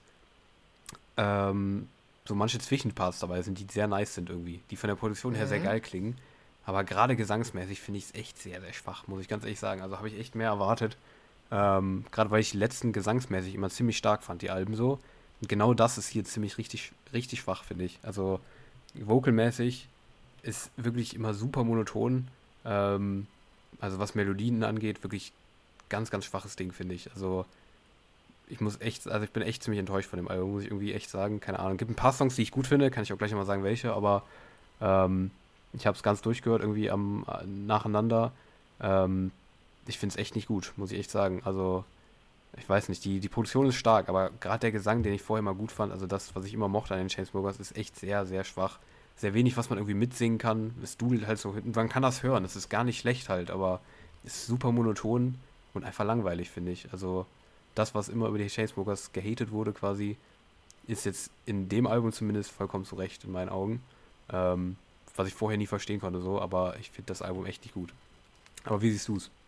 ähm, so manche Zwischenparts dabei sind, die sehr nice sind irgendwie. Die von der Produktion her sehr Mhm. geil klingen. Aber gerade gesangsmäßig finde ich es echt sehr, sehr schwach, muss ich ganz ehrlich sagen. Also habe ich echt mehr erwartet. Ähm, gerade weil ich die letzten gesangsmäßig immer ziemlich stark fand, die Alben so. Und genau das ist hier ziemlich richtig, richtig schwach, finde ich. Also vocalmäßig ist wirklich immer super monoton. Ähm, also was Melodien angeht, wirklich ganz, ganz schwaches Ding, finde ich. Also ich muss echt, also ich bin echt ziemlich enttäuscht von dem Album, muss ich irgendwie echt sagen. Keine Ahnung. Gibt ein paar Songs, die ich gut finde, kann ich auch gleich nochmal sagen, welche, aber ähm, ich habe es ganz durchgehört, irgendwie am äh, nacheinander. Ähm, ich finde es echt nicht gut, muss ich echt sagen. Also, ich weiß nicht, die, die Produktion ist stark, aber gerade der Gesang, den ich vorher mal gut fand, also das, was ich immer mochte an den Chainsmokers, ist echt sehr, sehr schwach. Sehr wenig, was man irgendwie mitsingen kann. Es dudelt halt so hinten. Man kann das hören, es ist gar nicht schlecht halt, aber es ist super monoton und einfach langweilig, finde ich. Also, das, was immer über die Chainsmokers gehatet wurde, quasi, ist jetzt in dem Album zumindest vollkommen zurecht in meinen Augen. Ähm, was ich vorher nie verstehen konnte, so, aber ich finde das Album echt nicht gut. Aber wie siehst du es?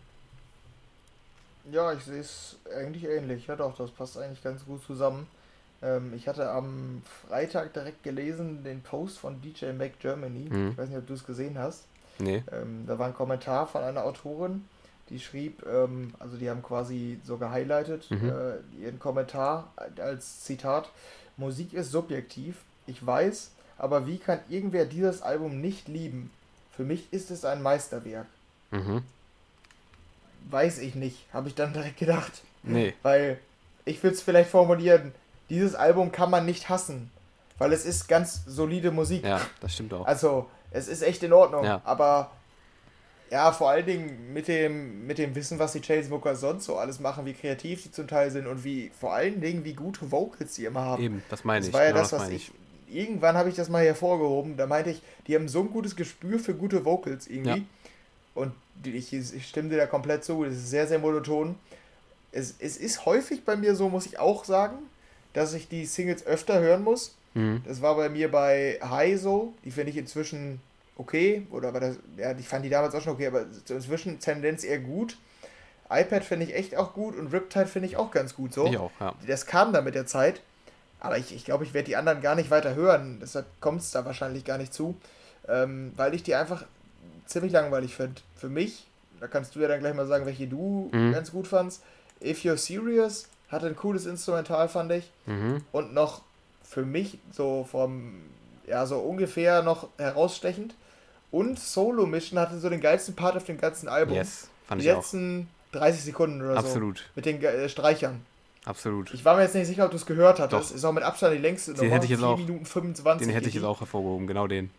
Ja, ich sehe es eigentlich ähnlich. Ja doch, das passt eigentlich ganz gut zusammen. Ähm, ich hatte am Freitag direkt gelesen den Post von D J Mac Germany. Mhm. Ich weiß nicht, ob du es gesehen hast. Nee. Ähm, da war ein Kommentar von einer Autorin, die schrieb, ähm, also die haben quasi so gehighlightet, Mhm. äh, ihren Kommentar als Zitat: Musik ist subjektiv, ich weiß, aber wie kann irgendwer dieses Album nicht lieben? Für mich ist es ein Meisterwerk. Mhm. Weiß ich nicht, habe ich dann direkt gedacht. Nee. Weil ich würde es vielleicht formulieren, dieses Album kann man nicht hassen, weil es ist ganz solide Musik. Ja, das stimmt auch. Also, es ist echt in Ordnung, Ja. aber ja, vor allen Dingen mit dem, mit dem Wissen, was die Chainsmokers sonst so alles machen, wie kreativ die zum Teil sind und wie, vor allen Dingen, wie gute Vocals die immer haben. Eben, das meine Das ich. war ja Genau das, das was meine ich, ich. irgendwann habe ich das mal hervorgehoben, da meinte ich, die haben so ein gutes Gespür für gute Vocals Ja. irgendwie und die- ich, ich stimme dir da komplett zu, das ist sehr, sehr monoton. Es, es ist häufig bei mir so, muss ich auch sagen, dass ich die Singles öfter hören muss. Mhm. Das war bei mir bei High so, die finde ich inzwischen okay, oder war das, ja, ich fand die damals auch schon okay, aber inzwischen Tendenz eher gut. iPad finde ich echt auch gut und Riptide finde ich auch ganz gut Ich so. auch, ja. Das kam da mit der Zeit, aber ich glaube, ich, glaub, ich werde die anderen gar nicht weiter hören, deshalb kommt es da wahrscheinlich gar nicht zu, ähm, weil ich die einfach ziemlich langweilig finde. Für mich, da kannst du ja dann gleich mal sagen, welche du Mhm. ganz gut fandst. If You're Serious hatte ein cooles Instrumental, fand ich. Mhm. Und noch für mich so vom, ja, so ungefähr noch herausstechend. Und Solo Mission hatte so den geilsten Part auf dem ganzen Album. Yes, fand Die ich auch. letzten dreißig Sekunden oder so. Absolut. Mit den äh, Streichern. Absolut. Ich war mir jetzt nicht sicher, ob du es gehört hattest. Doch. Ist auch mit Abstand die längste Den Nummer. hätte ich jetzt vier auch- Minuten fünfundzwanzig. Den hätte ich geht jetzt die. auch hervorgehoben, genau den.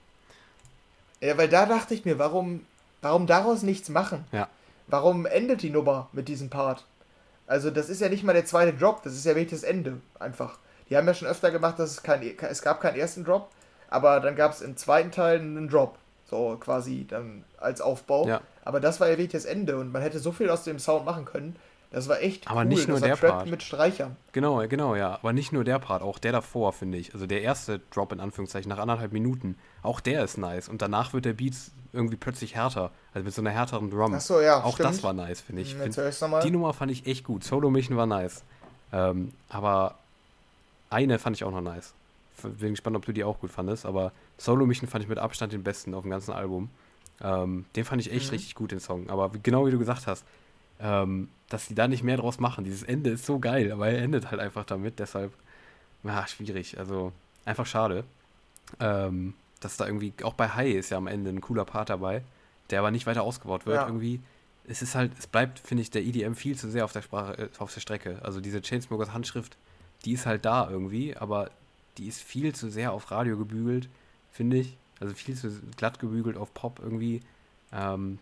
Ja, weil da dachte ich mir, warum, warum daraus nichts machen? Ja. Warum endet die Nummer mit diesem Part? Also das ist ja nicht mal der zweite Drop, das ist ja wirklich das Ende einfach. Die haben ja schon öfter gemacht, dass es kein, es gab keinen ersten Drop, aber dann gab es im zweiten Teil einen Drop, so quasi dann als Aufbau. Ja. Aber das war ja wirklich das Ende und man hätte so viel aus dem Sound machen können. Das war echt Aber cool. nicht nur das war der Trap Part. mit Streichern. Genau, genau, ja. Aber nicht nur der Part, auch der davor, finde ich. Also der erste Drop in Anführungszeichen nach anderthalb Minuten, auch der ist nice. Und danach wird der Beat irgendwie plötzlich härter. Also mit so einer härteren Drum. Achso, ja, auch stimmt. das war nice, finde ich. Hm, Find, Jetzt höre ich es nochmal. die Nummer fand ich echt gut. Solo Mission war nice. Ähm, aber eine fand ich auch noch nice. Bin gespannt, ob du die auch gut fandest. Aber Solo Mission fand ich mit Abstand den besten auf dem ganzen Album. Ähm, den fand ich echt Mhm. richtig gut, den Song. Aber wie, genau wie du gesagt hast, ähm, dass die da nicht mehr draus machen. Dieses Ende ist so geil, aber er endet halt einfach damit. Deshalb, ja, schwierig. Also einfach schade. Ähm, dass da irgendwie, auch bei High ist ja am Ende ein cooler Part dabei, der aber nicht weiter ausgebaut wird Ja. irgendwie. Es ist halt, es bleibt, finde ich, der E D M viel zu sehr auf der Sprache, äh, auf der Strecke. Also diese Chainsmokers Handschrift, die ist halt da irgendwie, aber die ist viel zu sehr auf Radio gebügelt, finde ich. Also viel zu glatt gebügelt auf Pop irgendwie. Ähm,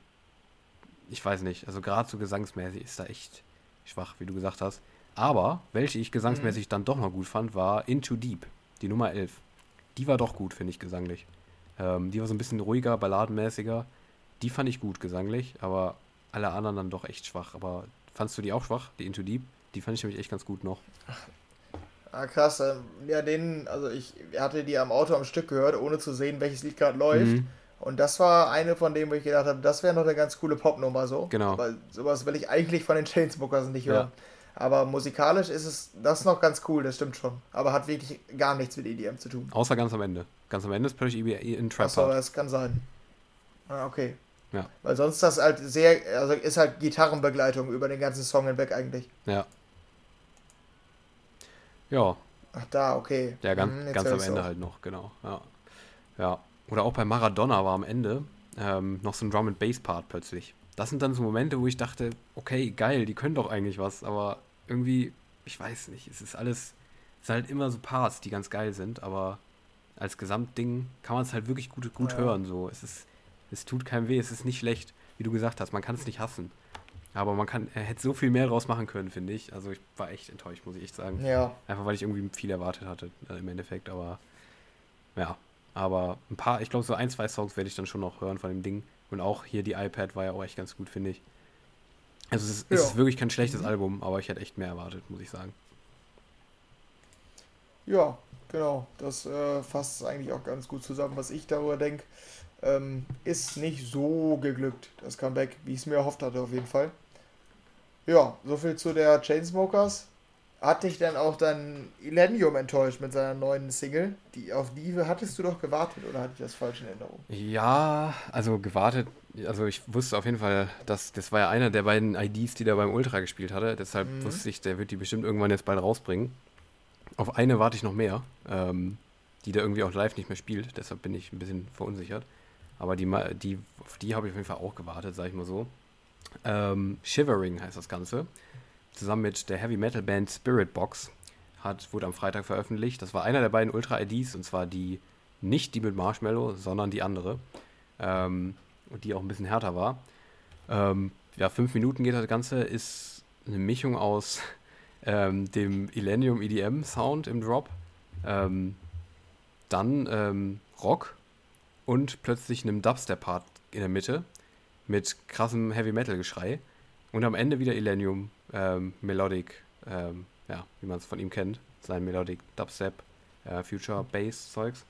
ich weiß nicht, also gerade so gesangsmäßig ist da echt schwach, wie du gesagt hast. Aber, welche ich gesangsmäßig dann doch noch gut fand, war Into Deep, die Nummer elf. Die war doch gut, finde ich, gesanglich. Ähm, die war so ein bisschen ruhiger, balladenmäßiger. Die fand ich gut gesanglich, aber alle anderen dann doch echt schwach. Aber Fandst du die auch schwach, die Into Deep? Die fand ich nämlich echt ganz gut noch. Ah, krass. Ähm, ja, den, also ich hatte die am Auto am Stück gehört, ohne zu sehen, welches Lied gerade läuft. Mhm, Und das war eine von denen, wo ich gedacht habe, das wäre noch eine ganz coole Popnummer so. genau, Aber sowas will ich eigentlich von den Chainsmokers nicht ja. hören. Aber musikalisch ist es das noch ganz cool, das stimmt schon. Aber hat wirklich gar nichts mit E D M zu tun. Außer ganz am Ende. Ganz am Ende ist plötzlich ein Achso, Trap-Part. das kann sein. Ah, okay. Ja, Weil sonst das halt sehr, also ist halt Gitarrenbegleitung über den ganzen Song hinweg eigentlich. ja. Ja, Ach da, okay. ja, ganz, Hm, jetzt ganz höre am ich's Ende auch. halt noch, genau. Ja. Ja. Oder auch bei Maradona war am Ende ähm, noch so ein Drum and Bass Part plötzlich. Das sind dann so Momente, wo ich dachte, okay, geil, die können doch eigentlich was, aber irgendwie, ich weiß nicht, es ist alles, es sind halt immer so Parts, die ganz geil sind, aber als Gesamtding kann man es halt wirklich gut, gut Ja. hören. So. Es ist, es tut keinem weh, es ist nicht schlecht, wie du gesagt hast, man kann es nicht hassen. Aber man kann, er hätte so viel mehr draus machen können, finde ich. Also ich war echt enttäuscht, muss ich echt sagen. Ja. Einfach weil ich irgendwie viel erwartet hatte, äh, im Endeffekt, aber ja. Aber ein paar, ich glaube, so ein, zwei Songs werde ich dann schon noch hören von dem Ding. Und auch hier die iPad war ja auch echt ganz gut, finde ich. Also es ist, es Ja. ist wirklich kein schlechtes Mhm. Album, aber ich hätte echt mehr erwartet, muss ich sagen. Ja, genau. Das äh, fasst es eigentlich auch ganz gut zusammen, was ich darüber denke. Ähm, ist nicht so geglückt, das Comeback, wie ich es mir erhofft hatte, auf jeden Fall. Ja, soviel zu der Chainsmokers. Hat dich dann auch dann Illenium enttäuscht mit seiner neuen Single? Die, auf die hattest du doch gewartet, oder hatte ich das falsch in Erinnerung? Ja, also gewartet, also ich wusste auf jeden Fall, dass das war ja einer der beiden I Ds, die da beim Ultra gespielt hatte. Deshalb Mhm. wusste ich, der wird die bestimmt irgendwann jetzt bald rausbringen. Auf eine warte ich noch mehr, ähm, die da irgendwie auch live nicht mehr spielt. Deshalb bin ich ein bisschen verunsichert. Aber die, ma- die, auf die habe ich auf jeden Fall auch gewartet, sag ich mal so. Ähm, Shivering heißt das Ganze. Zusammen mit der Heavy Metal Band Spirit Box. Hat, wurde am Freitag veröffentlicht. Das war einer der beiden Ultra-I Ds, und zwar die, nicht die mit Marshmallow, sondern die andere. Ähm, und die auch ein bisschen härter war. Ähm, ja, fünf Minuten geht das Ganze, ist eine Mischung aus ähm, dem Illenium E D M Sound im Drop, ähm, dann ähm, Rock und plötzlich einem Dubstep-Part in der Mitte mit krassem Heavy-Metal-Geschrei und am Ende wieder Illenium ähm, Melodic, ähm, ja, wie man es von ihm kennt, sein Melodic Dubstep, äh, Future Bass Zeugs.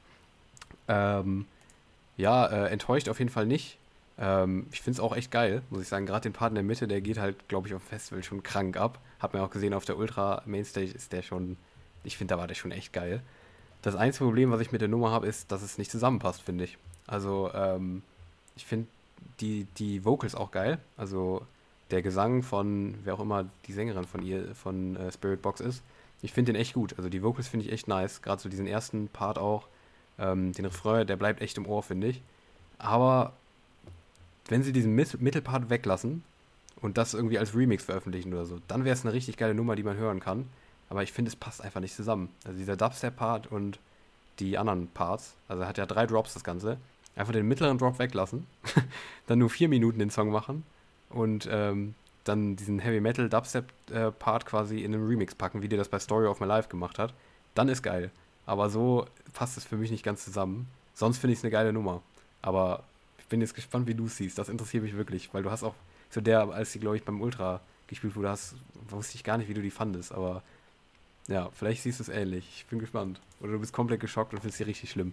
Ähm, ja, äh, enttäuscht auf jeden Fall nicht. Ähm, ich finde es auch echt geil, muss ich sagen. Gerade den Part in der Mitte, der geht halt, glaube ich, auf dem Festival schon krank ab. Hat man auch gesehen, auf der Ultra Mainstage ist der schon, ich finde, da war der schon echt geil. Das einzige Problem, was ich mit der Nummer habe, ist, dass es nicht zusammenpasst, finde ich. Also, ähm, ich finde die, die Vocals auch geil. Also, der Gesang von, wer auch immer die Sängerin von ihr, von äh, Spirit Box ist, ich finde den echt gut. Also, die Vocals finde ich echt nice. Gerade so diesen ersten Part auch. Ähm, den Refrain, der bleibt echt im Ohr, finde ich. Aber wenn sie diesen Mit Mittelpart weglassen und das irgendwie als Remix veröffentlichen oder so, dann wäre es eine richtig geile Nummer, die man hören kann. Aber ich finde, es passt einfach nicht zusammen. Also dieser Dubstep-Part und die anderen Parts, also er hat ja drei Drops das Ganze, einfach den mittleren Drop weglassen, dann nur vier Minuten den Song machen und ähm, dann diesen Heavy Metal Dubstep-Part quasi in einen Remix packen, wie der das bei Story of My Life gemacht hat, dann ist geil. Aber so passt es für mich nicht ganz zusammen. Sonst finde ich es eine geile Nummer. Aber ich bin jetzt gespannt, wie du es siehst. Das interessiert mich wirklich, weil du hast auch zu der, als die, glaube ich, beim Ultra gespielt wurde, hast, wusste ich gar nicht, wie du die fandest. Aber ja, vielleicht siehst du es ähnlich. Ich bin gespannt. Oder du bist komplett geschockt und findest sie richtig schlimm.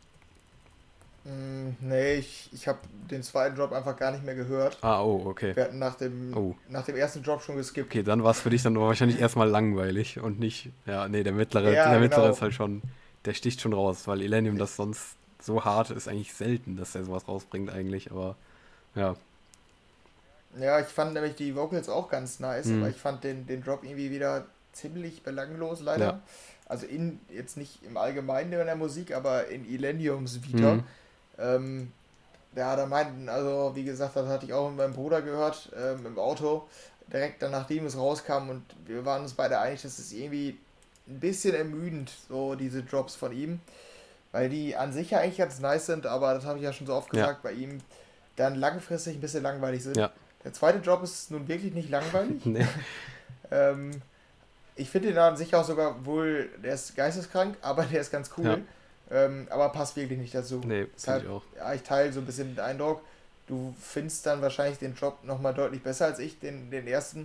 Mm, nee, ich, ich habe den zweiten Drop einfach gar nicht mehr gehört. Ah, oh, okay. Wir hatten nach dem, Oh, nach dem ersten Drop schon geskippt. okay, dann war es für dich dann wahrscheinlich erstmal langweilig und nicht, ja, nee, der mittlere, Ja, der mittlere ist genau. halt schon, der sticht schon raus, weil Illenium das sonst so hart ist, eigentlich selten, dass er sowas rausbringt eigentlich, aber ja. Ja, ich fand nämlich die Vocals auch ganz nice, aber Hm, ich fand den, den Drop irgendwie wieder ziemlich belanglos, ja. leider. Also in, jetzt nicht im Allgemeinen in der Musik, aber in Illeniums Vita. Hm, Ähm, ja, da meinten, also wie gesagt, das hatte ich auch mit meinem Bruder gehört, ähm, im Auto, direkt dann nachdem es rauskam und wir waren uns beide einig, dass es irgendwie ein bisschen ermüdend, so diese Drops von ihm, weil die an sich ja eigentlich ganz nice sind, aber das habe ich ja schon so oft ja, gesagt, bei ihm dann langfristig ein bisschen langweilig sind. ja. Der zweite Drop ist nun wirklich nicht langweilig. Nee, Ähm, ich finde den an sich auch sogar wohl, der ist geisteskrank, aber der ist ganz ja, cool. Ähm, aber passt wirklich nicht dazu. nee, finde ich Deshalb, auch. ja, ich teile so ein bisschen den Eindruck, du findest dann wahrscheinlich den Drop nochmal deutlich besser als ich, den, den ersten.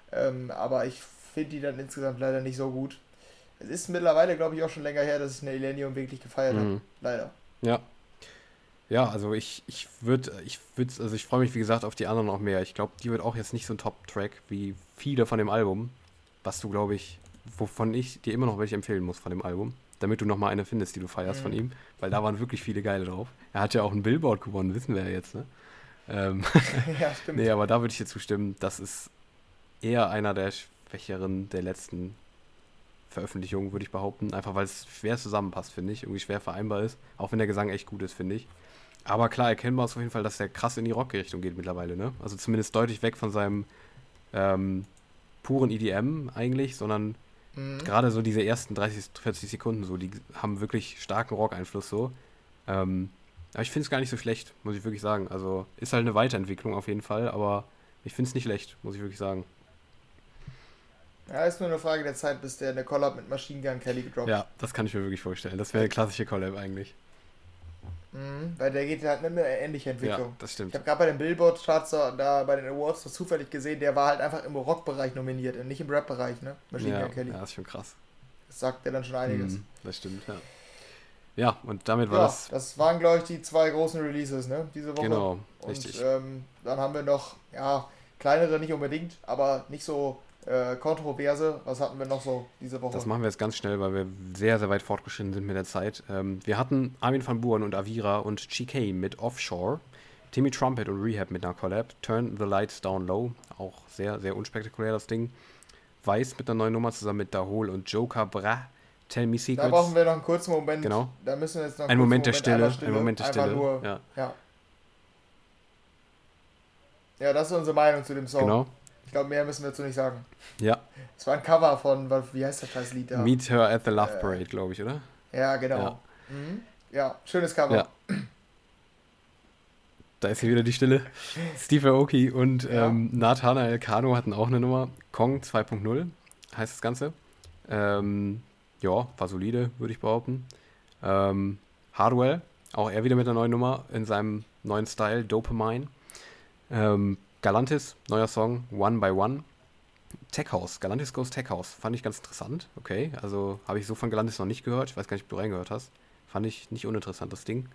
Ähm, aber ich finde die dann insgesamt leider nicht so gut. Es ist mittlerweile, glaube ich, auch schon länger her, dass ich eine Illenium wirklich gefeiert habe. Mhm. Leider. Ja. Ja, also ich, ich würde, ich würde, also ich freue mich, wie gesagt, auf die anderen noch mehr. Ich glaube, die wird auch jetzt nicht so ein Top-Track wie viele von dem Album, was du, glaube ich, wovon ich dir immer noch welche empfehlen muss von dem Album, damit du nochmal eine findest, die du feierst von Mhm. ihm, weil da waren wirklich viele geile drauf. Er hat ja auch einen Billboard gewonnen, wissen wir ja jetzt, ne? Ähm, Ja, nee, stimmt. aber da würde ich dir zustimmen, das ist eher einer der schwächeren der letzten Veröffentlichungen, würde ich behaupten, einfach weil es schwer zusammenpasst, finde ich, irgendwie schwer vereinbar ist, auch wenn der Gesang echt gut ist, finde ich. Aber klar, erkennbar ist auf jeden Fall, dass der krass in die Rock-Richtung geht mittlerweile, ne? Also zumindest deutlich weg von seinem ähm, puren E D M eigentlich, sondern Mhm. gerade so diese ersten dreißig, vierzig Sekunden so, die haben wirklich starken Rock-Einfluss so. Ähm, aber ich finde es gar nicht so schlecht, muss ich wirklich sagen. Also ist halt eine Weiterentwicklung auf jeden Fall, aber ich finde es nicht schlecht, muss ich wirklich sagen. Ja, ist nur eine Frage der Zeit, bis der eine Collab mit Machine Gun Kelly gedroppt. Ja, das kann ich mir wirklich vorstellen. Das wäre eine klassische Collab eigentlich. Mhm. Weil der geht halt in eine ähnliche Ja, Entwicklung. das Ich stimmt. habe gerade bei den Billboard-Charts da da bei den Awards das zufällig gesehen, der war halt einfach im Rock-Bereich nominiert und nicht im Rap-Bereich, ne? Machine Ja, Gun Kelly. ja, ist schon krass. Das sagt ja dann schon einiges. Mhm, das stimmt, ja. Ja, und damit war Ja, das, das waren, glaube ich, die zwei großen Releases, ne? Diese Woche. genau, Und richtig. ähm, dann haben wir noch, ja, kleinere nicht unbedingt, aber nicht so äh, kontroverse. Was hatten wir noch so diese Das Woche? machen wir jetzt ganz schnell, weil wir sehr, sehr weit fortgeschritten sind mit der Zeit. Ähm, wir hatten Armin van Buuren und Avira und G K mit Offshore, Timmy Trumpet und Rehab mit einer Collab, Turn the Lights Down Low, auch sehr, sehr unspektakulär das Ding. Weiß mit einer neuen Nummer zusammen mit Dahol und Joker Bra, Tell Me Da brauchen Secrets. wir noch einen kurzen Moment. Genau. Da müssen wir jetzt noch einen Ein kurzen Moment der Moment, einmal Stille, ein Stille. Moment der Einfach Stille. nur, Ja, ja. Ja, das ist unsere Meinung zu dem Song. genau. Ich glaube, mehr müssen wir dazu nicht sagen. Ja. Es war ein Cover von, was- wie heißt das scheiß Lied da? Meet Her at the Love Äh, Parade, glaube ich, oder? ja, Ja. genau. Mhm. Ja, schönes Ja. Cover. Da ist hier wieder die Stille. Steve Aoki und Ja. ähm, Nathanael Kano hatten auch eine Nummer. Kong zwei Punkt null heißt das Ganze. Ähm, ja, war solide, würde ich behaupten. Ähm, Hardwell, auch er wieder mit einer neuen Nummer in seinem neuen Style, Dopamine. Ähm, Galantis, neuer Song, One by One. Tech House, Galantis Goes Tech House, fand ich ganz interessant. Okay, also habe ich so von Galantis noch nicht gehört. Ich weiß gar nicht, ob du reingehört hast. Fand ich nicht uninteressant, das Ding.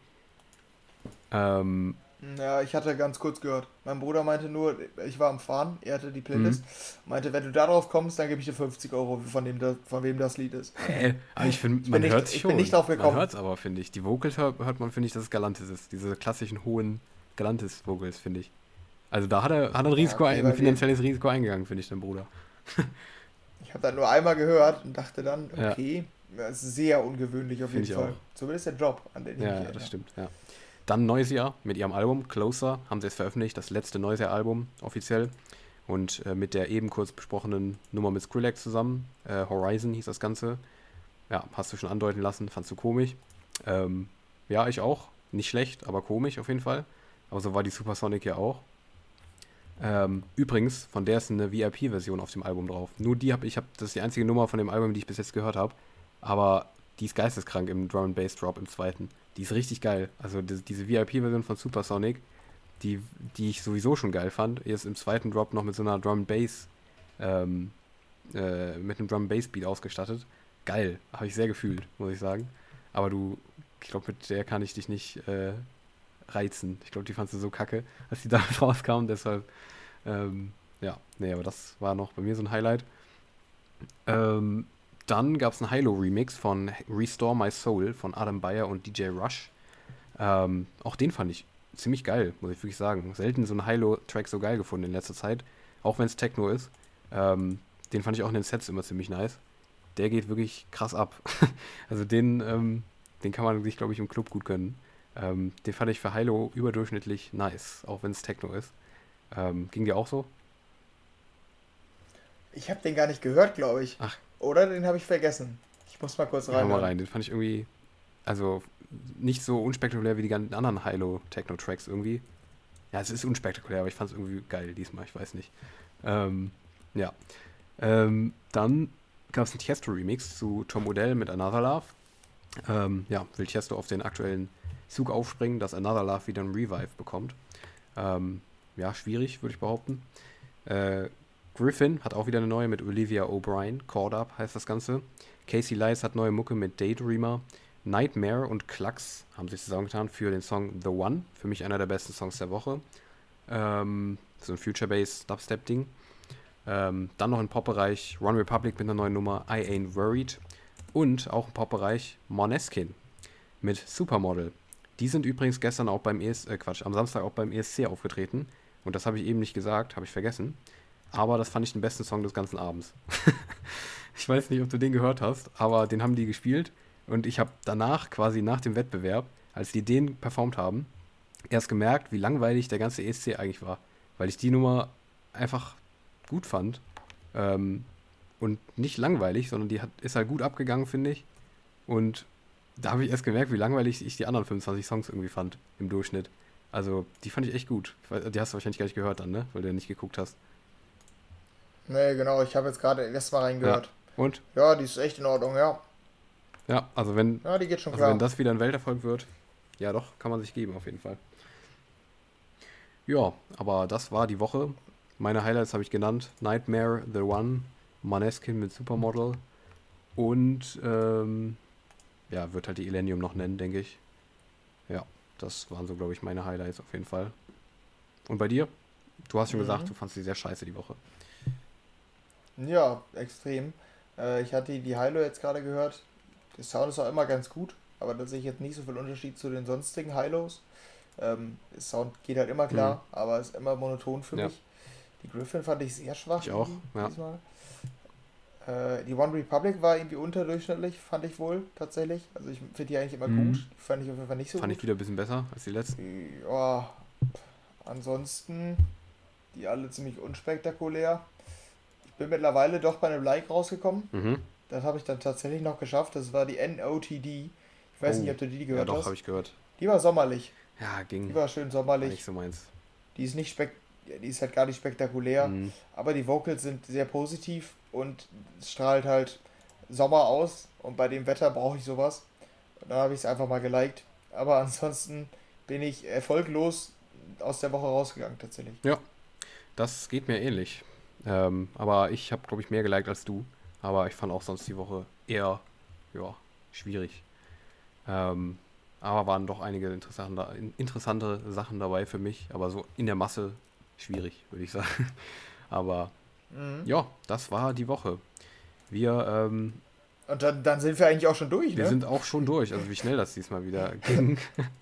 Ähm, Ja, ich hatte ganz kurz gehört. Mein Bruder meinte nur, ich war am Fahren, er hatte die mhm. Playlist, meinte, wenn du da drauf kommst, dann gebe ich dir fünfzig Euro, von, dem das, von wem das Lied ist. Äh, aber ich finde, Ich man bin hört nicht, es ich schon. bin nicht drauf Man gekommen. hört es aber, finde ich. Die Vocals hört, hört man, finde ich, dass es Galantis ist. Diese klassischen hohen Galantis-Vocals, finde ich. Also da hat er, hat er ein Ja, Risiko, okay, ein, bei ein dem. finanzielles Risiko eingegangen, finde ich, dein Bruder. Ich habe das nur einmal gehört und dachte dann, Ja, okay, das ist sehr ungewöhnlich auf finde jeden ich auch. Fall. Zumindest der Job, an den ich Ja, mich ja, das erinnere. stimmt, ja. Dann neues Jahr mit ihrem Album Closer haben sie es veröffentlicht, das letzte neues Jahr-Album offiziell. Und äh, mit der eben kurz besprochenen Nummer mit Skrillex zusammen. Äh, Horizon hieß das Ganze. Ja, hast du schon andeuten lassen, fandst du komisch. Ähm, ja, ich auch. Nicht schlecht, aber komisch auf jeden Fall. Aber so war die Supersonic ja auch. Ähm, übrigens, von der ist eine V I P-Version auf dem Album drauf. Nur die habe ich, hab, das ist die einzige Nummer von dem Album, die ich bis jetzt gehört habe. Aber die ist geisteskrank im Drum and Bass Drop im zweiten. Die ist richtig geil. Also die, diese V I P-Version von Supersonic, die, die ich sowieso schon geil fand, ist im zweiten Drop noch mit so einer Drum and Bass, ähm, äh, mit einem Drum and Bass Beat ausgestattet. Geil, habe ich sehr gefühlt, muss ich sagen. Aber du, ich glaube, mit der kann ich dich nicht äh, reizen. Ich glaube, die fandst du so kacke, als die damit rauskam. Deshalb, ähm, ja, nee, aber das war noch bei mir so ein Highlight. Ähm, dann gab es einen Hilo-Remix von Restore My Soul von Adam Beyer und D J Rush. Ähm, auch den fand ich ziemlich geil, muss ich wirklich sagen. Selten so einen Hilo-Track so geil gefunden in letzter Zeit, auch wenn es Techno ist. Ähm, den fand ich auch in den Sets immer ziemlich nice. Der geht wirklich krass ab. Also den, ähm, den kann man sich, glaube ich, im Club gut gönnen. Ähm, den fand ich für Hilo überdurchschnittlich nice, auch wenn es Techno ist. Ähm, ging dir auch so? Ich habe den gar nicht gehört, glaube ich. Ach, Oder den habe ich vergessen. Ich muss mal kurz hör mal reinhören. rein. Den fand ich irgendwie, also nicht so unspektakulär wie die ganzen anderen Hilo-Techno-Tracks irgendwie. Ja, es ist unspektakulär, aber ich fand es irgendwie geil diesmal, ich weiß nicht. Ähm, ja. Ähm, dann gab es einen Tiesto-Remix zu Tom Odell mit Another Love. Ähm, ja, will Tiesto auf den aktuellen Zug aufspringen, dass Another Love wieder ein Revive bekommt. Ähm, ja, schwierig, würde ich behaupten. Äh, Griffin hat auch wieder eine neue mit Olivia O'Brien. Caught Up heißt das Ganze. Casey Lice hat neue Mucke mit Daydreamer. Nightmare und Klacks haben sich zusammengetan für den Song The One. Für mich einer der besten Songs der Woche. Ähm, so ein Future-Bass-Dubstep-Ding. Ähm, dann noch im Pop-Bereich One Republic mit einer neuen Nummer I Ain't Worried. Und auch im Pop-Bereich Måneskin mit Supermodel. Die sind übrigens gestern auch beim E S C, äh Quatsch, am Samstag auch beim E S C aufgetreten. Und das habe ich eben nicht gesagt, habe ich vergessen. Aber das fand ich den besten Song des ganzen Abends. Ich weiß nicht, ob du den gehört hast, aber den haben die gespielt. Und ich habe danach, quasi nach dem Wettbewerb, als die den performt haben, erst gemerkt, wie langweilig der ganze E S C eigentlich war. Weil ich die Nummer einfach gut fand. Ähm, und nicht langweilig, sondern die hat, ist halt gut abgegangen, finde ich. Und da habe ich erst gemerkt, wie langweilig ich die anderen fünfundzwanzig Songs irgendwie fand im Durchschnitt. Also, die fand ich echt gut. Die hast du wahrscheinlich gar nicht gehört dann, ne? Weil du ja nicht geguckt hast. Nee, genau, ich habe jetzt gerade erst mal reingehört. Ja. Und? Ja, die ist echt in Ordnung, ja. Ja, also wenn, ja, die geht schon also klar. wenn das wieder ein Welterfolg wird, ja doch, kann man sich geben auf jeden Fall. Ja, aber das war die Woche. Meine Highlights habe ich genannt. Nightmare, The One, Måneskin mit Supermodel und ähm, ja, wird halt die Illenium noch nennen, denke ich. Ja, das waren so, glaube ich, meine Highlights auf jeden Fall. Und bei dir? Du hast schon mhm. gesagt, du fandst die sehr scheiße die Woche. Ja, extrem. Äh, ich hatte die Hilo jetzt gerade gehört. Der Sound ist auch immer ganz gut, aber da sehe ich jetzt nicht so viel Unterschied zu den sonstigen Hilos. Ähm, der Sound geht halt immer klar, mhm. aber ist immer monoton für ja. mich. Die Griffin fand ich sehr schwach. Ich auch, ja. Diesmal. Äh, die One Republic war irgendwie unterdurchschnittlich, fand ich wohl, tatsächlich. Also ich finde die eigentlich immer mhm. gut. Die fand ich auf jeden Fall nicht so fand gut. Fand ich wieder ein bisschen besser als die letzten. Ja, ansonsten die alle ziemlich unspektakulär. Ich bin mittlerweile doch bei einem Like rausgekommen. Mhm. Das habe ich dann tatsächlich noch geschafft. Das war die N O T D. Ich weiß oh. nicht, ob du die gehört ja, doch, hast. habe ich gehört. Die war sommerlich. Ja, ging. Die war schön sommerlich. War nicht so meins. Die ist nicht spek die ist halt gar nicht spektakulär, mhm. aber die Vocals sind sehr positiv und es strahlt halt Sommer aus und bei dem Wetter brauche ich sowas. Und dann habe ich es einfach mal geliked. Aber ansonsten bin ich erfolglos aus der Woche rausgegangen tatsächlich. Ja, das geht mir ähnlich. Ähm, aber ich habe, glaube ich, mehr geliked als du. Aber ich fand auch sonst die Woche eher, ja, schwierig. Ähm, aber waren doch einige interessante, interessante Sachen dabei für mich. Aber so in der Masse schwierig, würde ich sagen. Aber mhm. ja, das war die Woche. Wir, ähm, Und dann, dann sind wir eigentlich auch schon durch, wir ne? sind auch schon durch. Also wie schnell das diesmal wieder ging.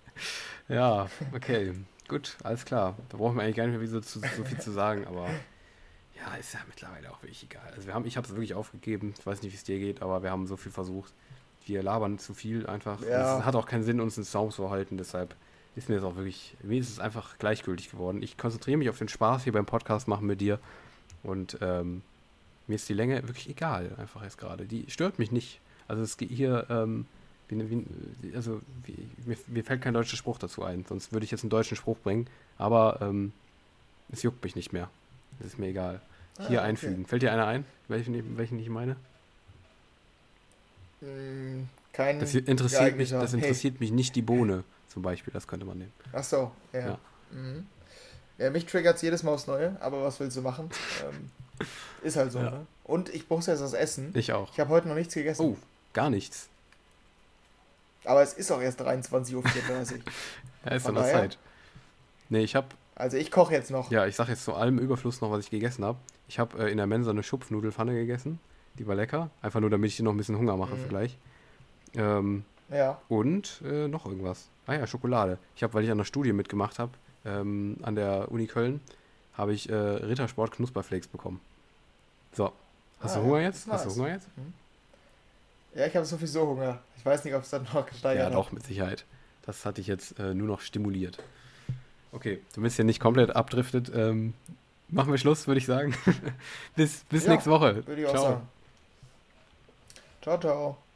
Ja, okay. Gut, alles klar. Da brauchen wir eigentlich gar nicht mehr so, so, so viel zu sagen, aber ja, ist ja mittlerweile auch wirklich egal. Also wir haben, ich habe es wirklich aufgegeben. Ich weiß nicht, wie es dir geht, aber wir haben so viel versucht. Wir labern zu viel einfach. Ja. Es hat auch keinen Sinn, uns in Sound zu halten, deshalb ist mir das auch wirklich, mir ist es einfach gleichgültig geworden. Ich konzentriere mich auf den Spaß hier beim Podcast machen mit dir und ähm, mir ist die Länge wirklich egal, einfach jetzt gerade. Die stört mich nicht. Also es geht hier, ähm, wie, wie, also wie, mir, mir fällt kein deutscher Spruch dazu ein, sonst würde ich jetzt einen deutschen Spruch bringen, aber ähm, es juckt mich nicht mehr. Es ist mir egal. Hier ah, okay. einfügen. Fällt dir einer ein, welchen, welchen ich meine? Kein das interessiert, mich, das interessiert hey. mich nicht die Bohne, zum Beispiel. Das könnte man nehmen. Ach so, ja. Ja, mhm. ja mich triggert es jedes Mal aufs Neue, aber was willst du machen? ähm, ist halt so, ja. ne? Und ich brauche jetzt was essen. Ich auch. Ich habe heute noch nichts gegessen. Oh, gar nichts. Aber es ist auch erst dreiundzwanzig Uhr vierunddreißig. Ja, ist an der Zeit. Nee, ich habe... Also ich koche jetzt noch. Ja, ich sage jetzt zu allem Überfluss noch, was ich gegessen habe. Ich habe äh, in der Mensa eine Schupfnudelfanne gegessen. Die war lecker. Einfach nur, damit ich dir noch ein bisschen Hunger mache mhm. für gleich. Ähm, ja. Und äh, noch irgendwas. Ah ja, Schokolade. Ich habe, weil ich an der Studie mitgemacht habe, ähm, an der Uni Köln, habe ich äh, Rittersport Knusperflakes bekommen. So. Hast ah, du Hunger ja, jetzt? Hast nice. du Hunger jetzt? Mhm. Ja, ich habe sowieso Hunger. Ich weiß nicht, ob es dann noch gesteigert hat. Ja, doch, mit Sicherheit. Das hatte ich jetzt äh, nur noch stimuliert. Okay, du bist ja nicht komplett abdriftet. Ähm, machen wir Schluss, würde ich sagen. bis bis ja, nächste Woche. Würde ich ciao. auch sagen. Ciao, ciao.